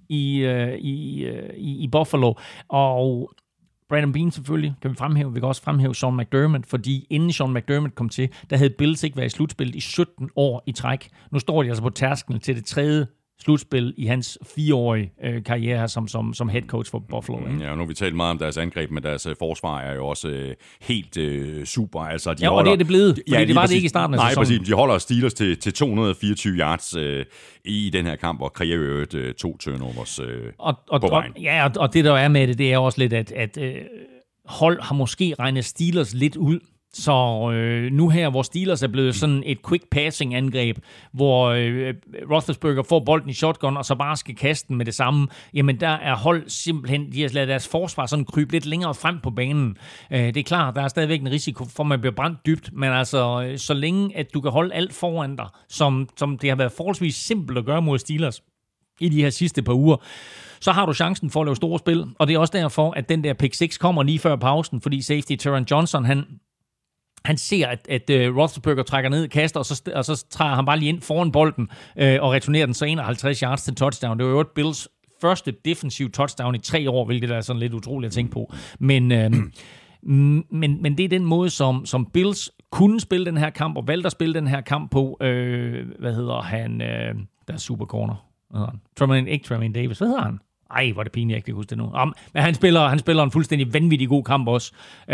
i Buffalo. Og Brandon Beane selvfølgelig kan vi fremhæve. Vi kan også fremhæve Sean McDermott, fordi inden Sean McDermott kom til, der havde Bills ikke været i slutspillet i 17 år i træk. Nu står de altså på tærsklen til det 3. slutspil i hans 4-årige karriere her som head coach for Buffalo. Ja, og nu har vi talt meget om deres angreb, men deres forsvar er jo også helt super. Altså, og det er det blevet, fordi det var det ikke i starten af sæsonen. Nej, præcis. De holder Steelers til 224 yards i den her kamp, og kræver jo 2 turnovers på vejen. Ja, og det der er med det er også lidt, at hold har måske regnet Steelers lidt ud. Så nu her, hvor Steelers er blevet sådan et quick passing angreb, hvor Roethlisberger får bolden i shotgun, og så bare skal kaste den med det samme, jamen der er hold simpelthen, de har ladet deres forsvar sådan krybe lidt længere frem på banen. Det er klart, der er stadigvæk en risiko for, at man bliver brændt dybt, men altså, så længe at du kan holde alt foran dig, som det har været forholdsvis simpelt at gøre mod Steelers i de her sidste par uger, så har du chancen for at lave store spil, og det er også derfor, at den der pick 6 kommer lige før pausen, fordi safety Taron Johnson, han ser, at Roethlisberger trækker ned, kaster, og så træder han bare lige ind foran bolden og returnerer den så 51 yards til touchdown. Det var jo Bills første defensive touchdown i 3 år, hvilket er sådan lidt utroligt at tænke på. Men det er den måde, som Bills kunne spille den her kamp, og valgte at spille den her kamp på. Hvad hedder han? Der er super corner. Ikke Tremaine Davis. Hvad hedder han? Ej, hvor er det pinligt, jeg ikke kan huske det nu. Men han spiller en fuldstændig vanvittig god kamp også.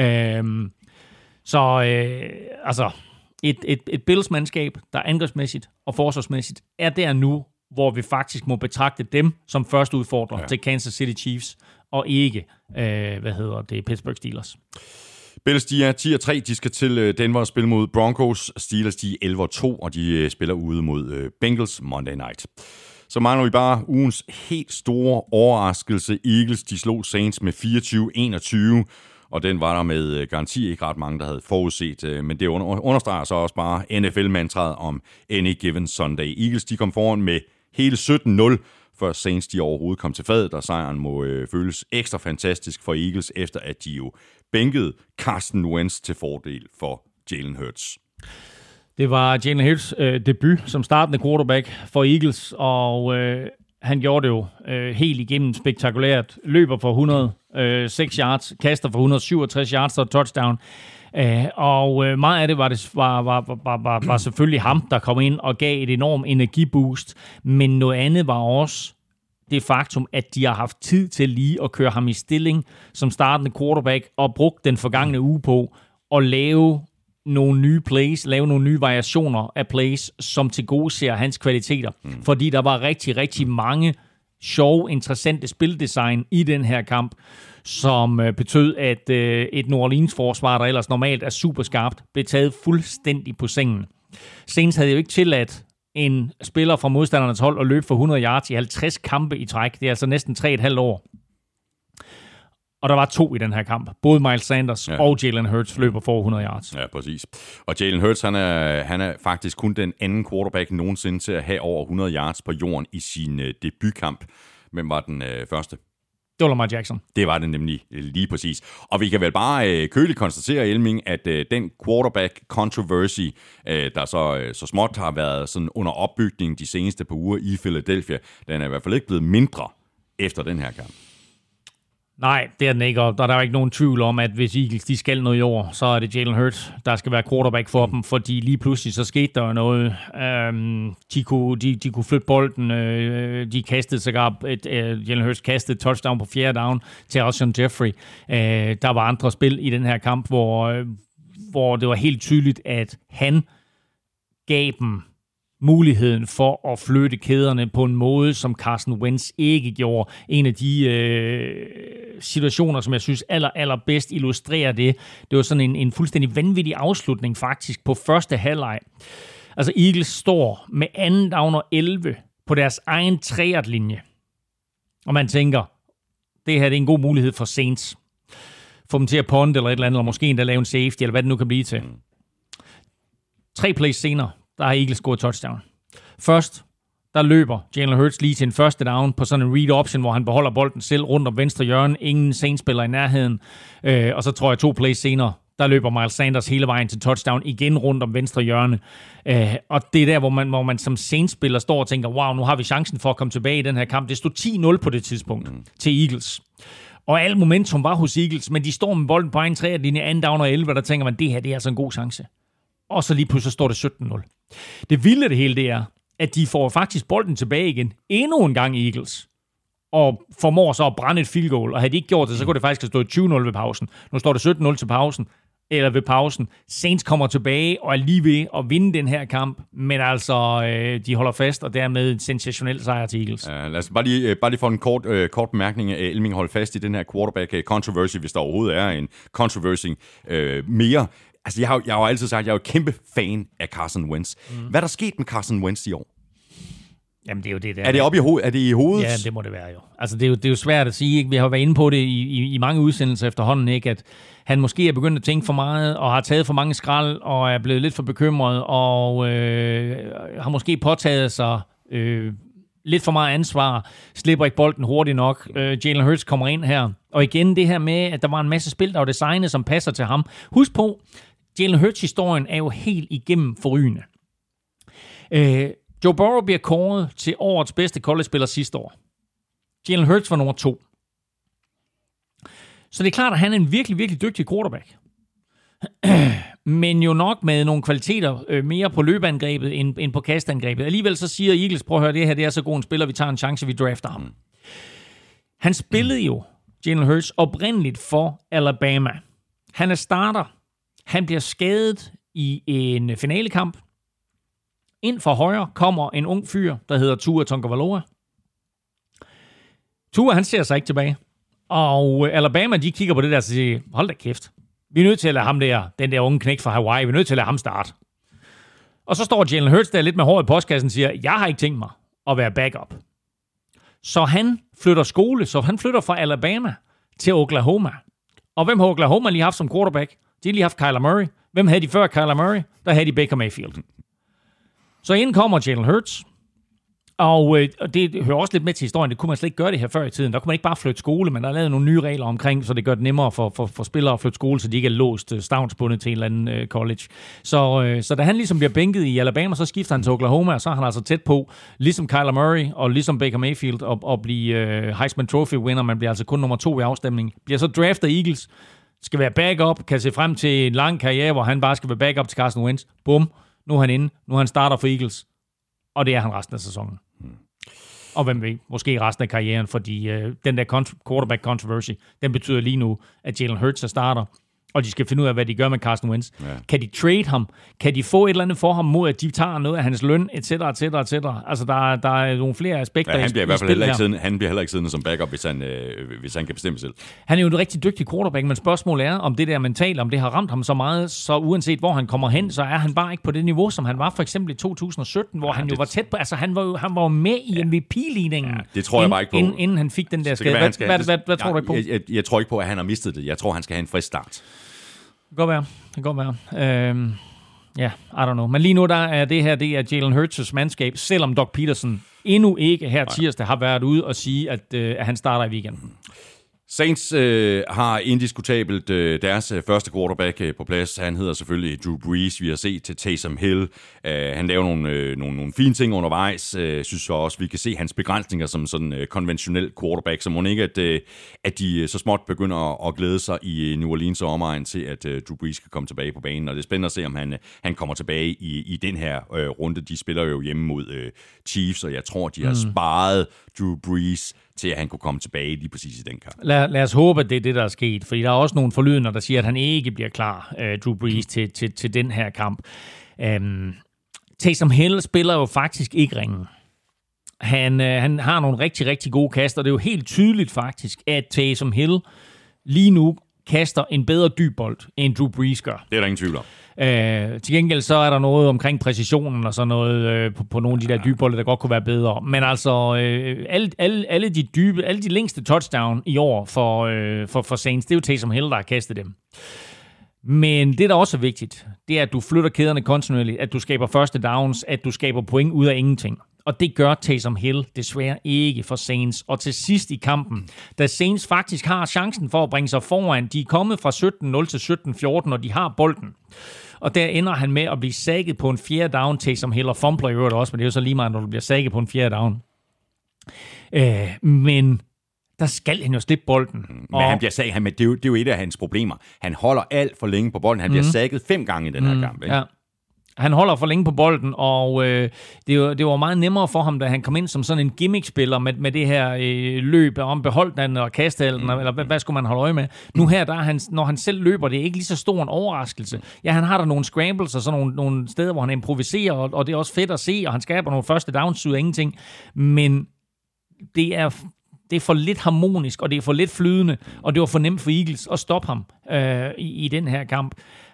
Et Bills-mandskab, der angrebsmæssigt og forsvarsmæssigt er der nu, hvor vi faktisk må betragte dem som første udfordrer til Kansas City Chiefs, og ikke, Pittsburgh Steelers. Bills, de er 10-3. De skal til Denver og spille mod Broncos. Steelers, de er 11-2, og de spiller ude mod Bengals Monday Night. Så mangler vi bare ugens helt store overraskelse. Eagles, de slog Saints med 24-21, og den var der med garanti ikke ret mange, der havde forudset. Men det understreger så også bare NFL-mantraet om Any Given Sunday. Eagles, de kom foran med hele 17-0, før Saints de overhovedet kom til fadet, og sejren må føles ekstra fantastisk for Eagles, efter at de jo bænkede Carson Wentz til fordel for Jalen Hurts. Det var Jalen Hurts debut som startende quarterback for Eagles, og han gjorde det jo helt igennem spektakulært. Løber for 106 yards, kaster for 167 yards og touchdown. Og meget af det var selvfølgelig ham, der kom ind og gav et enormt energiboost, men noget andet var også det faktum, at de har haft tid til lige at køre ham i stilling som startende quarterback og brugt den forgangne uge på at lave nogle nye plays, lave nogle nye variationer af plays, som tilgodeser hans kvaliteter. Fordi der var rigtig, rigtig mange sjove, interessante spildesign i den her kamp, som betød, at et New Orleans-forsvar, der ellers normalt er super skarpt, blev taget fuldstændig på sengen. Saints havde jo ikke tilladt en spiller fra modstandernes hold at løbe for 100 yards i 50 kampe i træk. Det er altså næsten 3,5 år. Og der var 2 i den her kamp. Både Miles Sanders og Jalen Hurts løber for 100 yards. Ja, præcis. Og Jalen Hurts, han er faktisk kun den anden quarterback nogensinde til at have over 100 yards på jorden i sin debutkamp. Hvem var den første? Det var Lamar Jackson. Det var det nemlig lige præcis. Og vi kan vel bare køligt konstatere, Elming, at den quarterback-controversy, der så småt har været sådan under opbygning de seneste par uger i Philadelphia, den er i hvert fald ikke blevet mindre efter den her kamp. Nej, det er den ikke, og der er jo ikke nogen tvivl om, at hvis Eagles de skal noget i år, så er det Jalen Hurts, der skal være quarterback for dem, fordi lige pludselig så skete der jo noget. De kunne flytte bolden, de kastede sågar, Jalen Hurts kastede et touchdown på 4. down til Alshon Jeffrey. Der var andre spil i den her kamp, hvor det var helt tydeligt, at han gav dem muligheden for at flytte kæderne på en måde, som Carson Wentz ikke gjorde. En af de situationer, som jeg synes allerbedst illustrerer det var sådan en fuldstændig vanvittig afslutning faktisk på første halvleg. Altså Eagles står med 2. down og 11 på deres egen 3-linje. Og man tænker, det her det er en god mulighed for Saints. Få dem til at punte eller et eller andet, eller måske endda lave en safety, eller hvad det nu kan blive til. 3 plays senere, der har Eagles scoret touchdown. Først, der løber Jalen Hurts lige til en første down på sådan en read option, hvor han beholder bolden selv rundt om venstre hjørne. Ingen Saints-spiller i nærheden. Og så tror jeg 2 plays senere, der løber Miles Sanders hele vejen til touchdown igen rundt om venstre hjørne. Og det er der, hvor man som Saints-spiller står og tænker, wow, nu har vi chancen for at komme tilbage i den her kamp. Det stod 10-0 på det tidspunkt til Eagles. Og alt momentum var hos Eagles, men de står med bolden på egen 3-linje, 2. down og 11, og der tænker man, det her det er altså en god chance. Og så lige pludselig står det 17-0. Det vilde det hele, det er, at de får faktisk bolden tilbage igen, endnu en gang Eagles, og formår så at brænde et field goal, og havde de ikke gjort det, så kunne det faktisk have stået 20-0 ved pausen. Nu står det 17-0 til pausen, eller ved pausen. Saints kommer tilbage og er lige ved at vinde den her kamp, men altså, de holder fast, og dermed en sensationel sejr til Eagles. Lad os bare lige få en kort bemærkning af Elming, holde fast i den her quarterback-controversy, hvis der overhovedet er en controversy mere. Altså, jeg har jo altid sagt, at jeg er jo kæmpe fan af Carson Wentz. Hvad er der sket med Carson Wentz i år? Jamen, det er jo det der. Er det oppe i hovedet? Ja, det må det være jo. Altså, det er jo svært at sige, ikke? Vi har været inde på det i mange udsendelser efterhånden, ikke? At han måske er begyndt at tænke for meget, og har taget for mange skrald, og er blevet lidt for bekymret, og har måske påtaget sig lidt for meget ansvar, slipper ikke bolden hurtigt nok. Jalen Hurts kommer ind her. Og igen det her med, at der var en masse spil, der var designet, som passer til ham. Husk på, Jalen Hurts-historien er jo helt igennem forrygende. Joe Burrow bliver kåret til årets bedste college-spiller sidste år. Jalen Hurts var nummer 2. Så det er klart, at han er en virkelig, virkelig dygtig quarterback. men jo nok med nogle kvaliteter mere på løbeangrebet end på kastangrebet. Alligevel så siger Eagles, prøv at høre, det er så god en spiller, vi tager en chance, vi drafter ham. Han spillede jo, Jalen Hurts, oprindeligt for Alabama. Han er starter. Han bliver skadet i en finalekamp. Ind for højre kommer en ung fyr, der hedder Tua Tagovailoa. Tua, han ser sig ikke tilbage. Og Alabama, de kigger på det der og siger, hold da kæft. Vi er nødt til at lade ham den der unge knæk fra Hawaii, vi er nødt til at lade ham starte. Og så står Jalen Hurts der lidt med håret i postkassen og siger, jeg har ikke tænkt mig at være backup. Så han flytter skole, så han flytter fra Alabama til Oklahoma. Og hvem har Oklahoma lige haft som quarterback? De har lige haft Kyler Murray. Hvem havde de før Kyler Murray? Der havde de Baker Mayfield. Så ind kommer Jalen Hurts. Og det hører også lidt med til historien. Det kunne man slet ikke gøre det her før i tiden. Der kunne man ikke bare flytte skole, men der er lavet nogle nye regler omkring, så det gør det nemmere for spillere at flytte skole, så de ikke er låst stavnsbundet til en eller anden college. Så da han ligesom bliver bænket i Alabama, så skifter han til Oklahoma, og så er han altså tæt på, ligesom Kyler Murray og ligesom Baker Mayfield, at blive Heisman Trophy winner. Man bliver altså kun nummer 2 i afstemningen. Bliver så draftet Eagles, skal være backup, kan se frem til en lang karriere, hvor han bare skal være backup til Carson Wentz. Bum, nu er han inde, nu er han starter for Eagles, og det er han resten af sæsonen. Og hvem ved, måske resten af karrieren, fordi den der quarterback controversy, den betyder lige nu, at Jalen Hurts er starter, og de skal finde ud af, hvad de gør med Carson Wentz. Ja. Kan de trade ham? Kan de få et eller andet for ham mod, at de tager noget af hans løn, etc., etc., etc.? Altså, der er nogle flere aspekter. Ja, han bliver i hvert fald heller ikke siddende som backup, hvis han kan bestemme selv. Han er jo en rigtig dygtig quarterback, men spørgsmålet er, om det der mentalt, om det har ramt ham så meget, så uanset hvor han kommer hen, så er han bare ikke på det niveau, som han var for eksempel i 2017, hvor han jo var tæt på. Altså, han var med i MVP-ligningen. Ja, det tror jeg bare ikke på. Inden han fik den der skade. Hvad tror du ikke på? Jeg tror ikke på, at han har mistet det. Jeg tror, han skal have en frisk start. Det kan godt være. I don't know. Men lige nu, det er Jalen Hurts' mandskab, selvom Doug Peterson endnu ikke her tirsdag har været ude og sige, at han starter i weekenden. Saints har indiskutabelt deres første quarterback på plads. Han hedder selvfølgelig Drew Brees. Vi har set til Taysom Hill. Han laver nogle fine ting undervejs. Synes så også, vi kan se hans begrænsninger som sådan konventionel quarterback, så må ikke, at de så småt begynder at glæde sig i New Orleans og omegn til, at Drew Brees kan komme tilbage på banen. Og det er spændende at se, om han kommer tilbage i den her runde. De spiller jo hjemme mod Chiefs, og jeg tror, de har sparet Drew Brees til, at han kunne komme tilbage lige præcis i den kamp. Lad os håbe, at det er det, der er sket, fordi der er også nogle forlydender, der siger, at han ikke bliver klar, Drew Brees, til den her kamp. Taysom Hill spiller jo faktisk ikke ringen. Han har nogle rigtig, rigtig gode kast, og det er jo helt tydeligt faktisk, at Taysom Hill lige nu kaster en bedre dybbold, end Drew Brees gør. Det er der ingen tvivl om. Til gengæld så er der noget omkring præcisionen og sådan noget på nogle af de der dybbolde, der godt kunne være bedre. Men altså, alle de længste touchdown i år for Saints, det er jo Taysom Hill, der har kastet dem. Men det, der også er vigtigt, det er, at du flytter kæderne kontinuerligt, at du skaber første downs, at du skaber point ud af ingenting. Og det gør Taysom Hill desværre ikke for Saints. Og til sidst i kampen, da Saints faktisk har chancen for at bringe sig foran, de er kommet fra 17-0 til 17-14, og de har bolden. Og der ender han med at blive sækket på en fjerde down. Taysom Hill og fumbler i øvrigt også, men det er jo så lige meget, når du bliver sækket på en fjerde down. Men der skal han jo slippe bolden. Men han bliver sækket, det er jo et af hans problemer. Han holder alt for længe på bolden. Han bliver sækket 5 gange i den her kamp. Ikke? Ja. Han holder for længe på bolden, og det var meget nemmere for ham, da han kom ind som sådan en gimmick-spiller med det her løb om beholdningen og kasthalden, eller hvad skulle man holde øje med? Nu her, der er han, når han selv løber, det er ikke lige så stor en overraskelse. Ja, han har der nogle scrambles og sådan nogle steder, hvor han improviserer, og det er også fedt at se, og han skaber nogle første downs ud af ingenting, men det er for lidt harmonisk, og det er for lidt flydende, og det var for nemt for Eagles at stoppe ham i den her kamp.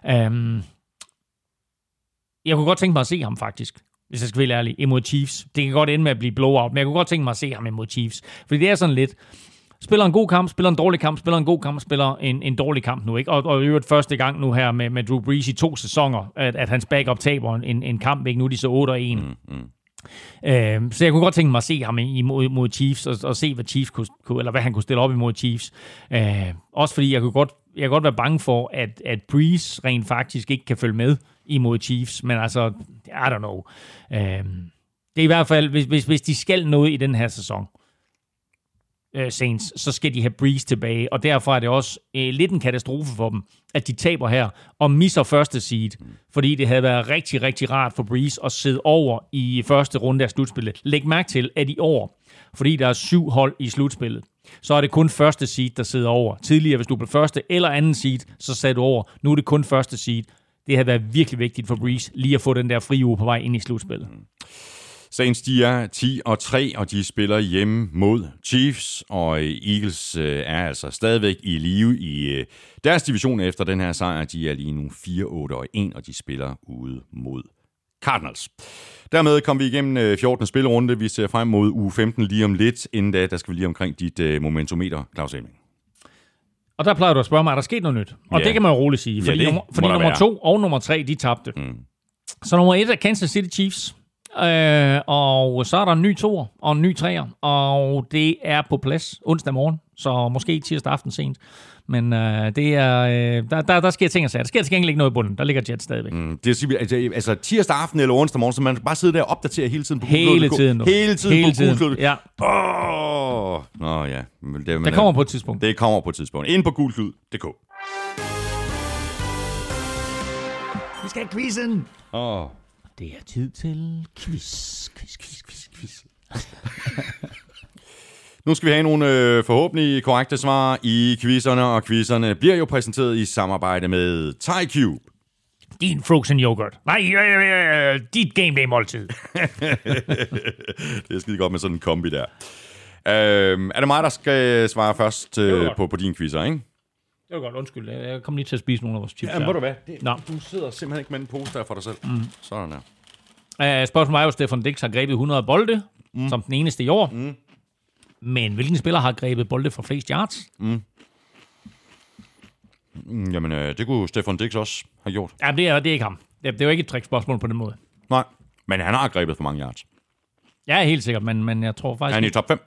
Jeg kunne godt tænke mig at se ham faktisk, hvis jeg skal være ærlig, imod Chiefs. Det kan godt ende med at blive blowout, men jeg kunne godt tænke mig at se ham imod Chiefs. Fordi det er sådan lidt, spiller en god kamp, spiller en dårlig kamp, spiller en god kamp, spiller en dårlig kamp nu, ikke? Og i øvrigt første gang nu her med Drew Brees i 2 sæsoner, at hans backup taber en kamp, ikke? Nu er de så 8-1. Så jeg kunne godt tænke mig at se ham imod Chiefs, og se, hvad Chiefs kunne, eller hvad han kunne stille op imod Chiefs. Også fordi jeg kan godt være bange for, at Brees rent faktisk ikke kan følge med imod Chiefs, men altså, I don't know. Det er i hvert fald, hvis de skal noget i den her sæson, Saints, så skal de have Breeze tilbage, og derfor er det også lidt en katastrofe for dem, at de taber her og misser første seed, fordi det havde været rigtig, rigtig rart for Breeze at sidde over i første runde af slutspillet. Læg mærke til, at i år, fordi der er 7 hold i slutspillet, så er det kun første seed, der sidder over. Tidligere, hvis du blev første eller anden seed, så sad du over. Nu er det kun første seed. Det har været virkelig vigtigt for Breeze lige at få den der frie uge på vej ind i slutspillet. Saints, de er 10-3, og de spiller hjemme mod Chiefs, og Eagles er altså stadigvæk i live i deres division efter den her sejr. De er lige nu 4-8-1, og de spiller ude mod Cardinals. Dermed kom vi igennem 14. spillerunde. Vi ser frem mod uge 15 lige om lidt. Inden da, der skal vi lige omkring dit momentometer, Claus Elming. Og der plejer du at spørge mig, er der sket noget nyt? Og det kan man jo roligt sige, fordi, fordi nummer 2 og nummer 3, de tabte. Så nummer 1 er Kansas City Chiefs. Og så er der en ny 2'er og en ny 3'er, og det er på plads onsdag morgen, så måske tirsdag aften sent. Men det er, der sker ting og sager. Der sker til gengæld ikke noget i bunden. Der ligger Jets stadigvæk. Det er altså tirsdag aften eller onsdag morgen, så man bare sidder der og opdaterer hele tiden på Hele tiden på Gulklud. Ja. Nå ja. Det kommer på et tidspunkt. Det kommer på et tidspunkt. Ind på gulklud.dk. Vi skal have quizzen. Det er tid til quiz. Nu skal vi have nogle forhåbentlig korrekte svar i quizzerne, og quizzerne bliver jo præsenteret i samarbejde med TyCube. Din frozen yoghurt. Nej, dit game day måltid. Det er skide godt med sådan en kombi der. Er det mig, der skal svare først på din quizzer, ikke? Det var godt, undskyld. Jeg kom lige til at spise nogle af vores chips. Jamen, ved du hvad? Du sidder simpelthen ikke med en pose der for dig selv. Sådan der. Spørgsmålet er jo, Stefan Dix har grebet 100 bolde, som den eneste i år. Men hvilken spiller har grebet bolde for flest yards? Jamen, det kunne Stefan Dix også have gjort. Ja, det er ikke ham. Det er jo ikke et trickspørgsmål på den måde. Nej, men han har grebet for mange yards. Ja, helt sikkert, men jeg tror faktisk... Han er i top 5.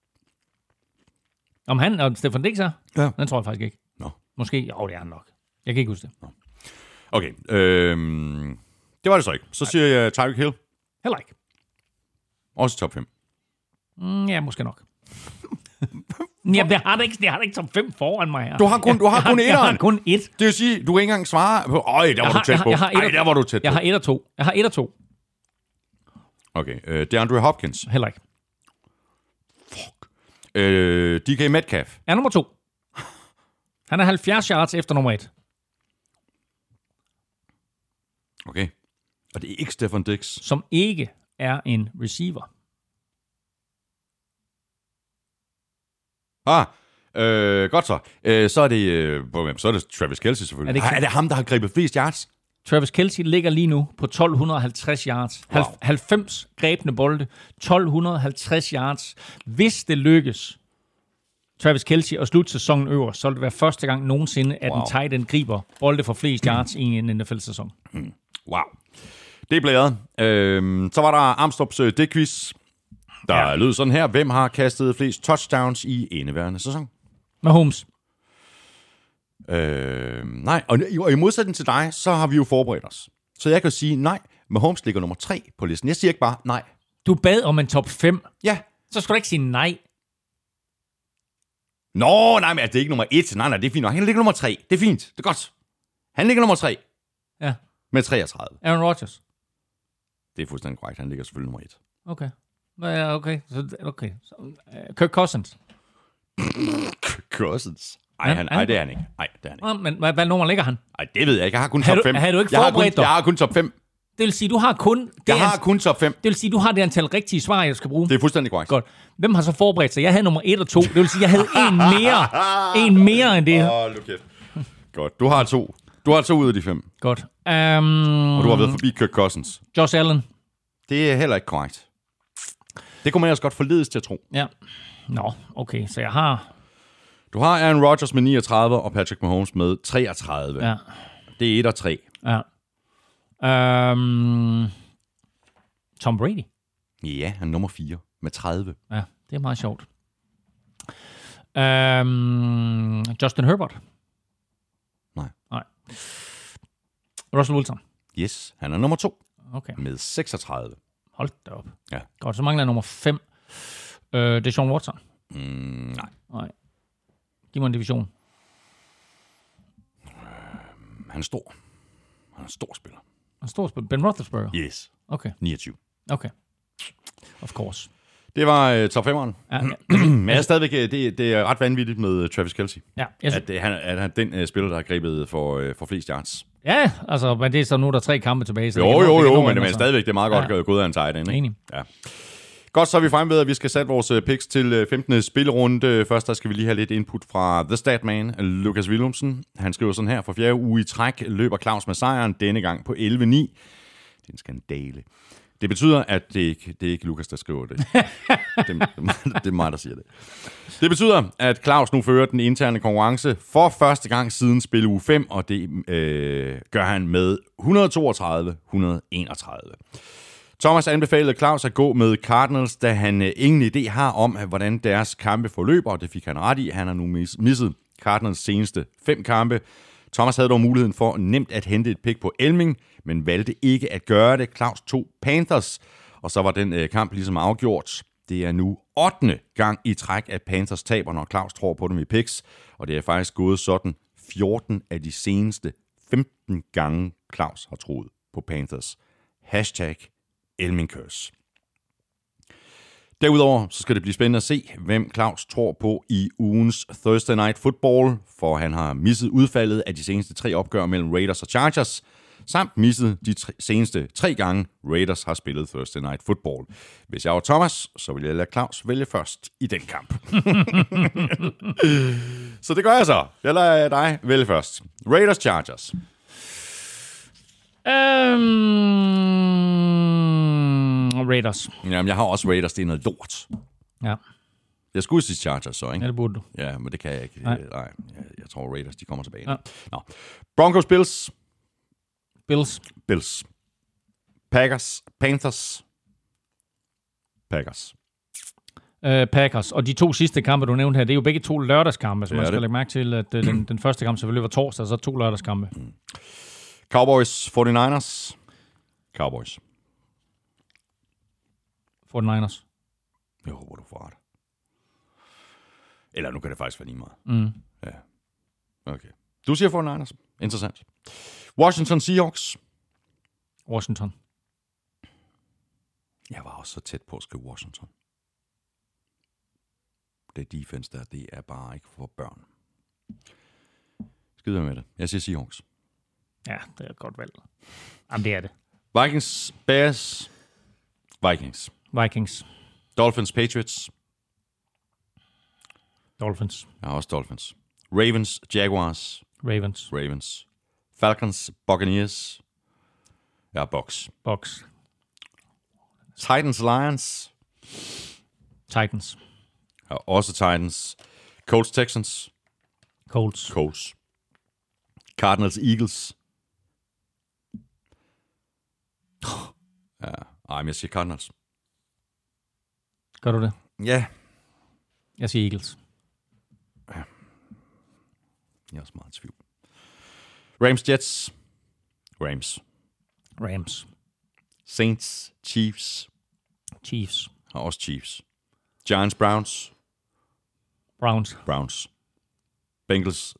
Om han og Stefan Dix er? Ja. Den tror jeg faktisk ikke. Nå. Måske, det er han nok. Jeg kan ikke huske det. Nå. Okay, det var det så ikke. Så siger jeg Tyreek Hill. Heller ikke. Også top 5. Ja, måske nok. Jamen, jeg har da ikke top 5 foran mig her. Du har kun etteren. Jeg har kun et. Det vil sige, du kan ikke engang svare på... der var du tæt på. Der var du tæt på. Jeg har 1 og 2. Jeg har 1 og 2. Okay, DeAndre Hopkins. Heller ikke. Fuck. DK Metcalf. Er nummer 2. Han er 70 yards efter nummer 1. Okay. Og det er ikke Stefan Dix. Som ikke er en receiver. Godt så. Så er det Travis Kelce selvfølgelig. Er det ham, der har grebet flest yards? Travis Kelce ligger lige nu på 1250 yards. Wow. 90 grebne bolde. 1250 yards. Hvis det lykkes Travis Kelce at slutte sæsonen øverst, så vil det være første gang nogensinde, at en tight end griber bolde for flest yards i en NFL-sæson. Wow. Det er blæret. Så var der Armstrongs D-quiz. Der lød sådan her. Hvem har kastet flest touchdowns i indeværende sæson? Mahomes. Nej, og i modsætning til dig, så har vi jo forberedt os. Så jeg kan sige nej. Mahomes ligger nummer 3 på listen. Jeg siger ikke bare nej. Du bad om en top 5. Ja. Så skal du ikke sige nej. Nå, nej, men det er ikke nummer 1. Nej, det er fint nok. Han ligger nummer 3. Det er fint. Det er godt. Han ligger nummer 3. Ja. Med 33. Aaron Rodgers. Det er fuldstændig korrekt. Han ligger selvfølgelig nummer 1. Okay. Ja, okay. Så, Kirk Cousins. Kirk Cousins? Nej, det er han ikke. Nej, det er han ikke. Men hvad nummer ligger han? Nej, det ved jeg ikke. Jeg har kun top 5. Har du ikke forberedt dig? Jeg har kun top 5. Det vil sige, du har kun... Jeg har kun top 5. Det vil sige, du har det antal rigtige svar, jeg skal bruge. Det er fuldstændig korrekt. Godt. Hvem har så forberedt sig? Jeg havde nummer 1 og 2. Det vil sige, jeg havde en mere end det. Okay. Godt. Du har 2. Du har 2 ud af de 5. Godt. Og du har været forbi Kirk Cousins. Josh Allen. Det er heller ikke korrekt. Det kunne man også godt forledes til at tro. Ja. Nå, okay. Så jeg har... Du har Aaron Rodgers med 39 og Patrick Mahomes med 33. Ja. Det er 1 og 3. Ja. Tom Brady. Ja, han er nummer 4 med 30. Ja, det er meget sjovt. Justin Herbert. Nej. Russell Wilson. Yes, han er nummer 2. Okay. Med 36. Hold da op. Ja. Godt, så mangler jeg nummer 5. Deshaun Watson. Nej. Giv mig en division. Han er stor. Han er en stor spiller. En stor spiller. Ben Roethlisberger? Yes. Okay. 29. Okay. Of course. Det var top 5'eren. Ja. Men jeg er stadigvæk, det er ret vanvittigt med Travis Kelce. Ja. At han er den spiller, der har grebet for flest yards. Ja, altså, men det er så nu, der er 3 kampe tilbage. Så Jo, men stadigvæk, det er meget godt gået af en tight end. Enig. Ja. Godt, så er vi fremme ved, at vi skal sætte vores picks til 15. spillerunde. Først der skal vi lige have lidt input fra The Statman, Lukas Willumsen. Han skriver sådan her: for 4. uge i træk løber Claus med sejren, denne gang på 11-9. Det er en skandale. Det betyder, at det er ikke Lukas, der skriver det. Det er mig, der siger det. Det betyder, at Claus nu fører den interne konkurrence for første gang siden spil uge 5, og det gør han med 132-131. Thomas anbefalede Claus at gå med Cardinals, da han ingen idé har om, hvordan deres kampe forløber, og det fik han ret i. Han har nu misset Cardinals seneste 5 kampe. Thomas havde dog muligheden for nemt at hente et pick på Elming, men valgte ikke at gøre det. Claus tog Panthers, og så var den kamp ligesom afgjort. Det er nu 8. gang i træk, at Panthers taber, når Claus tror på dem i picks, og det er faktisk gået sådan 14 af de seneste 15 gange, Claus har troet på Panthers. #Elmingcurse. Derudover så skal det blive spændende at se, hvem Claus tror på i ugens Thursday Night Football, for han har misset udfaldet af de seneste 3 opgør mellem Raiders og Chargers, samt misset de seneste 3 gange Raiders har spillet Thursday Night Football. Hvis jeg var Thomas, så ville jeg lade Claus vælge først i den kamp. Så det gør jeg så. Jeg lader dig vælge først. Raiders Chargers. Raiders. Jamen, jeg har også Raiders. Det er noget lort. Ja. Jeg skulle sige Chargers så, ikke? Ja, det burde du. Ja, men det kan jeg ikke. Nej. Jeg tror Raiders, de kommer tilbage. Ja. Nå. Broncos, Bills. Bills. Packers, Panthers. Packers. Packers. Og de 2 sidste kampe, du nævnte her, det er jo begge 2 lørdagskampe, så man skal lægge mærke til, at den første kamp selvfølgelig var torsdag, og så 2 lørdagskampe. Cowboys, 49ers. Cowboys. 49ers. Jeg håber, du får ret. Eller nu kan det faktisk være lige meget. Ja. Okay. Du siger 49ers. Interessant. Washington Seahawks. Washington. Jeg var også så tæt på at skrive Washington. Det defense der, det er bare ikke for børn. Skider med det. Jeg siger Seahawks. Ja, det er et godt valg. Jamen, det er det. Vikings, Bears. Vikings. Dolphins, Patriots. Dolphins. Jeg har også Dolphins. Ravens, Jaguars. Ravens. Falcons, Buccaneers. Jeg har Bucks. Titans, Lions. Titans. Jeg har også Titans. Colts, Texans. Colts. Cardinals, Eagles. Ja, men jeg siger Cardinals. Gør du det? Ja. Jeg siger Eagles. Ja. Jeg er også meget i tvivl. Rams, Jets. Rams. Saints, Chiefs. Har også Chiefs. Giants, Browns. Bengals,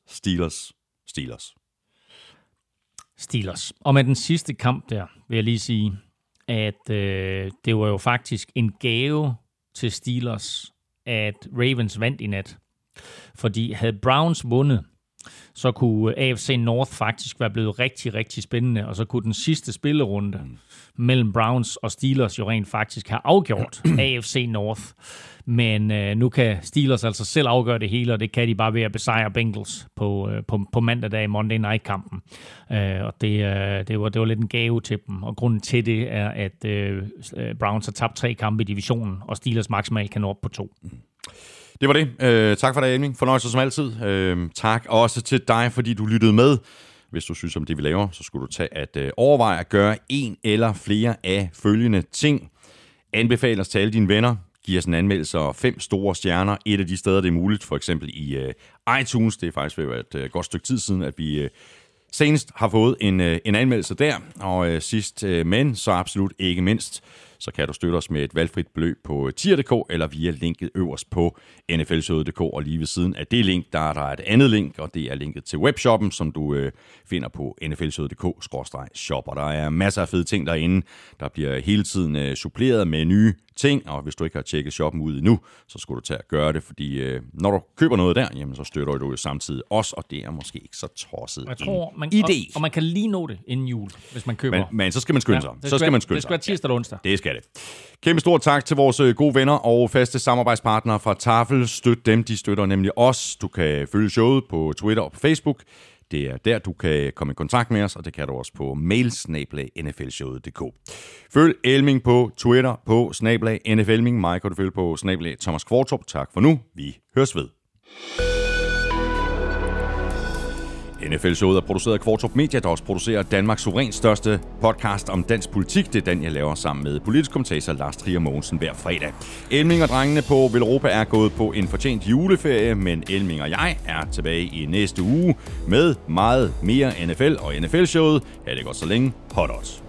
Steelers. Og med den sidste kamp der, vil jeg lige sige, at det var jo faktisk en gave til Steelers, at Ravens vandt i nat. Fordi havde Browns vundet, så kunne AFC North faktisk være blevet rigtig, rigtig spændende, og så kunne den sidste spillerunde mellem Browns og Steelers jo rent faktisk have afgjort AFC North. Men nu kan Steelers altså selv afgøre det hele, og det kan de bare ved at besejre Bengals på mandag dag i Monday Night-kampen. Og det var lidt en gave til dem, og grunden til det er, at Browns har tabt 3 kampe i divisionen, og Steelers maksimalt kan nå op på 2. Det var det. Tak for dig, Elming. Fornøjelse som altid. Tak også til dig, fordi du lyttede med. Hvis du synes om det, vi laver, så skulle du tage at overveje at gøre en eller flere af følgende ting. Anbefal os til alle dine venner. Giv os en anmeldelse og 5 store stjerner. Et af de steder, det er muligt, for eksempel i iTunes. Det er faktisk ved et godt stykke tid siden, at vi senest har fået en anmeldelse der. Og sidst, men så absolut ikke mindst, så kan du støtte os med et valgfrit beløb på tier.dk eller via linket øverst på nflshowet.dk. Og lige ved siden af det link, der er der et andet link, og det er linket til webshoppen, som du finder på nflshowet.dk/shop. Og der er masser af fede ting derinde. Der bliver hele tiden suppleret med nye ting, og hvis du ikke har tjekket shoppen ud endnu, så skulle du tage at gøre det, fordi når du køber noget der, jamen, så støtter du jo samtidig os, og det er måske ikke så tosset jeg tror, idé. Og man kan lige nå det inden jul, hvis man køber. Men så skal man skynde sig. Det skal være tirsdag og onsdag. Det skal det. Kæmpe stort tak til vores gode venner og faste samarbejdspartnere fra Tafel. Støt dem, de støtter nemlig os. Du kan følge showet på Twitter og på Facebook. Det er der, du kan komme i kontakt med os, og det kan du også på mail@nflshowet.dk. Følg Elming på Twitter på @nflming. Mig kan du følge på @Thomas Kvartrup. Tak for nu. Vi høres ved. NFL-showet er produceret af Kvartrup Media, der også producerer Danmarks suverænt største podcast om dansk politik. Det er den, jeg laver sammen med politisk kommentator Lars Trier Mogensen hver fredag. Elming og drengene på Velropa er gået på en fortjent juleferie, men Elming og jeg er tilbage i næste uge med meget mere NFL og NFL-showet. Ha' det godt så længe. Hot odds.